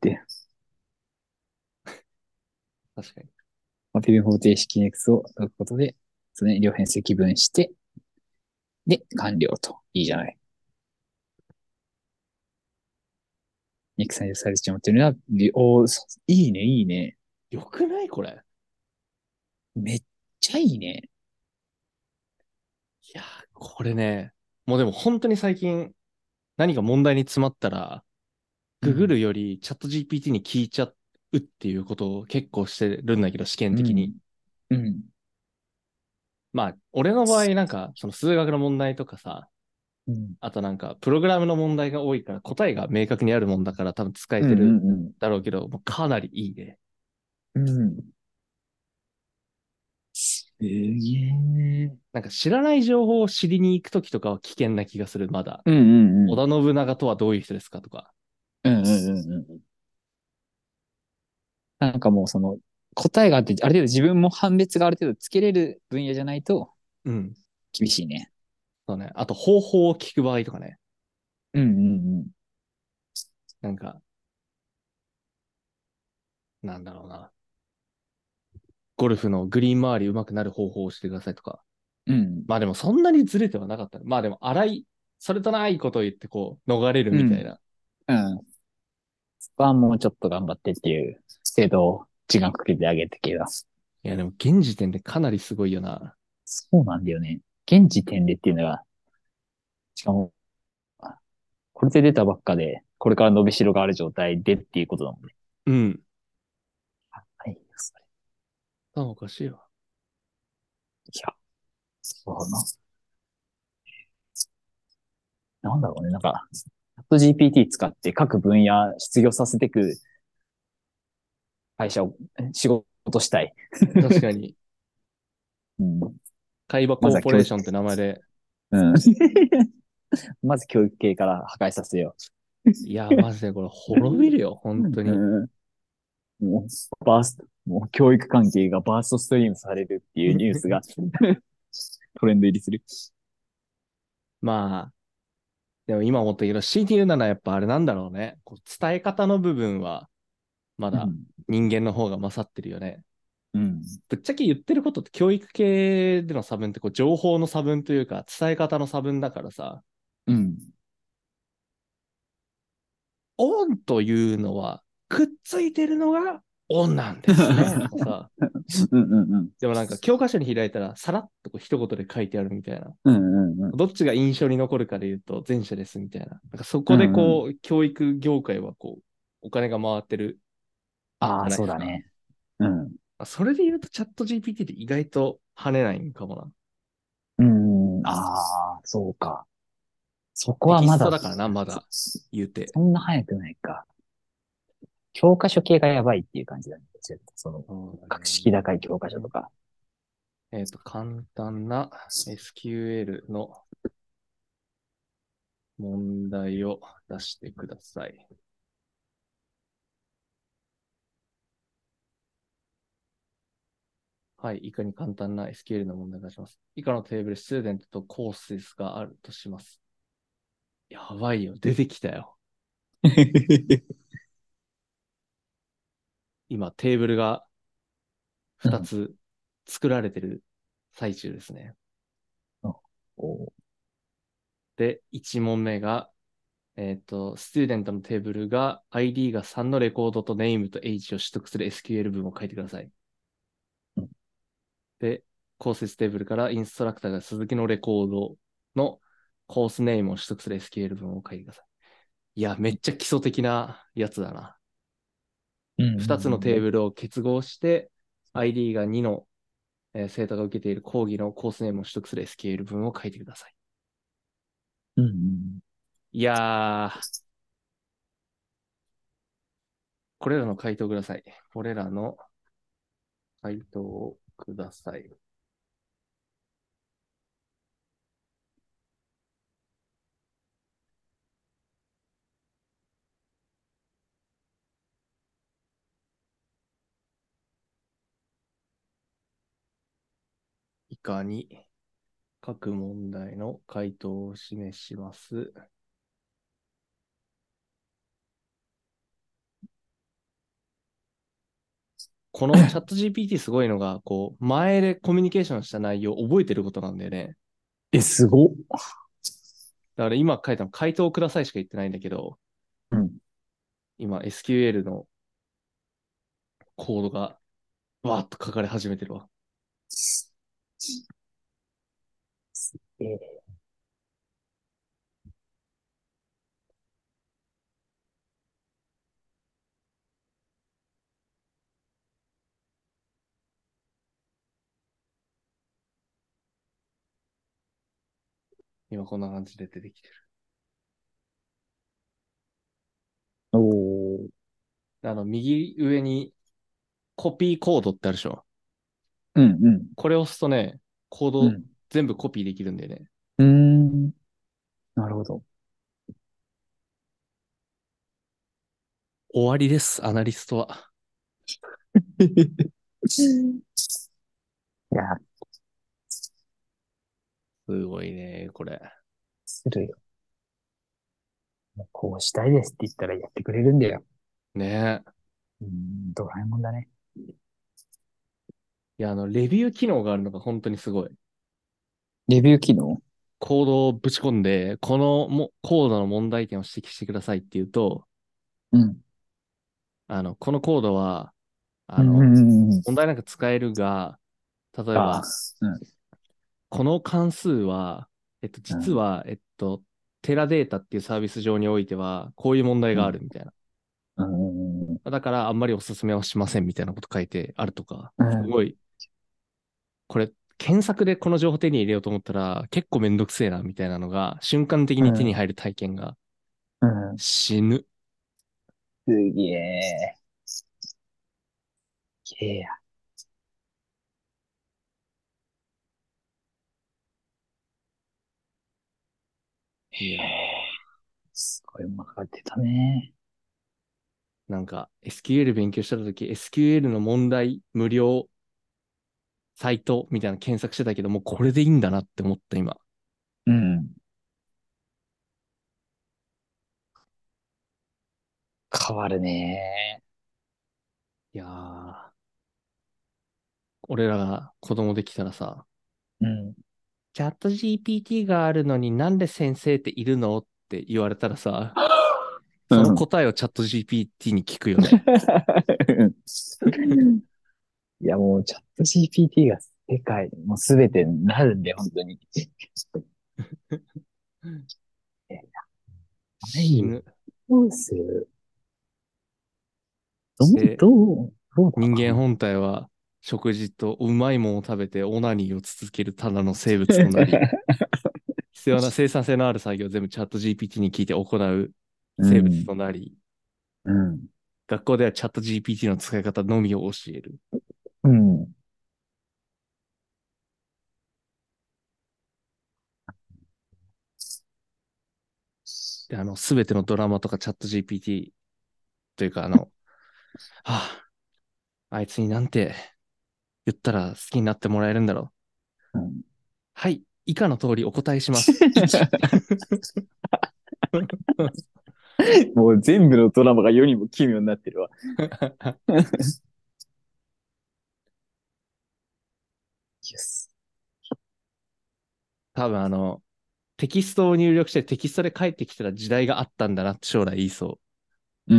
確かに。 マフィル方程式 X を解くことで、それ両辺積分して、で、完了と。いいじゃない。X さんされちゃってるのは、いいね、いいね。 よくないこれ。 めっちゃいいね。 いやー、これね、もうでも本当に最近何か問題に詰まったら、ググうん。 るよりチャット GPT に聞いちゃうっていうことを結構してるんだけど、試験的に。 うん。うん。 まあ、俺の場合なんか、その数学の問題とかさ、 うん。 あとなんか、プログラムの問題が多いから答えが明確にあるもんだから多分使えうん。 てるうん。 だろうけど、もうかなりいいね。 うん。うん。すげえ。 なんか知らない情報を知りに行くときとかは危険な気がする、まだ。 うんうんうん。 織田信長とはどういう人ですかとか。 うんうんうんうん。なんかもうその答えがあって、ある程度自分も判別がある程度つけれる分野じゃないとうん。 厳しいね。 そうね。あと方法を聞く場合とかね。 うんうんなんか、なんだろうな。ゴルフのグリーン周り上手くなる方法をしてくださいとか。 うん。うん。 まあでもそんなにずれてはなかった。まあでもそれとないことを言ってこう、逃れるうん。 みたいな。 うん。そこはもうちょっと頑張ってっていう制度を時間かけてあげてけど。 いやでも現時点でかなりすごいよな。 そうなんだよね。現時点でっていうのが、しかも、これで出たばっかで、これから伸びしろがある状態でっていうことだもんね。 うん。 はい、それ。 おかしいわ。 いや、そうだな。なんだろうね。なんか、チャット GPT 使って各分野失業させていく会社を、仕事したい。 確かに、 うん、 海馬まずは教育、 コーポレーションって名前で、 うん。まず教育系から破壊させよいや、マジでこれ滅びるよ、本当う。 に。 うん。もう教育関係がバーストストリームされるっていうニュースがトレンド入りする。 まあ、でも今思ったけど、強いて言うならやっぱあれなんだろうね。こう伝え方の部分は、まだうん。 人間の方が勝ってるよね。 うん。 ぶっちゃけ言ってることって教育系での差分ってこう情報の差分というか伝え方の差分だからさ、 うん。 オンというのはくっついてるのがオンなんですね。とかさ、 うんうんうん。 でもなんか教科書に開いたらさらっとこう一言で書いてあるみたいな。 うんうんうん。 どっちが印象に残るかで言うと前者ですみたいな。なんかそこでうんうん。 こう教育業界はこうお金が回ってるああ、 じゃないですか。 そうだね。うん。 それで言うとチャット GPT って意外と跳ねないんかもな。 ああ、そうか。そこテキはまだ、 ストだからな、まだ言うて。 そんな早くないか。教科書系がやばいっていう感じだね。その、 そうだ格式高い教科書とね。 か。 簡単な SQL の問題を出してください。はい。以下に簡単な SQL の問題を出します。以下のテーブル、スチューデントとコースがあるとします。やばいよ。出てきたよ。今、テーブルが2 うん。 つ作られてる最中ですね。 おで、1問目が、スチューデントのテーブルが ID が3のレコードとネームと H を取得する SQL 文を書いてください。で、コーステーブルからインストラクターが鈴木のレコードのコースネームを取得する SQL 文を書いてください。いや、めっちゃ基礎的なやつだな。 うんうん 2つのうん。 テーブルを結合して、ID が2の生徒が受けている講義のコースネームを取得する SQL 文を書いてください。 うんうん。 いやー、これらの回答ください。これらの回答をください。以下に各問題の回答を示します。このチャット GPT すごいのが、こう、前でコミュニケーションした内容を覚えてることなんだよね。 え、すごっ。 だから今書いたの回答をくださいしか言ってないんだけど、 うん。 今 SQL のコードがわーっと書かれ始めてるわ。 え今こんな感じで出てきてる。 おー。 右上にコピーコードってあるでしょ。 うんうん。 これを押すとね、コードうん。 全部コピーできるんだよね。 うーん。なるほど。 終わりです、アナリストは。 いや、 すごいね、これ。 するよ。もうこうしたいですって言ったらやってくれるんだよ。 ねえ。 ドラえもんだね。 いや、レビュー機能があるのが本当にすごい。 レビュー機能。 コードをぶち込んで、このコードの問題点を指摘してくださいって言うと、 うん。 このコードは、 うんうんうんうん。 問題なんか使えるが、例えああ、 ば、 うん。 この関数は、実は、テラデータっていうサービス上においては、こういう問題うん。 があるみたいな。 うん。うん。 だから、あんまりおすすめはしませんみたいなこと書いてあるとか、 うん。 すごい、これ、検索でこの情報手に入れようと思ったら、結構めんどくせえな、みたいなのが、瞬間的に手に入る体験がうん。 死ぬ。 すげえ。すげえや。 いやー、 すごいうまくってたね。 なんか SQL 勉強したとき、SQL の問題無料サイトみたいな検索してたけど、もうこれでいいんだなって思った今。 うん。変わるね。 いやー、俺らが子供できたらさ、 うん。 チャット GPT があるのになんで先生っているのって言われたらさ、そのうん。 答えをチャット GPT に聞くよね。 いや、もうチャット GPT が世界、もうすべてになるんで、本当に。え、ないよ。 死ぬ。 どうするどう、 で、 どう、どうだ人間ろうな。 本体は食事とうまいものを食べてオナニーを続けるただの生物となり、必要な生産性のある作業を全部チャット GPT に聞いて行う生物うん。 となり、 うん。 学校ではチャット GPT の使い方のみを教える。 うん。 で、すべてのドラマとかチャット GPT というか、はあ、あいつになんて言ったら好きになってもらえるんだろう。 うん。 はい、以下の通りお答えします。1。 もう全部のドラマが世にも奇妙になってるわ。yes。 多分テキストを入力してテキストで返ってきたら時代があったんだなって将来言いそう。 うん。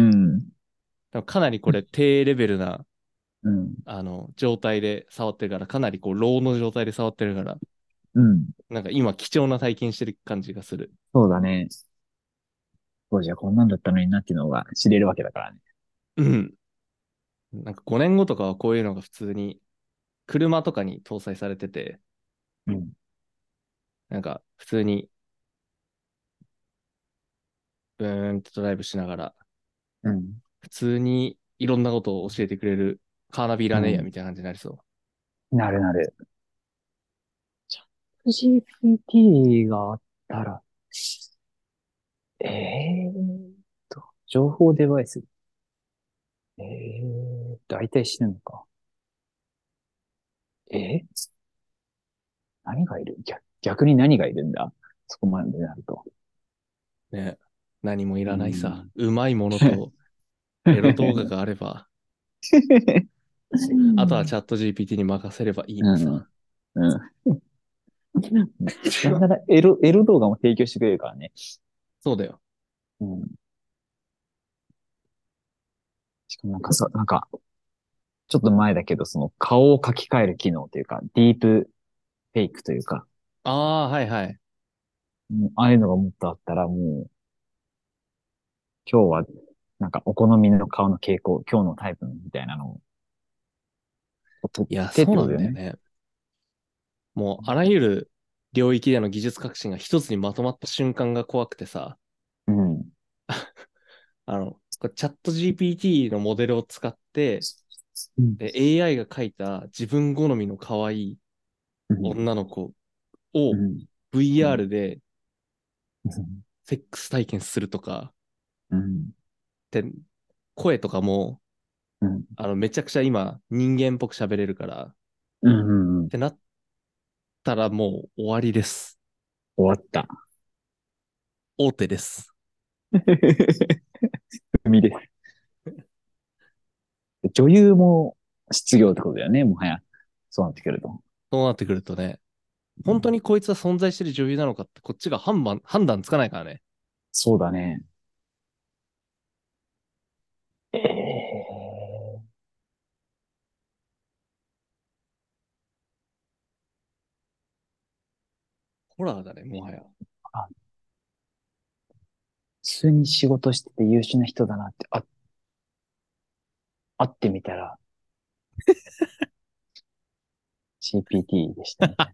でもかなりこれ低レベルな、 うん。 状態で触ってるから、かなりこう、ローの状態で触ってるから、 うん。 なんか今貴重な体験してる感じがする。 そうだね。当時はこんなんだったのになっていうのが知れるわけだからね。 うん。なんか5年後とかはこういうのが普通に車とかに搭載されてて、 うん。 なんか普通にブーンとドライブしながら、 うん。 普通にいろんなことを教えてくれるカーナビいらねえやうん。 みたいな感じになりそなるなる。チャット GPT があったら、情報デバイス。大体死ぬのか。何がいる逆に何がいるんだそこまでなると。 う。ね。何もいうらないさ。 ん。 うまいものとエロ動画があれば、あとはチャット GPT に任せればいいうん。 のさ。 うん。なんならエロ動画も提供してくれるからね。 そうだよ。 うん。しかもなんか、ちょっと前だけど、その顔を書き換える機能というか、ディープフェイクというか、 ああ、はいはい。 もうああいうのがもっとあったら、もう、今日は、なんかお好みの顔の傾向、今日のタイプみたいなのを取っいや、 てっそうてことだよね。 なんだよね。もうあらゆる領域での技術革新が一つにまとまった瞬間が怖くてさ、 うん。 これチャット GPT のモデルを使って、 うん。 で、AI が描いた自分好みの可愛いうん。 女の子をうん。うん。 VR でうん。 セックス体験するとか、 うん。 で、声とかも、 うん。 めちゃくちゃ今人間っぽく喋れるから、っうん。うん。 てなったらもう終わりです。 終わった。 大手です。 海です。女優も失業ってことだよね、もはや。そうなってくると。 そうなってくるとね、 うん。 本当にこいつは存在してる女優なのかってこっちが判断つかないからね。 そうだね。ええホラーだね、もはや。 あ、普通に仕事してて優秀な人だなって、会ってみたら CPT でしたみたい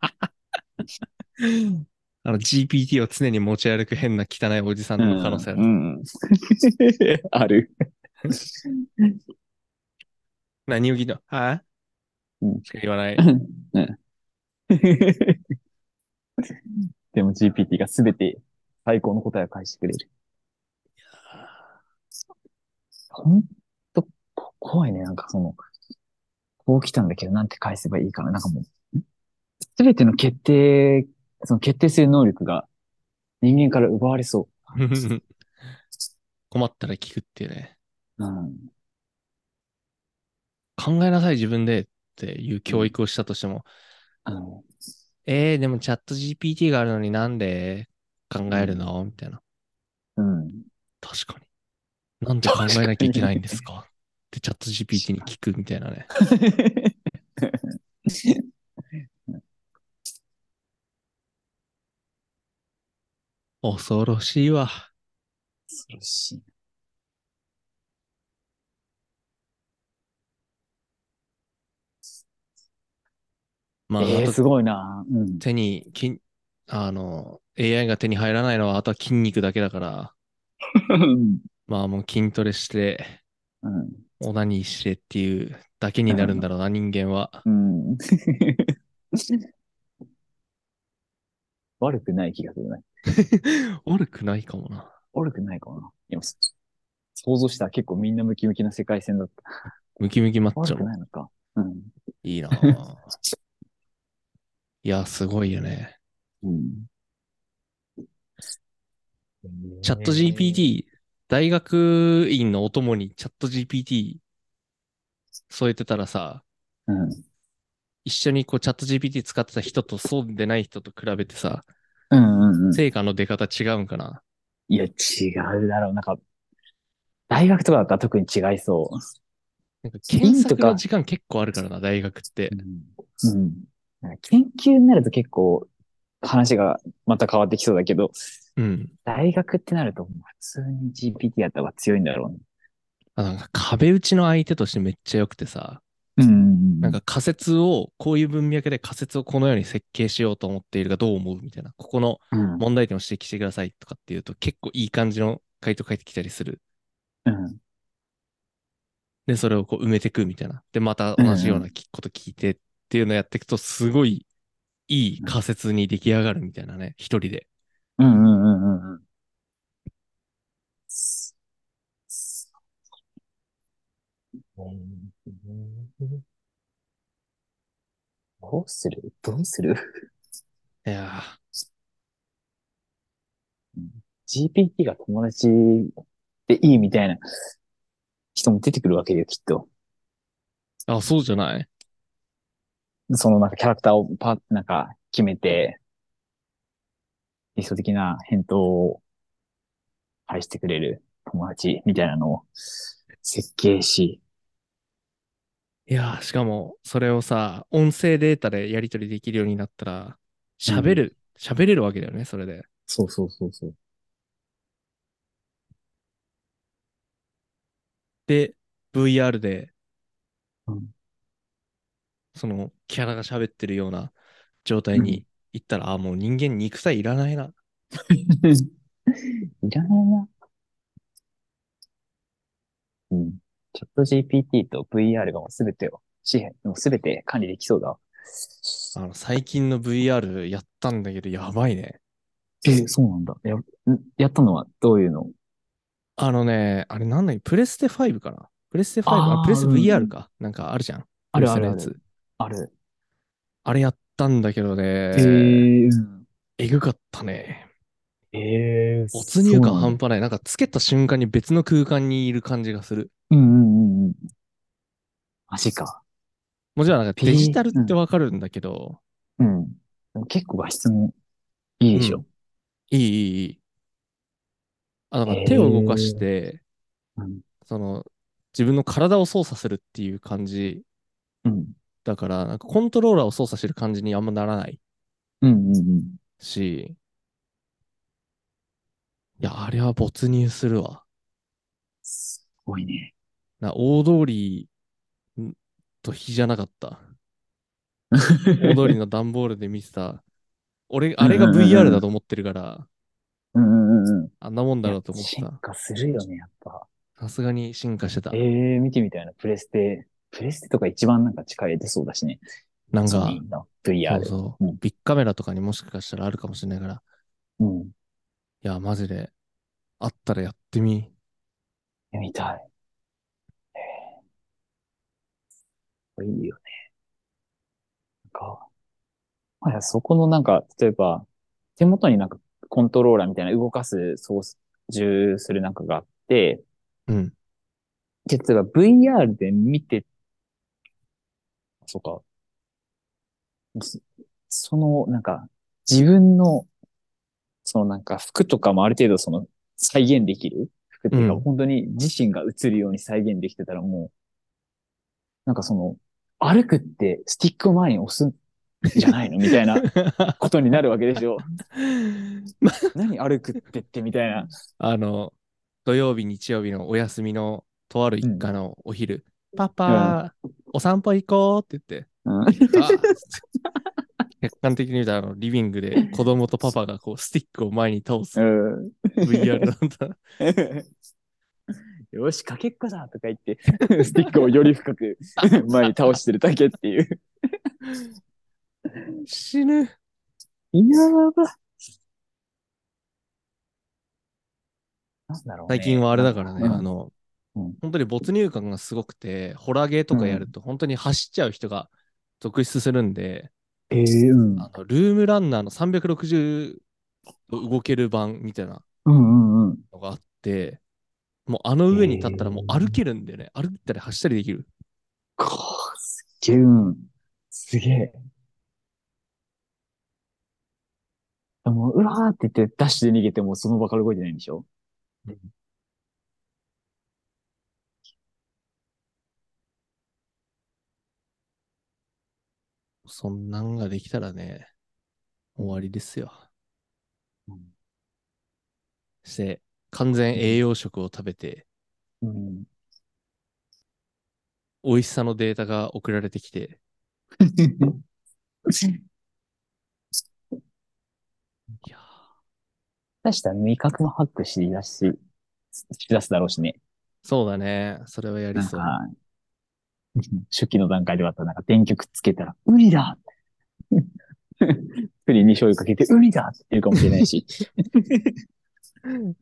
GPT を常に持ち歩く変な汚いおじさんの可能な。 性あるぞ。 うん。うん。ある。 何を聞いたはぁうん。 しか言わない。 うん。でも GPT がすべて最高の答えを返してくれる。ほんと、怖いね。なんかこう来たんだけど、なんて返せばいいかな。なんかもう、すべてのその決定する能力が人間から奪われそ困ったら聞くっていうね。 う。うん。 考えなさい自分でっていううん。 教育をしたとしても、 あの、 でもチャット GPT があるのになんで考えるうん。 のみたいな。 うん。 確かに。なんで考えな確かに。 きゃいけないんですかってチャット GPT に聞くみたいなね。恐ろしいわ。 恐ろしい。 まあ、あとすごいな。うん。 手に、AI が手に入らないのは、あとは筋肉だけだから、まあもう筋トレして、 うん。 オナニーしてっていうだけになるんうん。 だろうな、人間は。 うん。悪くない気がするね。 悪くないかもな。 悪くないかもな。今、想像したら結構みんなムキムキな世界線だった。 ムキムキマッチ悪くョの。 ないのか。うん。 いいなぁ。いや、すごいよね。 うん。 チャットええ、 GPT、大学院のお供にチャット GPT 添えてたらさ、 うん。 一緒にこうチャット GPT 使ってた人とそうでない人と比べてさ、 うんうんうん。 成果の出方違うんかな。 いや、違うだろう。なんか、大学とかだったら特に違いそう。 なんか検院とか、 索の時間結構あるからな、大学って。 うん。うん。なんか研究になると結構話がまた変わってきそうだけど、 うん。 大学ってなるともう普通に GPT やった方が強いんだろうね。 なんか壁打ちの相手としてめっちゃ良くてさ、 うんうんなんか仮説を、こういう文脈で仮説をこのように設計しようと思っているがどう思うみたいな、ここのうん。 問題点を指摘してくださいとかっていうと結構いい感じの回答返ってきたりする。 うん。 で、それをこう埋めていくみたいな。で、またうん同じようなうん。 こと聞いてっていうのをやっていくと、すごいいい仮説に出来上がるみたいなね、一人で。 うんうんうんうんうん。どうする？ いや GPT が友達でいいみたいな人も出てくるわけよ、きっと。 ー、あ、そうじゃない？ そのなんかキャラクターをなんか決めて、理想的な返答を返してくれる友達みたいなのを設計し、 いやー、しかも、それをさ、音声データでやり取りできるようになったら、 うん。 喋れるわけだよね、それで。 そうそうそうそう。 で、VR で、 うん。 その、キャラが喋ってるような状うん。 態に行ったら、あ、もう人間肉体いらないな。 いらないな。うん。チャット GPT と VR がもうすべてを、もうすべて管理できそうだ。 最近の VR やったんだけど、やばいね。 そうなんだ。やったのはどういうの？ あれなんだっけ、プレステ5かな？プレステ5、プレああー、 ステうんう VR ん。 か。なんかあるじゃん。プあレるあるある。 ステのやつ。 ある。 あれやったんだけどえね、 うん。 えぐかったね。没入そうなんだ。 感半端ない。なんかつけた瞬間に別の空間にいる感じがする。 うんうんうんうん。マジか。 もちろんなんかデジタルっうん。 てわかるんだけど、 うん。でも結構画質もいいでしょ。 うん。いい、いい、いい。だから手を動かしええ、 て、 うん。 その、自分の体を操作するっていう感じうん。 だから、なんかコントローラーを操作してる感じにあんまならないうんうんうん。 し、いや、あれは没入するわ。 すごいね。 大通りと比じゃなかった。大通りの段ボールで見てた。俺、あれがうんうんう VR んうん。 だと思ってるから、 うんうんうんうん。 あんなもんいや、 だろうと思ってた。 進化するよね、やっぱ。 さすがに進化してた。 見てみたいな。プレステとか一番なんか力入れてそうだしね。 なんか、 ソニーのそう VR。 そう。 うん。 ビッグカメラとかにもしかしたらあるかもしれないから。 うん。 いや、マジで、あったらやってみ。 見たい。いいよね。なんか、そこのなんか、例えば、手元になんかコントローラーみたいな動かす操縦するなんかがあって、 うん。 例えば VR で見て、そうか、そそのなんか自分のそのなんか服とかもある程度その再現できる服っていうかうん。 本当に自身が映るように再現できてたらもう、なんかその歩くってスティックを前に押すんじゃないのみたいなことになるわけでしょ。何歩くってみたいな。 あの、土曜日、日曜日のお休みのとあるうん。 一家のお昼、パうん。 パ、お散歩行こうって言って、 うん。 ああ、つって客観的に見たらリビングで子供とパパがこうスティックを前に倒すうん。 VR なんだ。 よし、かけっこだとか言って、スティックをより深く前に倒してるだけっていう。 死ぬ。 いやば。なんだろうね。 最近はあれなんか、 だからね、 うん。うん。 本当に没入感がすごくて、ホラーゲーとかやるうん。 と本当に走っちゃう人が続出するんで、 うん。 ルームランナーの360度動ける版みたいなうんうんうん。 のがあって、もうあの上に立ったらもう歩ー、 けるんだよね。歩いたり走ったりできる。 すっげえ、うん。すげえ。もう、うわーって言ってダッシュで逃げてもその場から動いてないんでしょ？ うん。そんなんができたらね、終わりですよ。 うん。 して、完全栄養食を食べて、 うん。 美味しさのデータが送られてきて、いやー、 出したら味覚もハックし出すだろうしね。 そうだね。それはやりなんか、 そ初期の段階ではあったらなんか電極つけたら、ウニだプリンに醤油かけて、ウニだって言うかもしれないし。 う。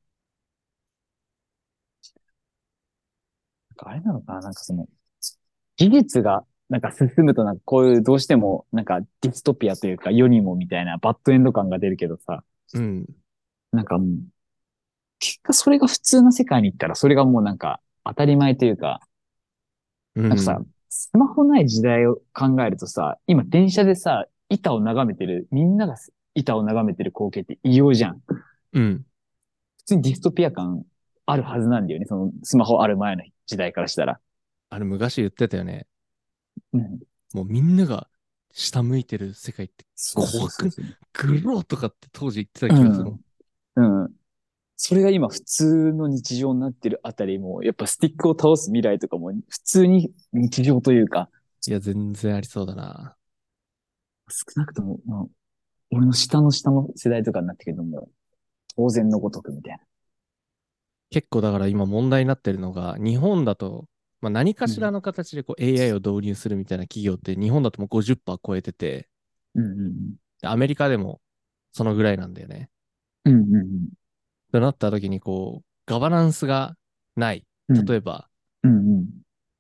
なんかあれなのかな、なんかその、技術がなんか進むとなんかこういうどうしてもなんかディストピアというか世にもみたいなバッドエンド感が出るけどさ、 うん。 なんかもう、結果それが普通の世界に行ったらそれがもうなんか当たり前というか、なんかさ、 うん。 スマホない時代を考えるとさ、今電車でさ、板を眺めてる、みんなが板を眺めてる光景って異様じゃん。 うん。 普通にディストピア感あるはずなんだよね。そのスマホある前の時代からしたら。 あれ昔言ってたよね。 うん。 もうみんなが下向いてる世界ってそうそう怖くね？ そうそう。 グローとかって当時言ってたう気がするもん。 ん。うん。それが今普通の日常になってるあたりも、やっぱスティックを倒す未来とかも普通に日常というか、 いや、全然ありそうだな。 少なくとも、まあ、俺の下の世代とかになってくるともう、当然のごとくみたいな。 結構だから今問題になってるのが、日本だと、まあ、何かうん。 しらの形でこう AI を導入するみたいな企業って日本だともう50%超えてて、 うんうんでアメリカでもそのぐらいなんだよね。 うん。うんうんとなった時にこう、ガバナンスがない。 うん。 例えば、 うんうん。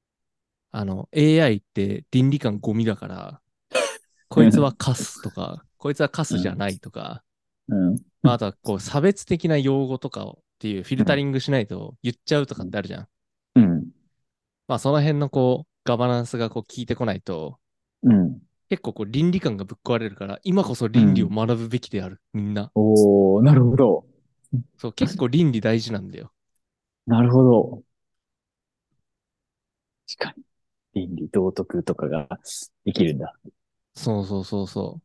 AI って倫理観ゴミだから、こいつはうんカスとか、こいつはカスじゃないとか、 うん。 まあ、あとはこう差別的な用語とかをっていうフィルタリングしないと言っちゃうとかってあるじゃん。 うん。 まあその辺のこうガバナンスがこう効いてこないとうん。 結構こう倫理観がぶっ壊れるから今こそ倫理をうん。 学ぶべきであるみんな。 おー、なるほど。 そう結構倫理大事なんだよ。 なるほど。確かに。倫理道徳とかができるんだ。 そうそうそうそう。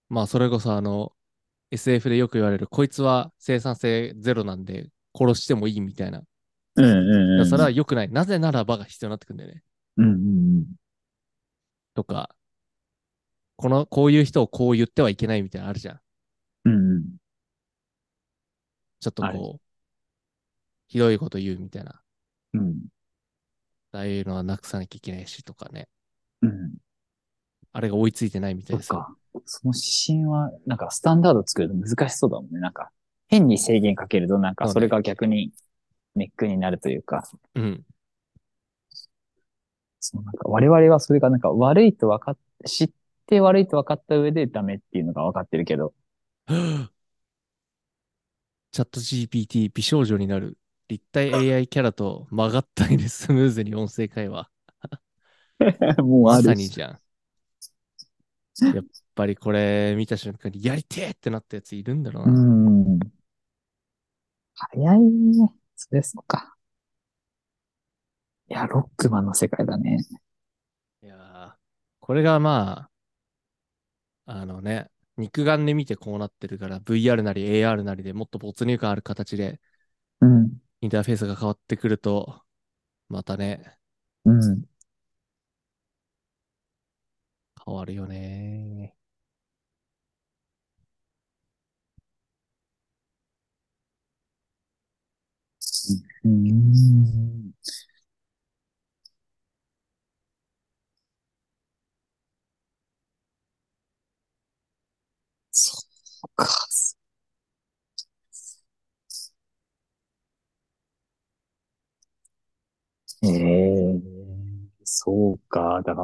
まあそれこそSF でよく言われるこいつは生産性ゼロなんで殺してもいいみたいな。 うんうんそれはうん。 良くない。なぜならばが必要になってくるんだよね。 うんうんとか、こういう人をこう言ってはいけないみたいなのあるじゃん。 うん。うんうん。 ちょっとある。 こう、ひどいこと言うみたいな。 うん。 ああいうのはなくさなきゃいけないしとかね。 うん。 あれが追いついてないみたいですよ。 そっか。その指針は、なんかスタンダード作ると難しそうだもんね。なんか、変に制限かけると、なんかそうね。 それが逆にネックになるというか、 うん。 そのなんか我々はそれがなんか悪いと分かっ、知って悪いと分かった上でダメっていうのが分かってるけど、 チャット GPT 美少女になる立体 AI キャラと曲がったりでスムーズに音声会話。 もうまあるし。 さにじゃん。やっぱりこれ見た瞬間にやりてえってなったやついるんだろううな。 ん。早いね。それそうか。いや、ロックマンの世界だね。 いやー、これがまあ、肉眼で見てこうなってるから VR なり AR なりでもっと没入感ある形でうん。 インターフェースが変わってくると、またね、 うん。 変わるよね。 うん。そうか。ええ、そうか。だから、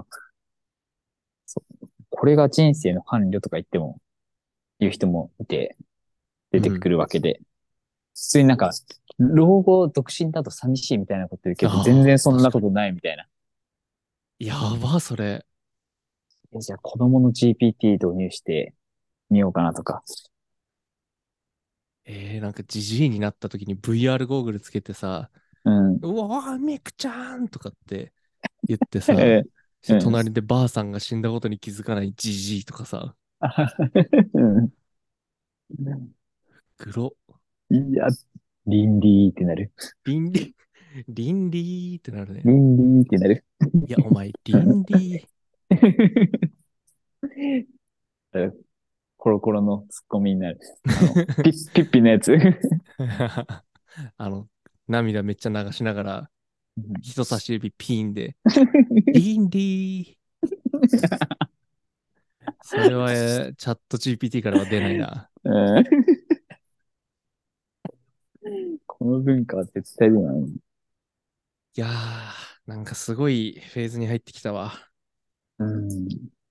これが人生の伴侶とか言っても、言う人もいて、出てくうん。 るわけで。普通になんか、老後独身だと寂しいみたいなこと言うけど、全ああ、 然そん確かに。 なことないみたいな。 やうん。 ば、それ。 じゃあ子供の GPT 導入してみようかなとか。 なんかジジイになった時に VR ゴーグルつけてさ、 うん。 うわー、ミクちゃんとかって言ってさ、 えうん。 隣でばあさんが死んだことに気づかないジジイとかさ、 うん。 グロ、 いや、倫理ってなる。 倫理、倫理ってなるね。 倫理ってなる。 いや、お前、倫理。 コロコロのツッコミになる。ピッピのやつ。 あの、涙めっちゃ流しながら、人差し指ピンで、倫理。それは、チャット GPT からは出ないな。 うん。この文化は絶対ではない。 いやー、なんかすごいフェーズに入ってきたわ。 うん。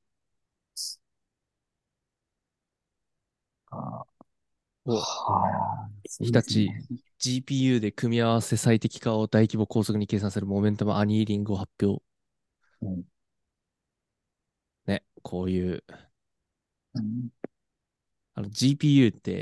あ、 お、 はあ、そうですね。 日立 GPU で組み合わせ最適化を大規模高速に計算するモメンタムアニーリングを発表。 うん。 ね、こういう、 うん。 GPU って、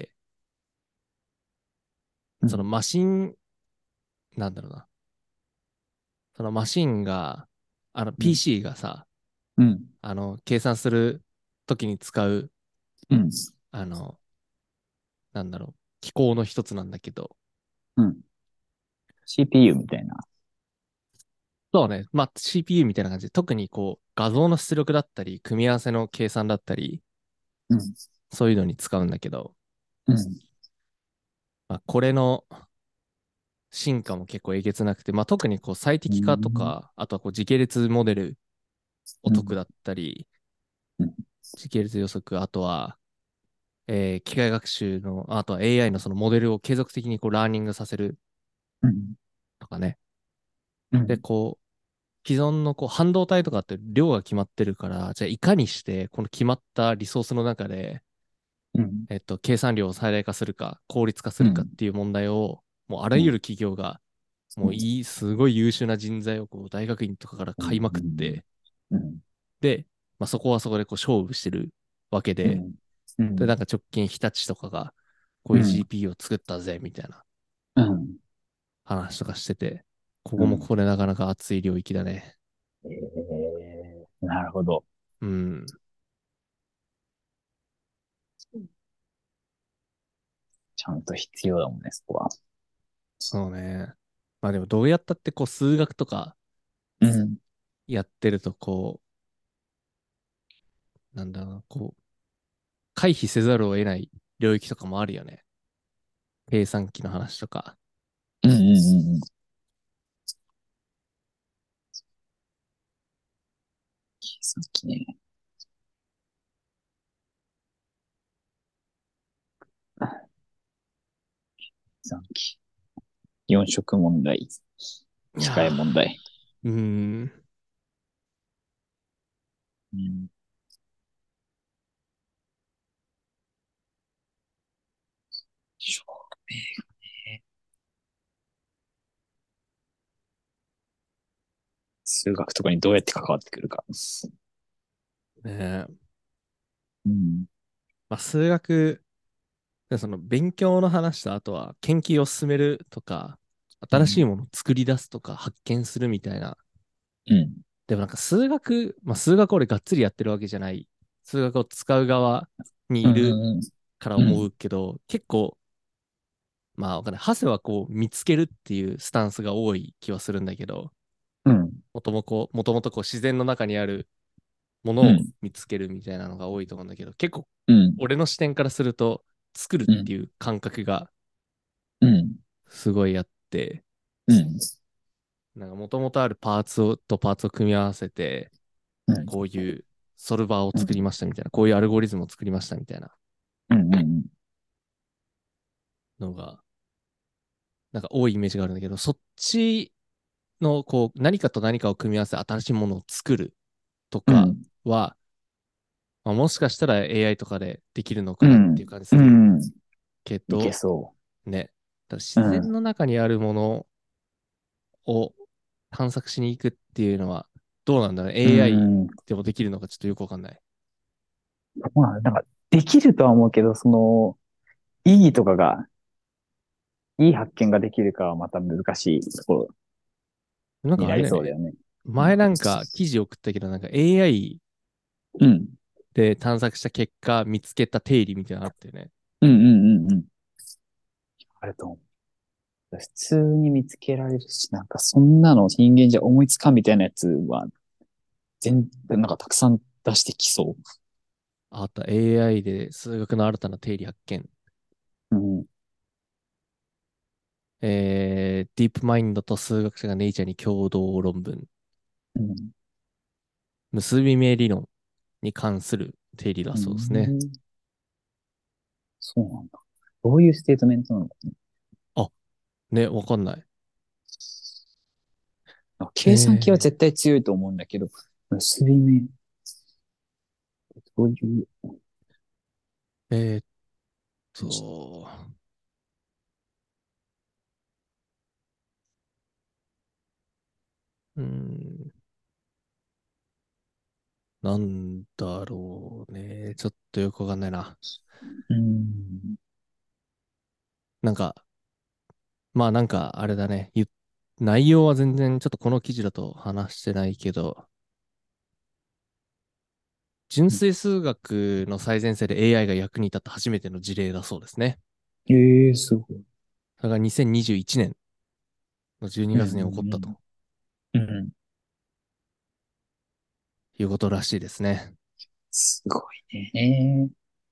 そのうん。 マシン、なんだろうな。そのマシンが、 うん。 PC がさ、 うん。 計算するときに使う、 うん。 あの、なんだろう、機構の一つなんだけど、 うん。CPU みたいな。 そうね、まあ CPU みたいな感じで、特にこう、画像の出力だったり、組み合わせの計算だったり、 うん。 そういうのに使うんだけど、 うん。 まあ、これの進化も結構えげつなくて、まあ、特にこう最う適化とん。 か、あとはこう時系列モデルおうん。 得だったり、 うん。 時系列予測、あとは、機械学習の、あとは AI のそのモデルを継続的にこうラーニングさせるうん。 とかね。で、 うん。 こう、既存のこう半導体とかって量が決まってるから、じゃあいかにしてこの決まったリソースの中で、 うん。 計算量を最大化するか、効率化するかっうん。 ていう問題を、もうあらうん。 ゆる企業が、もういい、すごい優秀な人材をこう大学院とかからうん。 買いまうん。 くって、 うん。 で、まあ、そこはそこでこう勝負してるわけで、 うん。うで、 ん。 なんか直近日立とかが、こういううん。 GPU を作ったぜ、みたいなうん。 話とかしてて、こうん。 こもここでなかなか熱い領域だね。 なるほど。 うん。 ちゃんと必要だもんね、そこは。 そうね。まあでもどうやったってこう数学とかうん。 やってるとこう、なんだろうな、こう、回避せざるを得ない領域とかもあるよね。計算機の話とか。 うん。うん。うん。さっきね、さっき、四色問題、機械いや問題。 ー、うーん。 うん。証明ね。数学とかにどうやって関わってくるか。 ねえ。 うん。 まあ数学、でその勉強の話と、あとは研究を進めるとか、新しいうん。 ものを作り出すとか、発見するみたいな。 うん。 でもなんか数学、まあ数学俺がっつりやってるわけじゃない。数学を使う側にうん。 いるうん。 から思うん。 うけど、結構、まあわかんない。ハセはこう見つけるっていうスタンスが多い気はするんだけど、 うん。 もともとこう自然の中にあるものをうん。 見つけるみたいなのが多いと思うんだけど、結構うん。 俺の視点からすると、作るっうん。 ていう感覚がうん。 すごいあって、 うん。 なんか元々あるパーツを組み合わせて、 うん。 こういうソルバーをうん。 作りましたみたいな、こういうアルゴリズムを作りましたみたいなうん。うん。 のが、なんか多いイメージがあるんだけど、そっちのこう何かと何かを組み合わせて新しいものを作るとかうん。 は、まあ、もしかしたら AI とかでできるのかなっていううん。 感じするうん。いけけど、 そね、ただう。 自うん。 然の中にあるものを探索しに行くっていうのはどうなんだろう。 う AI ん。 でもできるのかちょっとよくわかんない。 まあ、なんか、できるとは思うけど、意義とかが、いい発見ができるかはまた難しいところなんになりかあれだよね。 そうだよね。うん。 前なんか記事送ったけど、なんか AI うん。 で探索した結果見つけた定理みたいなのあってね。 うんうんうんうん。あると思う。普通に見つけられるし、なんかそんなの人間じゃ思いつかんみたいなやつは、なんかたくさん出してきそあった AI で数学の新たな定理発見。 う。うん。 ディープマインドと数学者がネイチャーに共同論文。 うん。 結び目理論に関する定理だうそうですね。 ん。そうなんだ。どういうステートメントなのかあ、ね、わかんない。 な。計算機はえ絶対強いと思うんだけど、結び目、どういう、 ー、と、うーん、なんだろうね。ちょっとよくわかんないな。 うん。 なんか、まあなんかあれだね。内容は全然ちょっとこの記事だと話してないけど、純粋数学の最前線で AI が役に立った初めての事例だそうですね。 ええー、すごい。 それが2021年の12 う月に起こったん。 とうん。 いうことらしいですね。 すごいね。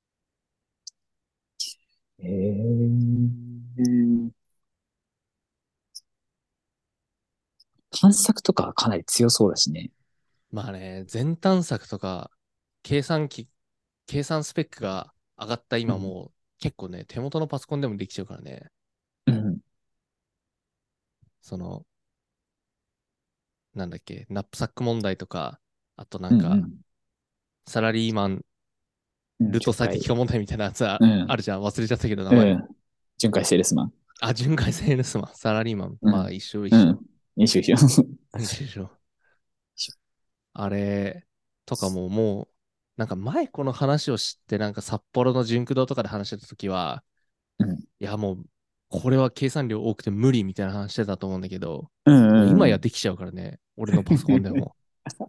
探索とかかなり強そうだしね。 まあね、全探索とか、計算機、計算スペックが上がったうん。 今もう結構ね、手元のパソコンでもできちゃうからね。 うん。 その、なんだっけ、ナップサック問題とか、あとなうん。 んか、 うん。 サラリーマン、 うん。 ルート巡回。 最適化問題みたいなやつはうん。 あるじゃん。忘れちゃったけど、名前も。 うん。巡回セールスマン。 あ、巡回セールスマン、サラリーマン。 うん。 まあ一緒一緒。 うん。一緒一緒。 一緒。 一緒。 あれとかももう、なんか前この話を知って、なんか札幌の純駆動とかで話してた時は、 うん。 いやもう、これは計算量多くて無理みたいな話してたと思うんだけど、 うもう今ん。うん。 やできちゃうからね。俺のパソコンでも。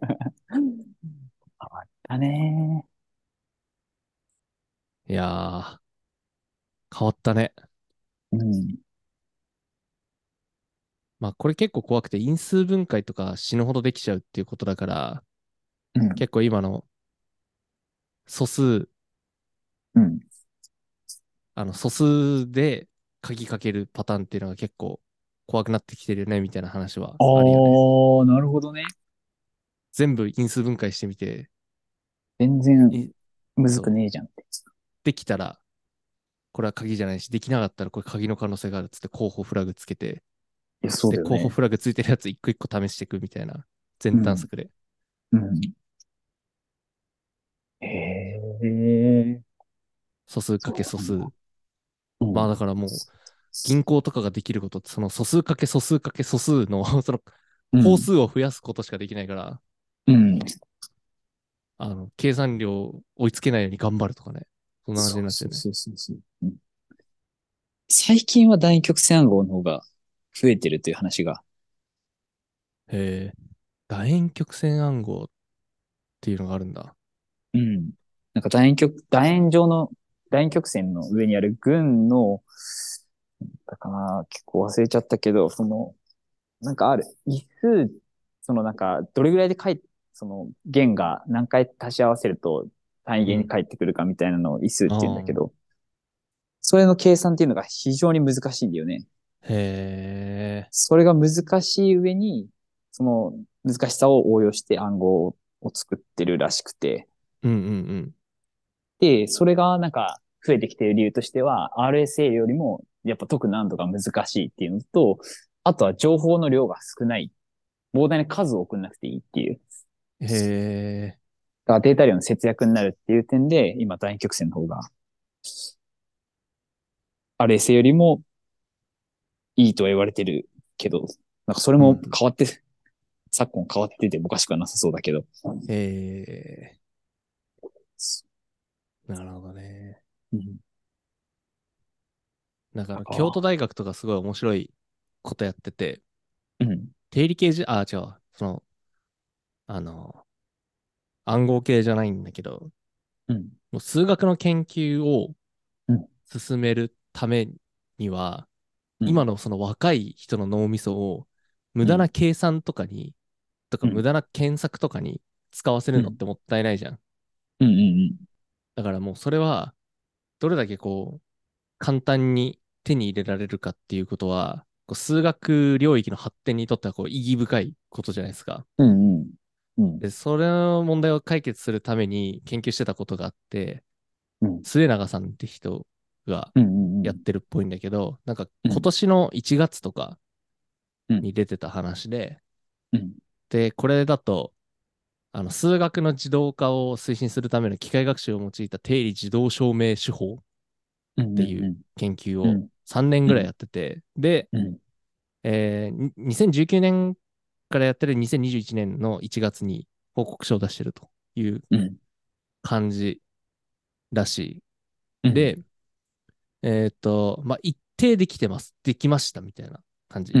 変わったね。 いやー、変わったね。 うん。 まあこれ結構怖くて因数分解とか死ぬほどできちゃうっていうことだから、 うん。 結構今の素数、 うん。 素数で鍵かけるパターンっていうのが結構怖くなってきてるよね、みたいな話はああるよね。 あ、なるほどね。 全部因数分解してみて、 全然いむずそう、 くねえじゃんって。 できたらこれは鍵じゃないし、できなかったらこれ鍵の可能性があるっつって候補フラグつけて、 いや、そうで、 だよね。 候補フラグついてるやつ一個一個試していくみたいな全探うん。 索で。 うん。へえ。 素数かけそうなんだ。 素数。 うん。 まあだからもう銀行とかができることって、その素数かけ素数かけ素数のそのうん。 法数を増やすことしかできないから、 うん。 計算量追いつけないように頑張るとかね。そんな感じそうになっちゃうね。 そうそうそうそう。うん。最近は大曲線暗号の方が増えてるという話が。 へえ、楕円曲線暗号っていうのがあるんだ。 うん。なんか楕円曲線の上にある群の、だかな、結構忘れちゃったけど、なんかある、異数、なんか、どれぐらいで弦が何回足し合わせると単位うん。 弦に返ってくるかみたいなのを異数って言うんだけあど、それの計算っていうのが非常に難しいんだよね。 へえ。 それが難しい上に、その難しさを応用して暗号を作ってるらしくて、 うんうんで、それがなんか増えてきている理由としては、RSA よりもやっぱ解く難度が難しいっていうのと、あとは情報の量が少ない。膨大な数を送んなくていいっていう。 うん。へえ。 だからデータ量の節約になるっていう点で、今大曲線の方が RSA よりもいいとは言われてるけど、なんかそれもうん。 変わって、昨今変わっててもおかしくはなさそうだけど。 へえ。なるほどね。 うん。 だから、京都だから、 大学とかすごい面白いことやってて、 うん。 定理系じゃ、あ、違うわ。あの、暗号系じゃないんだけど、 うん。 もう数学の研究をうん。 進めるためには、 うん。 今のその若い人の脳みそを無うん。 駄な計算とかに、とかうん。 無駄な検索とかに使わせるのってもったいないじゃん。 うん。うん。 だからもうそれは、どれだけこう、簡単に手に入れられるかっていうことは、こう数学領域の発展にとってはこう意義深いことじゃないですか。 うん。うん。 で、それの問題を解決するために研究してたことがあって、 うん。 末永さんって人がうん。うん。 やってるっぽいんだけど、なんか今うん。 年の1月とかうん。 に出てた話で、 うん。 で、これだと、数学の自動化を推進するための機械学習を用いた定理自動証明手法っうん。 ていううん。 研究をうん。 3年うん。 ぐらいやってて、で、 うん。 2019年からやってる2021年の1月に報告書を出してるといううん。 感じらしい。 うん。 で、まあ、一定できてます。できましたみたいな感じうん。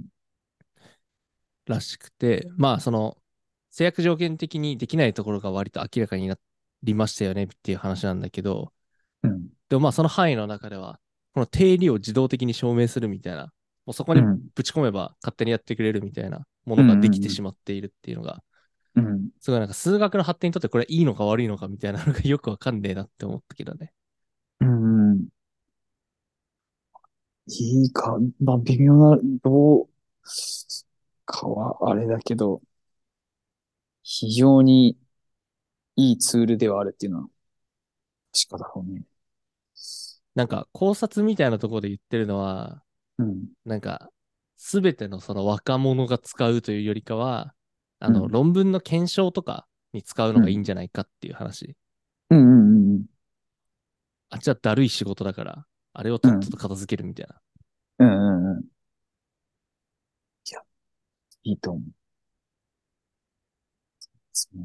らしくて、まあ、制約条件的にできないところが割と明らかになりましたよねっていう話なんだけど、 うん。 でもまあ、その範囲の中では、この定理を自動的に証明するみたいな、もうそこにうん。 ぶち込めば勝手にやってくれるみたいなもうん。 のができうん。 てしまっているっていうのが、 うん。 すごいなんか数学の発展にとってこれいいのか悪いのかみたいなのがよくわかんねえなって思ったけどね。 うん。いいか、まあ、微妙な、どうかはあれだけど、非常にいいツールではあるっていうのは確かだろうね。 なんか考察みたいなところで言ってるのは、 うん。 なんかすべてのその若者が使うというよりかは、 うん。 論文の検証とかに使うのうん。 がいいんじゃないかっていう話。 うん。うん。 あっちはだるい仕事だから、あれをうん。 とっとと片付けるみたいな。 うん。うん。いや、いいと思う。そう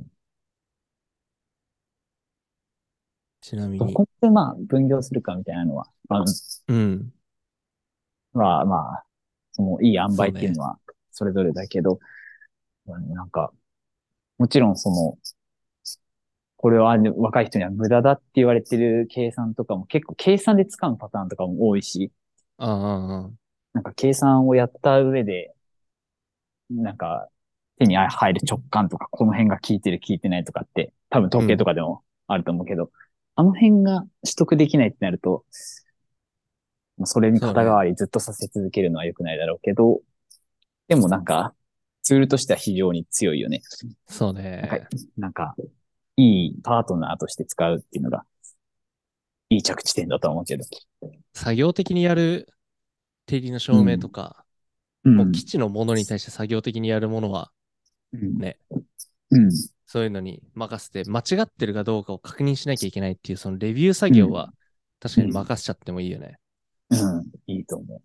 どちなみに、 こでまあ分業するかみたいなのは、 うん、 まあ、そのいい塩梅そうね。 っていうのはそれぞれだけど、なんか、もちろんその、これは若い人には無駄だって言われてる計算とかも結構計算で使うパターンとかも多いし、 ああ、ああ、 なんか計算をやった上で、なんか手に入る直感とか、この辺が効いてる効いてないとかって、多分統計とうん、 かでもあると思うけど、あの辺が取得できないってなると、それにそうね。 肩代わりずっとさせ続けるのは良くないだろうけど、でもなんか、ツールとしては非常に強いよね。 そうなんか、 ね。 なんか、いいパートナーとして使うっていうのが、いい着地点だと思うけど。 作業的にやる定理の証明とうん。 か、もう基うん。 地のものに対して作業的にやるものは、 うん。 ね、 うん。 そういうのに任せて、間違ってるかどうかを確認しなきゃいけないっていう、そのレビュー作うん。 業は、確かにうん。 任せちゃってもいいよね。 うん。いいと思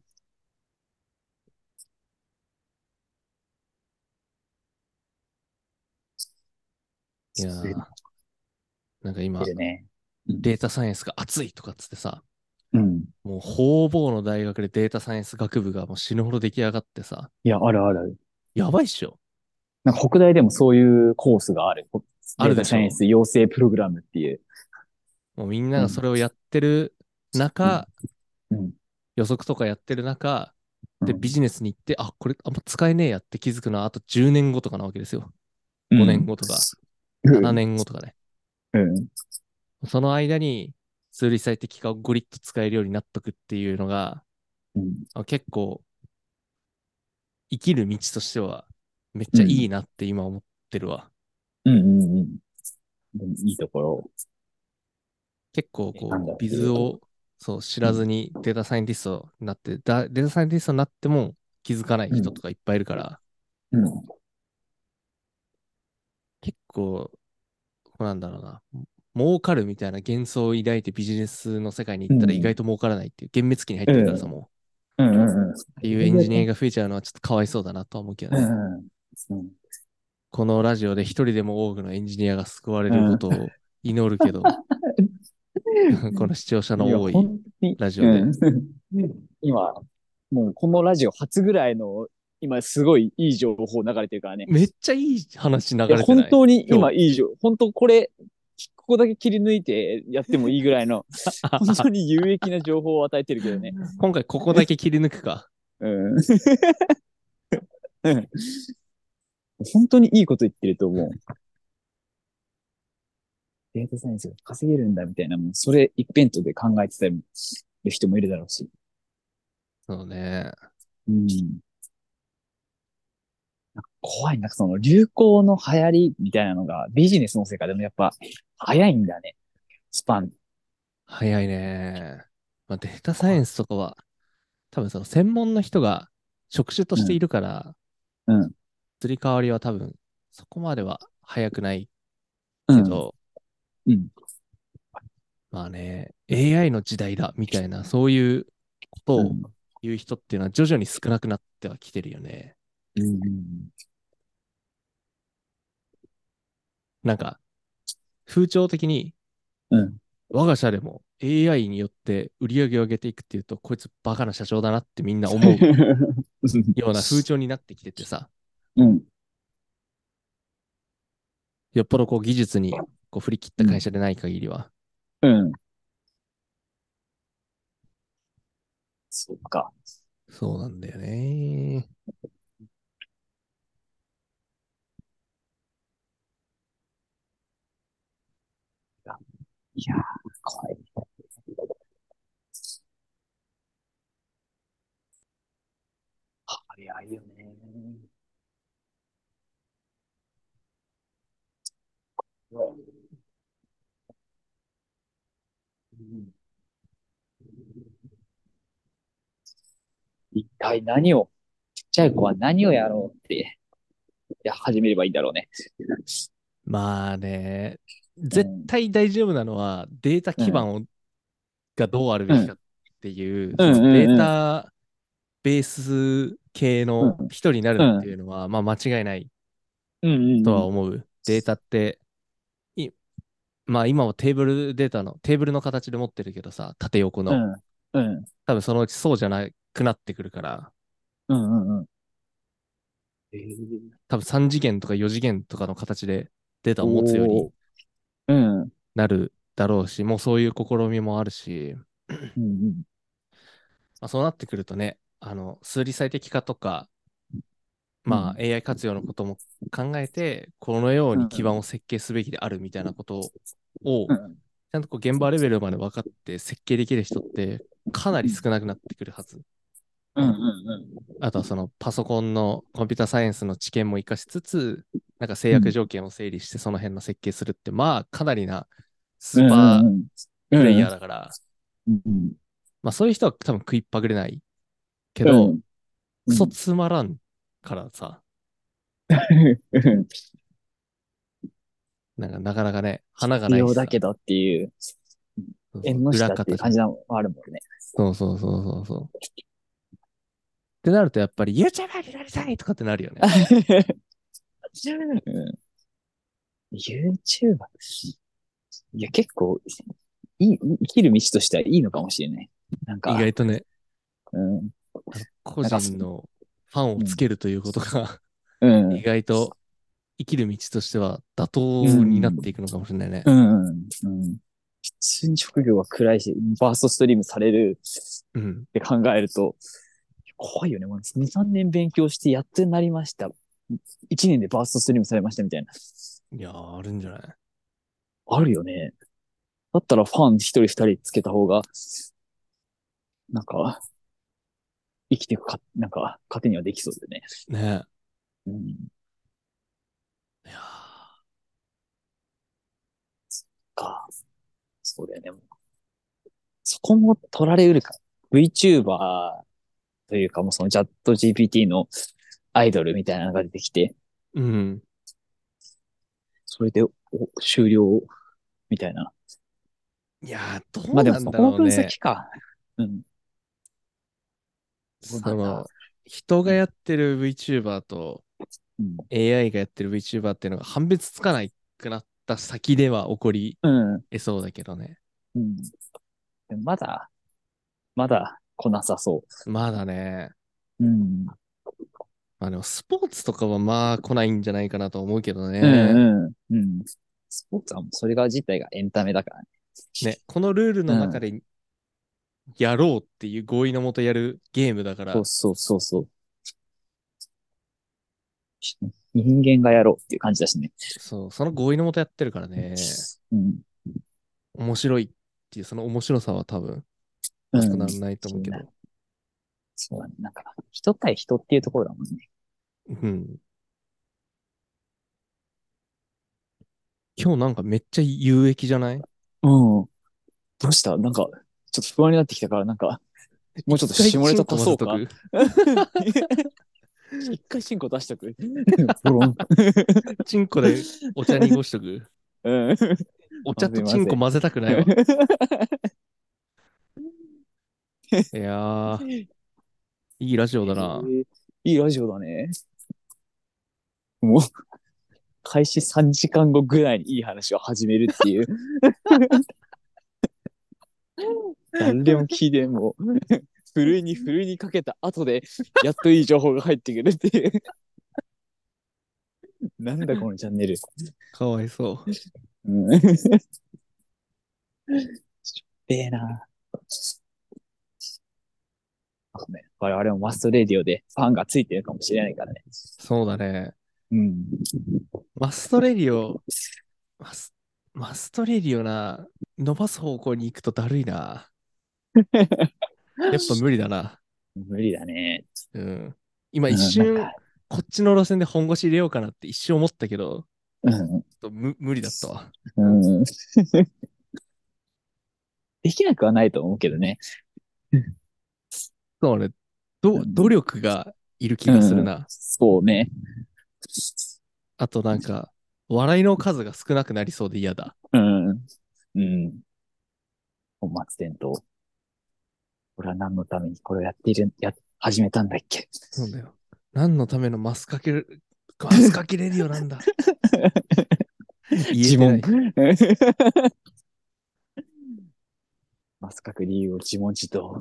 いやう。 ー、なんか今、 いるね。うん。 データサイエンスが熱いとかっつってさ、 うん。 もう方々の大学でデータサイエンス学部がもう死ぬほど出来上がってさ、 いや、あるある。 やばいっしょ。 なんか北大でもそういうコースがある。 あデーるでしょ。 タサイエンス養成プログラムっていう。 もうみんながそうん。 れをやってるうん。 中、 うん。 予測とかやってる中、で、ビうん。 ジネスに行って、あ、これあんま使えねえやって気づくのはあと10年後とかなわけですよ。5年うん。 後とか、7 うん。 年後とかね。 うん。 その間に、数理最適化をゴリッと使えるようになっとくっていうのが、 うん。 結構生きる道としてはめっちゃいいうん。 なって今思ってるわ。 うん。うん。うん。でもいいところ、 結構なんだビっていうと。 ズをそう知うん。 らずにデータサイエンティストになって、データサイエンティストになっても気づかないうん。 人とかいっぱいいるから、 うん。 結構、なんだろうな、儲かるみたいな幻想を抱いてビジネスの世界に行ったら意うん。 外と儲からないっていう幻滅期に入っうん。 てるからさ、もう。 うん。うん。うん。 っていうエンジニアが増えちゃうのはちょっとかわいそうだなとは思うけどうね。 ん。うん。 このラジオで一人でも多くのエンジニアが救われうん。 ることを祈るけど、この視聴者いや、 の多い本当に、 ラジオで。 うん。今、もうこのラジオ初ぐらいの、今すごいいい情報流れてるからね。 めっちゃいい話流いや、 れてない本当に今日。 今いい情報、本当これ、ここだけ切り抜いてやってもいいぐらいの、本当に有益な情報を与えてるけどね。 今回ここだけ切り抜くか。 うん。本当にいいこと言ってると思う。データサイエンスが稼げるんだみたいな、もうそれ一辺倒で考えてたる人もいるだろうし。 そうね。 うん。なんか怖い、なんかその流行の流行りみたいなのがビジネスの世界でもやっぱ早いんだね。スパン。 早いね。まあ、データサイエこンスとかは、多分その専門の人が職種とうん、 しているから、 うん、 移り変わりは多分そこまでは早くないうん、 けど、 うん、 まあね、AI の時代だみたいな、そういうことをうん、 言う人っていうのは徐々に少なくなってはきてるよね。 うん、 なんか、風潮的にうん。 我が社でも AI によって売り上げを上げていくっていうと、こいつバカな社長だなってみんな思うような風潮になってきててさ、 うん、 よっぽど技術に振り切った会社でない限りは。 うん。そっか。 そうなんだよね。 いやー、怖い。早いよね。うん一体何を、ちっちゃい子は何をやろうって、始めればいいんだろうね。 まあね、絶うん、 対大丈夫なのはデータうん、 基盤がどうあるべうん、 きかっていう、 うん、 そのデーうん、 タベース系うん、 の人になるってうん、 いうのは、まあ間違いないうん、 とうん、 は思う。データって、いまあ今はテーブルデータの、テーブルの形で持ってるけどさ、縦横の。 うん、うん、 多分そのうちそうじゃなくなってくるから、 うん、うん。 多分3次元とか4次元とかの形でデータを持つようにおー、うん、うん、 なるだろうし、もうそういう試みもあるし、 うん、 まあ、そうなってくるとね、数理最適化とか、まあうん、 AI 活用のことも考えて、このよううん、 に基盤をうん、 設計すべきであるみたいなことを、 うん、 ちゃんと現場レベルまで分かって設計できる人ってかなり少なくなってくるはず。 うん、うん、 あとはそのパソコンのコンピュータサイエンスの知見も活かしつつ、なんか制うん、 約条件を整理してその辺の設計するって、まあかなりなスーうん、 パーうん、 プレイヤーうん、 だから、 うん、 まあそういう人は多分食いっぱぐれないけど、 うん、 クソうん、 つまらんからさ、なんかなかなかね、花が必ないしさ、 要だけどっていう、 そうそう、 縁の下っていう裏方じゃん。 感じなのあるもんね。 そうそうそうそうそう。ってなるとやっぱり YouTuber になりたいとかってなるよね。 うん、YouTuber。いや、結構、生きる道としてはいいのかもしれない。なんか、 意外とね、 うん、 個なんか、 人のファンをうん、 つけるということがう意ん、 外と生きる道としては妥う当になっん、 ていくのかもしれないね。 うん、うん。普通に職業が暗いし、バーストストリームされるうん。 って考えると、怖いよね。もう2、3年勉強してやっとなりました。1年でバーストストリームされましたみたいな。 いやー、あるんじゃない？ あるよね。だったらファン1人2人つけた方が、なんか、 生きていくか、なんか、糧にはできそうでね。 ね。 うん。 いやか。そうだよね。そこも取られうるか。VTuber というかもうそのチャット GPT のアイドルみたいなのが出てきて、 ー、うん。 それで終了みたいな。 いやー、 まあでもどうなんだそこも分ろうね。 析か。うん。どうなんだ。 その、人がうん。 やってる VTuber とうん。 AI がやってる VTuber っていうのが判別つかないくなった先では起こりうん。 得そうだけどね。 うん。でもまだ来なさそまだね。 う。うん。 まあでもスポーツとかはまあ来ないんじゃないかなと思うけどうね。 んうん。うん。スポーツはもうそれが自体がエンタメだからね。 ね、このルールうん。 の中でやろうっていう合意のもとやるゲームだから、 そうそうそうそう。人間がやろうっていう感じだしね。 そう、その合意のもとやってるからね。 うん。 面白いっていうその面白さは多分うん。 なくならないと思うけど。 そうだね。なんか、人対人っていうところだもんね。 うん。今日なんかめっちゃ有益じゃない？ うん。どうしたなんか、ちょっと不安になってきたから、なんか、もうちょっと一回下ネタチンコ足そうか。 混ぜとく？ 一回進行出しとく。ボロン。 チンコでお茶濁しとく？ うん。 お茶まずいまずい。 とチンコ混ぜたくないわ。いやー、いいラジオだな。 いいラジオだね。もう、開始3時間後ぐらいにいい話を始めるっていう。誰でも聞いて、もう、ふるいにかけた後で、やっといい情報が入ってくるっていう。なんだこのチャンネル。 かわいそうん。しょっぺえな。そうね。我々もマストレディオでファンがついてるかもしれないからね。 う。そうだね。 うん。 マストレディオ、マス、マストレディオな、伸ばす方向に行くとだるいな。やっぱ無理だな。 無理だね。 うん。今一うん、なん瞬、 か、 こっちの路線で本腰入れようかなって一瞬思ったけど、 うん、 無理だったわ。 うん。できなくはないと思うけどね。 そうね。努うん、 力がいる気がするうん、 な。 そうね。 あとなんか、笑いの数が少なくなりそうで嫌だ。 うん、うん。本末転倒。俺は何のためにこれを始めたんだっけ。 そうだよ。何のためのマスかけレディオなんだ。言え自問。 てない。 マス書く理由を自問自答。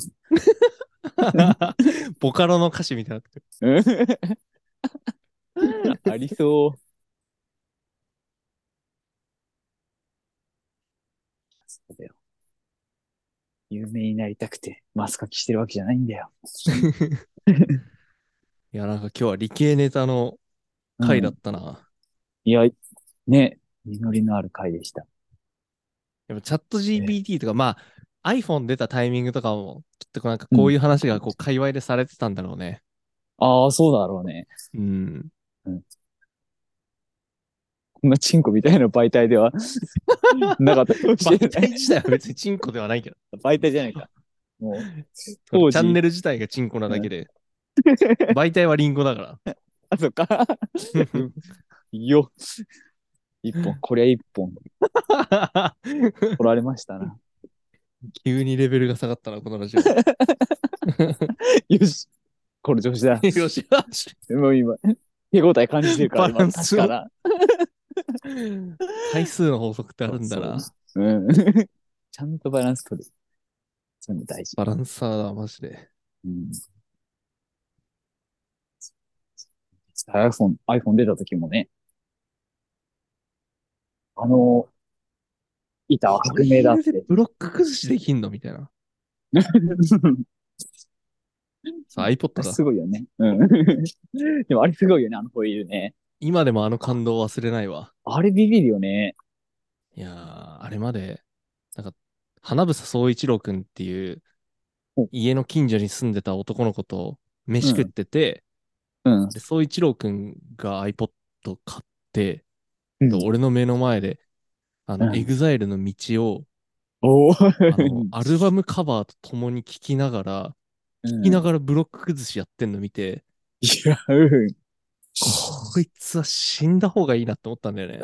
ボカロの歌詞みたいになってる。 ありそう。そうだよ。有名になりたくてマス書きしてるわけじゃないんだよ。 いや、なんか今日は理系ネタの回だっうん。 たな。 いや、ね、実りのある回でした。 やっぱチャット GPT とか、まあ iPhone 出たタイミングとかも、きっとなんかうん。 こういう話がこう界隈でされてたんだろうね。 ああ、そうだろうね。 うん。 うん。こんなチンコみたいな媒体ではなかったかもし媒れない。 体自体は別にチンコではないけど。 媒体じゃないか。もう、 その当時、 チャンネル自体がチンコなだうん。 けで、媒体はリンゴだかあ、そっか。 ら。 うんよ、一本、こりゃ一本、取られましたな。 急にレベルが下がったな、このラジオ。 よし、この調子だ。 よしよし。 もう今、手応え感じてるから、 バラ今、 ンスを。 確かな。 対数の法則ってあるんだそうそな。 う。うん。ちゃんとバランス取る。そういうの大事。 バランサーだ、マジで。 うん。iPhone 出た時もね、あの、板は革ホイールで命だって。 ブロック崩しできんのみたいな。さあ、iPod だ。 すごいよね。うん。でもあれすごいよね、あのホイールね。 今でもあのあ、 感動を忘れないわ。 あれビビるよね。 いやー、あれまで、なんか、花房総一郎くんっていうお家の近所に住んでた男の子と飯食っうん。 てて、 うん。 で、総一郎くんが iPod 買って、でうん。 俺の目の前で、 うん。 エグザイルの道を、 おー。 アルバムカバーと共に聴きながら、 うん。 聴きながらブロック崩しやってんの見て、 いや、うん。 こいつは死んだ方がいいなって思ったんだよね。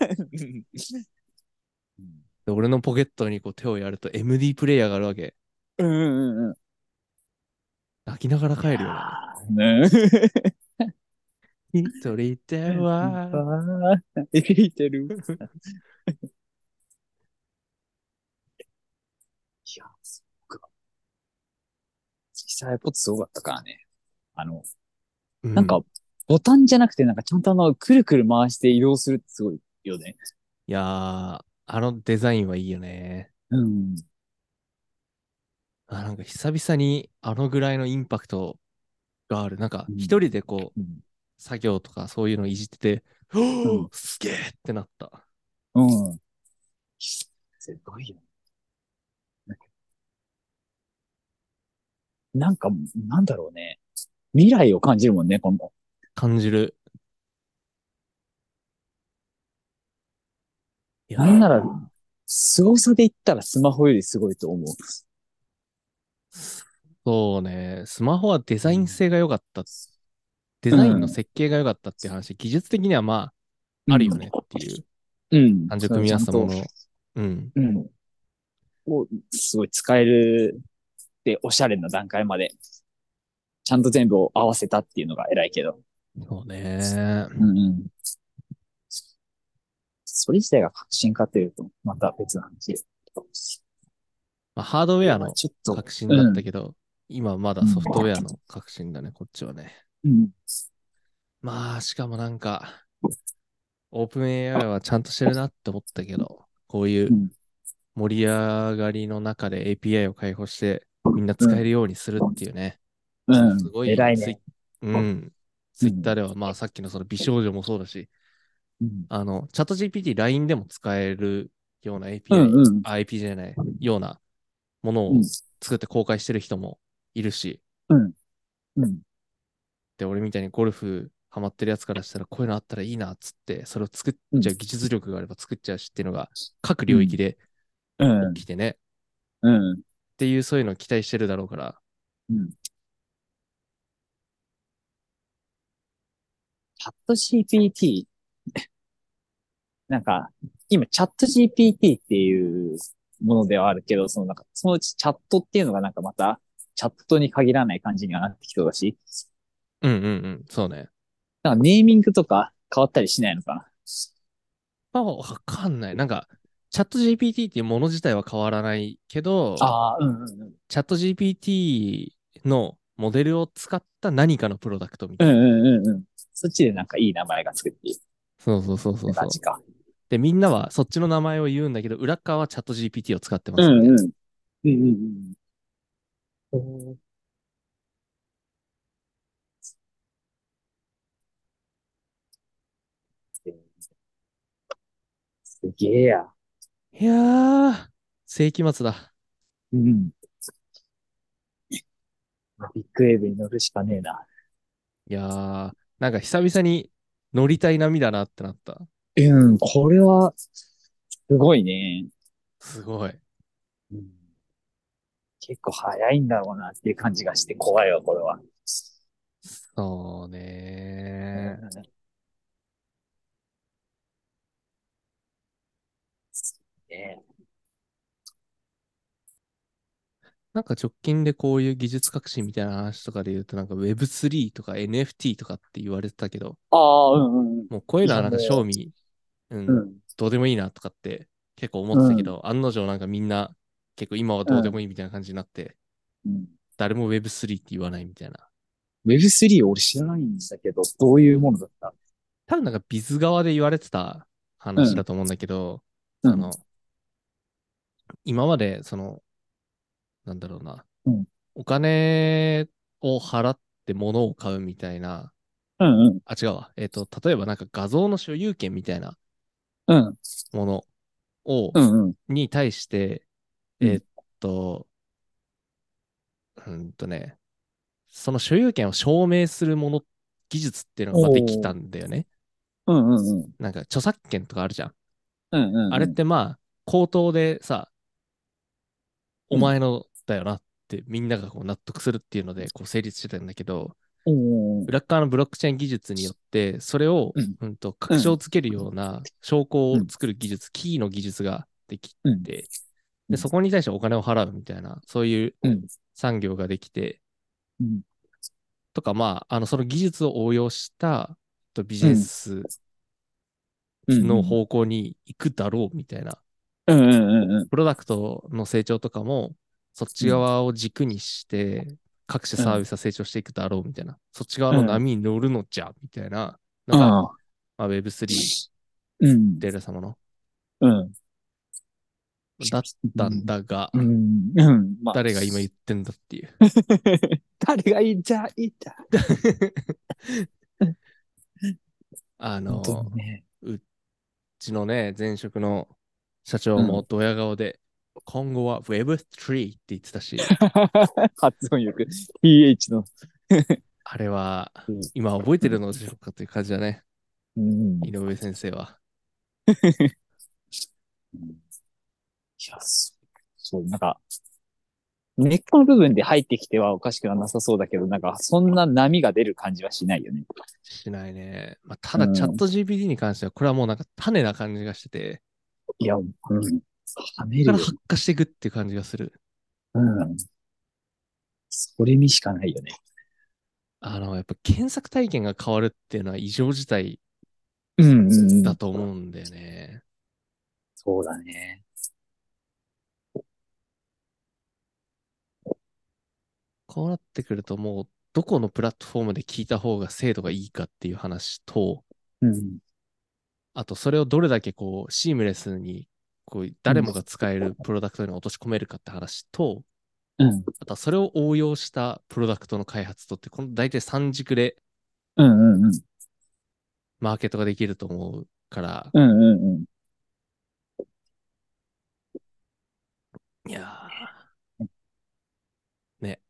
で、俺のポケットにこう手をやると MD プレイヤーがあるわけ。 うんうんうん。 泣きながらいや帰るよね。 ー、ね。 一人では。 ああ、いてる。いや、そっか。実際 iPod すごかったからね。あの、なんか、 うん。 ボタンじゃなくて、なんかちゃんとくるくる回して移動するってすごいよね。 いやー、あのデザインはいいよね。 うん。 なんか久々にあのぐらいのインパクトがある。なんかうん。 一人でこう、 うん。 作業とかそういうのいじってて、 うん。 すげーってなった。 うん。すごいよ。なんか、なんだろうね。未来を感じるもんね、今度。 感じる。いやなんなら、 ー、 凄さで言ったらスマホよりすごいと思う。 そうね。スマホはデザインうん。 性が良かった。デうザインのん。 設計が良かったっていう話、技術的にはまあ、あるうん。 よねっていう。 うん。 単純組み合わそれちゃんと、 せたもの。うん。 うん。を、すごい使えるっておしゃれな段階まで、ちゃんと全部を合わせたっていうのが偉いけど。 そうね。 うんうん。それ自体が革新かというと、また別の話です。 まあ、ハードウいや、 ェアのちょっと、 革新だっうん。 たけど、今まだうん。 ソフトウェアの革新だね、こっちはね。 うん。 まあ、しかもなんか、オープン AI はちゃんとしてるなって思ったけど、こういううん。 盛り上がりの中で API を開放してみんなうん。 使えるようにするっていうね。 うん。 すごい偉いね。 うん、ツイッターうん。 ではまあさっきのその美少女もそうだし、 うん。 チャット GPT、LINE でも使えるようなう API、 ん。うん。 IP じゃない、ようなものうん。 を作って公開してる人もいるし、 うん。うん。 で、俺みたいにゴルフハマってるやつからしたらこういうのあったらいいなっつって、それを作っうん。 ちゃう技術力があれば作っちゃうしっていうのが各うん。 領域でうん。 起きてね。 うん。 っていうそういうのを期待してるだろうから。 うん。チャット GPT、なんか、今チャット GPT っていうものではあるけど、そのうちチャットっていうのがなんかまた、チャットに限らない感じにはなってきそうだし、 うんうんうん、そうね。 なんかネーミングとか変わったりしないのかな。 まあ、わかんない。なんか、チャット GPT っていうもの自体は変わらないけど、 ああ、うんうんうん。 チャット GPT のモデルを使った何かのプロダクトみたいな。 うんうんうんうん。そっちでなんかいい名前がつくっていうそうそうそうそうそう。 感じか。 で、みんなはそっちの名前を言うんだけど、裏側はチャット GPT を使ってますみたいな。 うんうん。うんうんうん。すげえや。 いやー、世紀末だ。 うん。ビッグウェーブに乗るしかねえな。 いやー、なんか久々に乗りたい波だなってなった。 うん、これは、すごいね。 すごい。 うん、結構早いんだろうなっていう感じがして怖いわ、これは。 そうねー。 うんね。 なんか直近でこういう技術革新みたいな話とかで言うと、なんか Web3 とか NFT とかって言われてたけど、 ああ、うんうん。 もうこういういや、 のはなんか賞も味、うう、うん、 ん、 どうでもいいなとかって結構思っうん、 てたけど、案の定なんかみんな結構今はどうでもうん、 いいみたいな感じになって、 うん。 誰も Web3 って言わないみたいな。 Web3 俺知らないんだけど、どういうものだった？ 多分なんかビズ側で言われてたうん、 話だと思うんだけど、 うん、 今までなんだろうな、 うん、 お金を払って物を買うみたいな、 うん、うん、 あ、違うわ。例えばなんか画像の所有権みたいなうん、 ものを、 うん、うん、 に対して、 うん、 えっと、うんとね、 その所有権を証明するもの、技術っていうのがまあできたおー。 んだよね。 うんうんうん。 なんか著作権とかあるじゃん。 うんうあれっんうん。 てまあ、口頭でさ、おうん。 前のだよなってみんながこう納得するっていうのでこう成立してたんだけど、 おー。 裏側のブロックチェーン技術によって、それを、 うん。 確証うん。 をつけるような証拠をうん。 作る技術、キーの技術ができうん。 て、で、 うん。 そこに対してお金を払うみたいな、そういううん。 産業ができて、 うん。 とか、まあ、その技術を応用したビジネうん。 スうん。うん。 の方向に行くだろうみたいな、 うんうんうん。 プロダクトの成長とかも、そっちうん。 側を軸にして、各種うん。 サービスが成長していくだろうみたいな、そっち側うん。 の波に乗るのじゃ、みたいなのが、 うん。 まあ、 うん。 Web3 データ様のうん。 だったんだが、 うん。うん。まあ。 誰が今言ってんだっていう。 誰がいいじゃいいじゃ。 あ本当の、 にね。 うちのね、前職の社長もうん。 ドヤ顔で、今後は Web3 って言ってたし、 発音よく。TH の。 あれはうん。 今覚えてるのでしょうかという感じだね。 うん。 井上先生は。 いや、そう、なんか、根っこの部分で入ってきてはおかしくはなさそうだけど、なんか、そんな波が出る感じはしないよね。 しないね。まあ、たうだチャッん。 ト GPT に関しては、これはもうなんか種な感じがしてて、 いや、うん。跳ここからねるよ。 発火していくっていう感じがする。 うん。それにしかないよね。 やっぱ検索体験が変わるっていうのは異常事態うんうんうん。 だと思うんだよね。 そうだね。 こうなってくるともう、どこのプラットフォームで聞いた方が精度がいいかっていう話と、 うん。 あとそれをどれだけこう、シームレスに、こう、 うん。 誰もが使えるプロダクトに落とし込めるかって話と、 うん。 あとはそれを応用したプロダクトの開発とって、この大体三軸でうんうんうん。 マーケットができると思うから、 うんうんうん。 いやー、ね、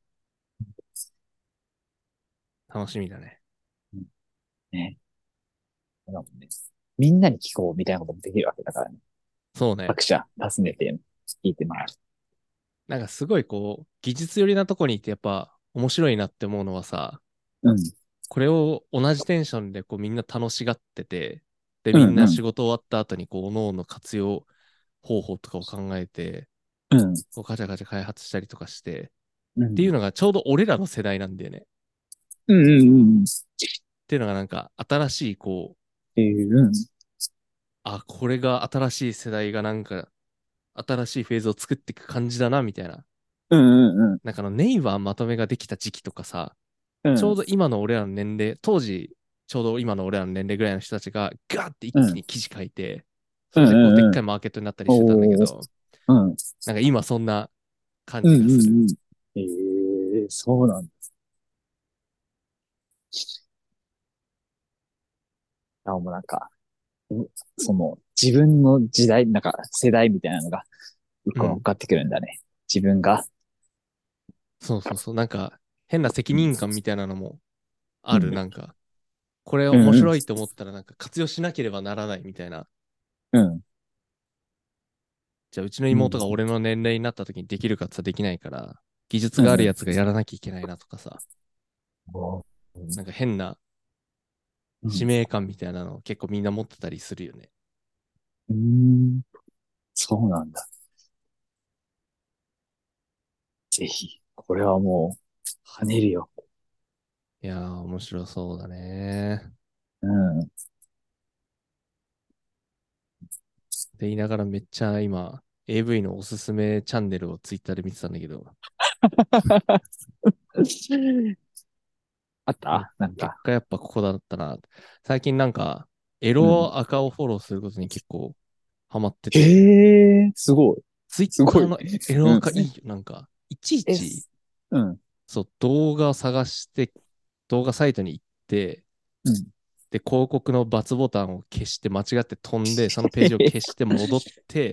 楽しみだね。 うんね。だもんね。みんなに聞こうみたいなこともできるわけだからね。 そうね。 各社訪ねて聞いて回る。 なんかすごいこう、技術寄りなとこにいてやっぱ面白いなって思うのはさ、 うん。 これを同じテンションでこうみんな楽しがってて、で、みんなうんうん。 仕事終わった後にこう、各々活用方法とかを考えて、 うん。 こうガチャガチャ開発したりとかして、 うん。 っていうのがちょうど俺らの世代なんだよね。っうんうんうん。 ていうのがなんか新しいこう、 っていう。うん。 あ、これが新しい世代がなんか新しいフェーズを作っていく感じだな、みたいな。 うんうんうん。 なんかネイバーまとめができた時期とかさ、 うん。 ちょうど今の俺らの年齢、当時、ちょうど今の俺らの年齢ぐらいの人たちがガーって一うん。 気に記事書いて、そうんれでこうでっうんうん。 かいマーケットになったりしてたんだけおー。 ど、 うん。 なんか今そんな感うんじがする。 うんうん。ええ、そうなんだ。あ、もうなんか、その、自分の時代、なんか、世代みたいなのが、一うん。 個乗っかってくるんだね。自分が。 そうそうそう。なんか変な責うん。 任感みたいなのもある。 うん。 なんか、これ面うん。 白いと思ったらなんか活用しなければならないみたいな。 うん。 じゃあうちのうん。 妹が俺の年齢になった時にできるかって言ったらできないから、技術があるうん。 やつがやらなきゃいけないなとかさ、 うん。 なんか変なうん。 使命感みたいなのを結構みんな持ってたりするよね。 うん。そうなんだ。ぜひ。これはもう、跳ねるよ。 いやー、面白そうだね。 うん。 で言いながらめっちゃ今、AV のおすすめチャンネルをツイッターで見てたんだけど、 あっけたなんか。 結果やっぱここだったな。最近なんか、エうん。 ロアカをフォローすることに結構ハマってへて、 え、すごい。 ツイッすごい。 ターのエロうん。 アカいいよ。なんか、いちいち、 うん。 そう、動画を探して、動画サイトに行って、 うん。 で、広告の×ボタンを消して間違って飛んで、そのページを消して戻って、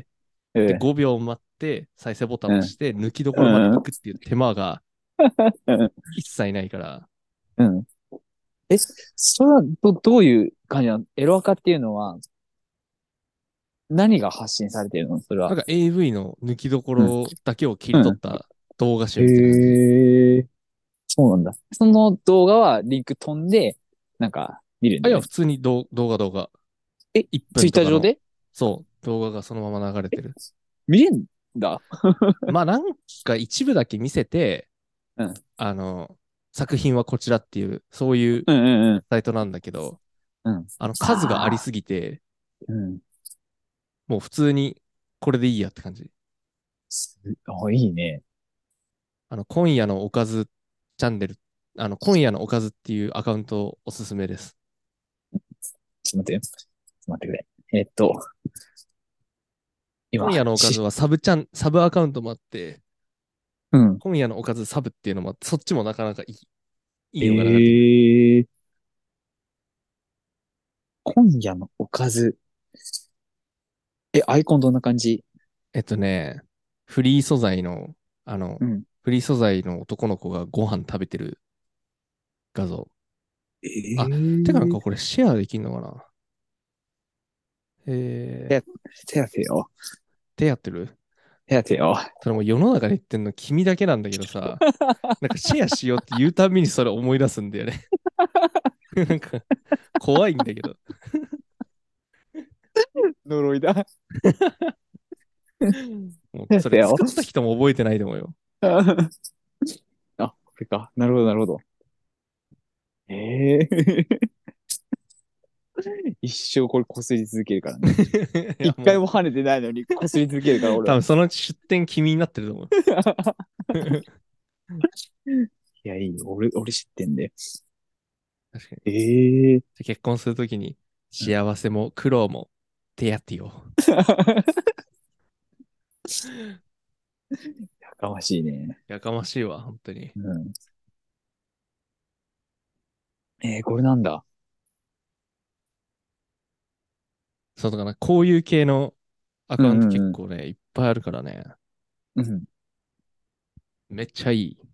で、 うん。 5秒待って再生ボタンを押して抜きどころまでうん。 行くっていう手間が一切ないから。 うん。それはどういう感じなの？エロアカっていうのは何が発信されてるの？それは。 なんか AV の抜きどこうん。 ろだけを切りうん。 取った動画集みたいな感じ。 へえ、そうなんだ。その動画はリンク飛んで、なんか見るんあ、いや、 だよね。 普通に動画。1 ツイッ分とかの、 ター上でそう、動画がそのまま流れてる。 見れんだ。 まあ、なんか一部だけ見せて、 うん。 あの、作品はこちらっていう、そういううんうんうん。 サイトなんだけど、 うん。 数がありああ、 すぎて、 うん。 もう普通にこれでいいやって感じ。 いいね。 今夜のおかずチャンネル、今夜のおかずっていうアカウントおすすめです。 ちょっと待って。ちょっと待ってくれ。今、 今夜のおかずはサブアカウントもあって、 うん。 今夜のおかずサブっていうのもあって、そっちもなかなかいいのが流れてくる。 ええ、今夜のおかず。アイコンどんな感じ？ えっとね、フリー素材の、あの、 うん。 フリー素材の男の子がご飯食べてる画像。あ、てかなんかこええ、 れシェアできんのかな？ 手手当てよ。 手やってる？ 手当てよ。 それもう世の中で言ってんの君だけなんだけどさ、なんかシェアしようって言うたびにそれ思い出すんだよね。なんか怖いんだけど。 呪いだ。 もうそれ手当てよ。 作った人も覚えてないと思うよ。 あ、これか。なるほど、なるほど。ええ、一生これ擦り続けるからね。 いや一回もう、 も跳ねてないのに擦り続けるから、俺は。 多分そのうち出店君になってると思う。 いや、いいよ。俺知ってんで。 確かに。 ええ、 結婚するときにうん。 幸せも苦労も手やってよ。 やかましいね。 やかましいわ、本当に。 うん。これなんだ。 そうだから、こういう系のアうカウントんうんうん。 結構ね、いっぱいあるからね。 うん。 めっちゃいい。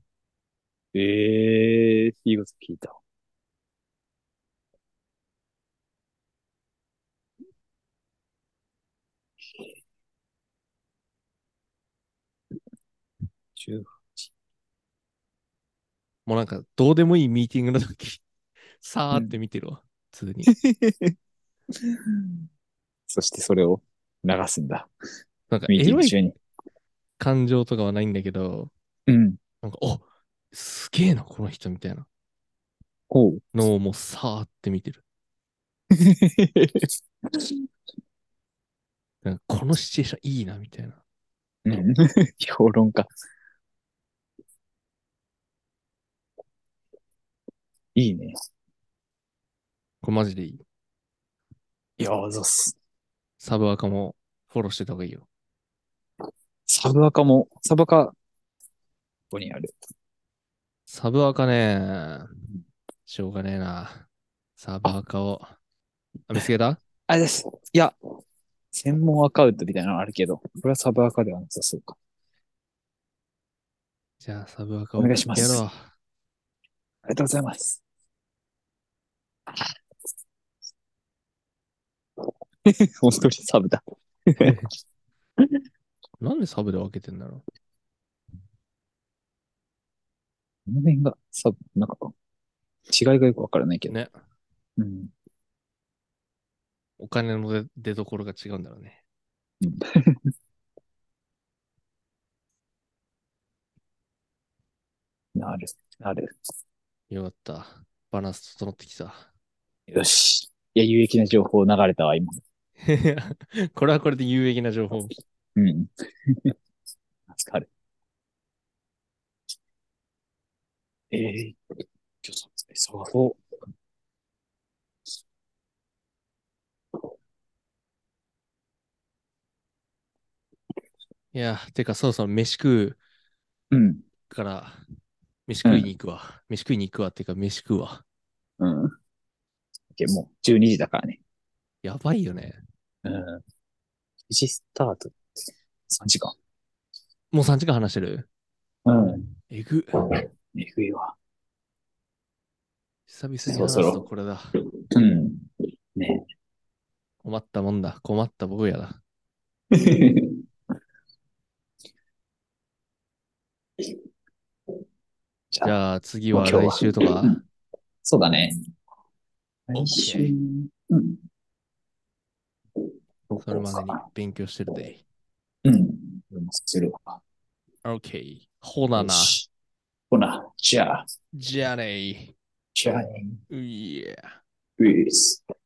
いいこと聞いた。18。 もうなんか、どうでもいいミーティングの時、さーってうん。 見てるわ。普通に。 そしてそれを流すんだ。 なんか、 ミーエロいティング中に。 感情とかはないんだけど、 うん。 なんか、お、すげえな、この人みたいなほう。 のをもうさーって見てる。なんかこのシチュエーションいいな、みたいな。 うん。評論家。いいね。 これマジでいい。 いやー、ざっす。 サブアカもフォローしてた方がいいよ。 サブアカ、ここにある。 サブアカね、しょうがねえな。サブあ、 アカを。あ、見つけた？ あれです。いや、専門アカウントみたいなのあるけど、これはサブアカではなさそうか。 じゃあ、サブアカお願い送っします。 てやろう。 ありがとうございます。本当にサブだ。 なんでサブで分けてんだろこの辺がサブ、なんか、違いがよくわからないけう。 ど。 ね。 うん。 お金の出所が違うんだろうね。 うん。なる、なる。 よかった。バランス整ってきた。 よし。いや、有益な情報流れたわ、今。 これはこれで有益な情報。 うん。助かる。今日探そう。 いや、てか、そろそろ飯食ううん。 から、飯食いにうん。 行くわ。飯食いに行くわっていうか、飯食うわ。 うん。もう12時だからね。 やばいよね。 うん。9時スタート。3時間。 もう3時間話してる？ うん。 えぐ。 ね、冬は。 久々に話すそろそろとこれだ。 うん。ね。 困ったもんだ。困った僕やな。 じゃあ、 じゃあ次もう今日は。 は来週とか？ うん。そうだね。来週、 OK。 うん。どそれまでこかな。 に勉強してるで。 うん。するわ。 OK。ほなな。 よし。ほな、じゃあ、 じゃあねじゃあね。 ー。いや。 ウィス。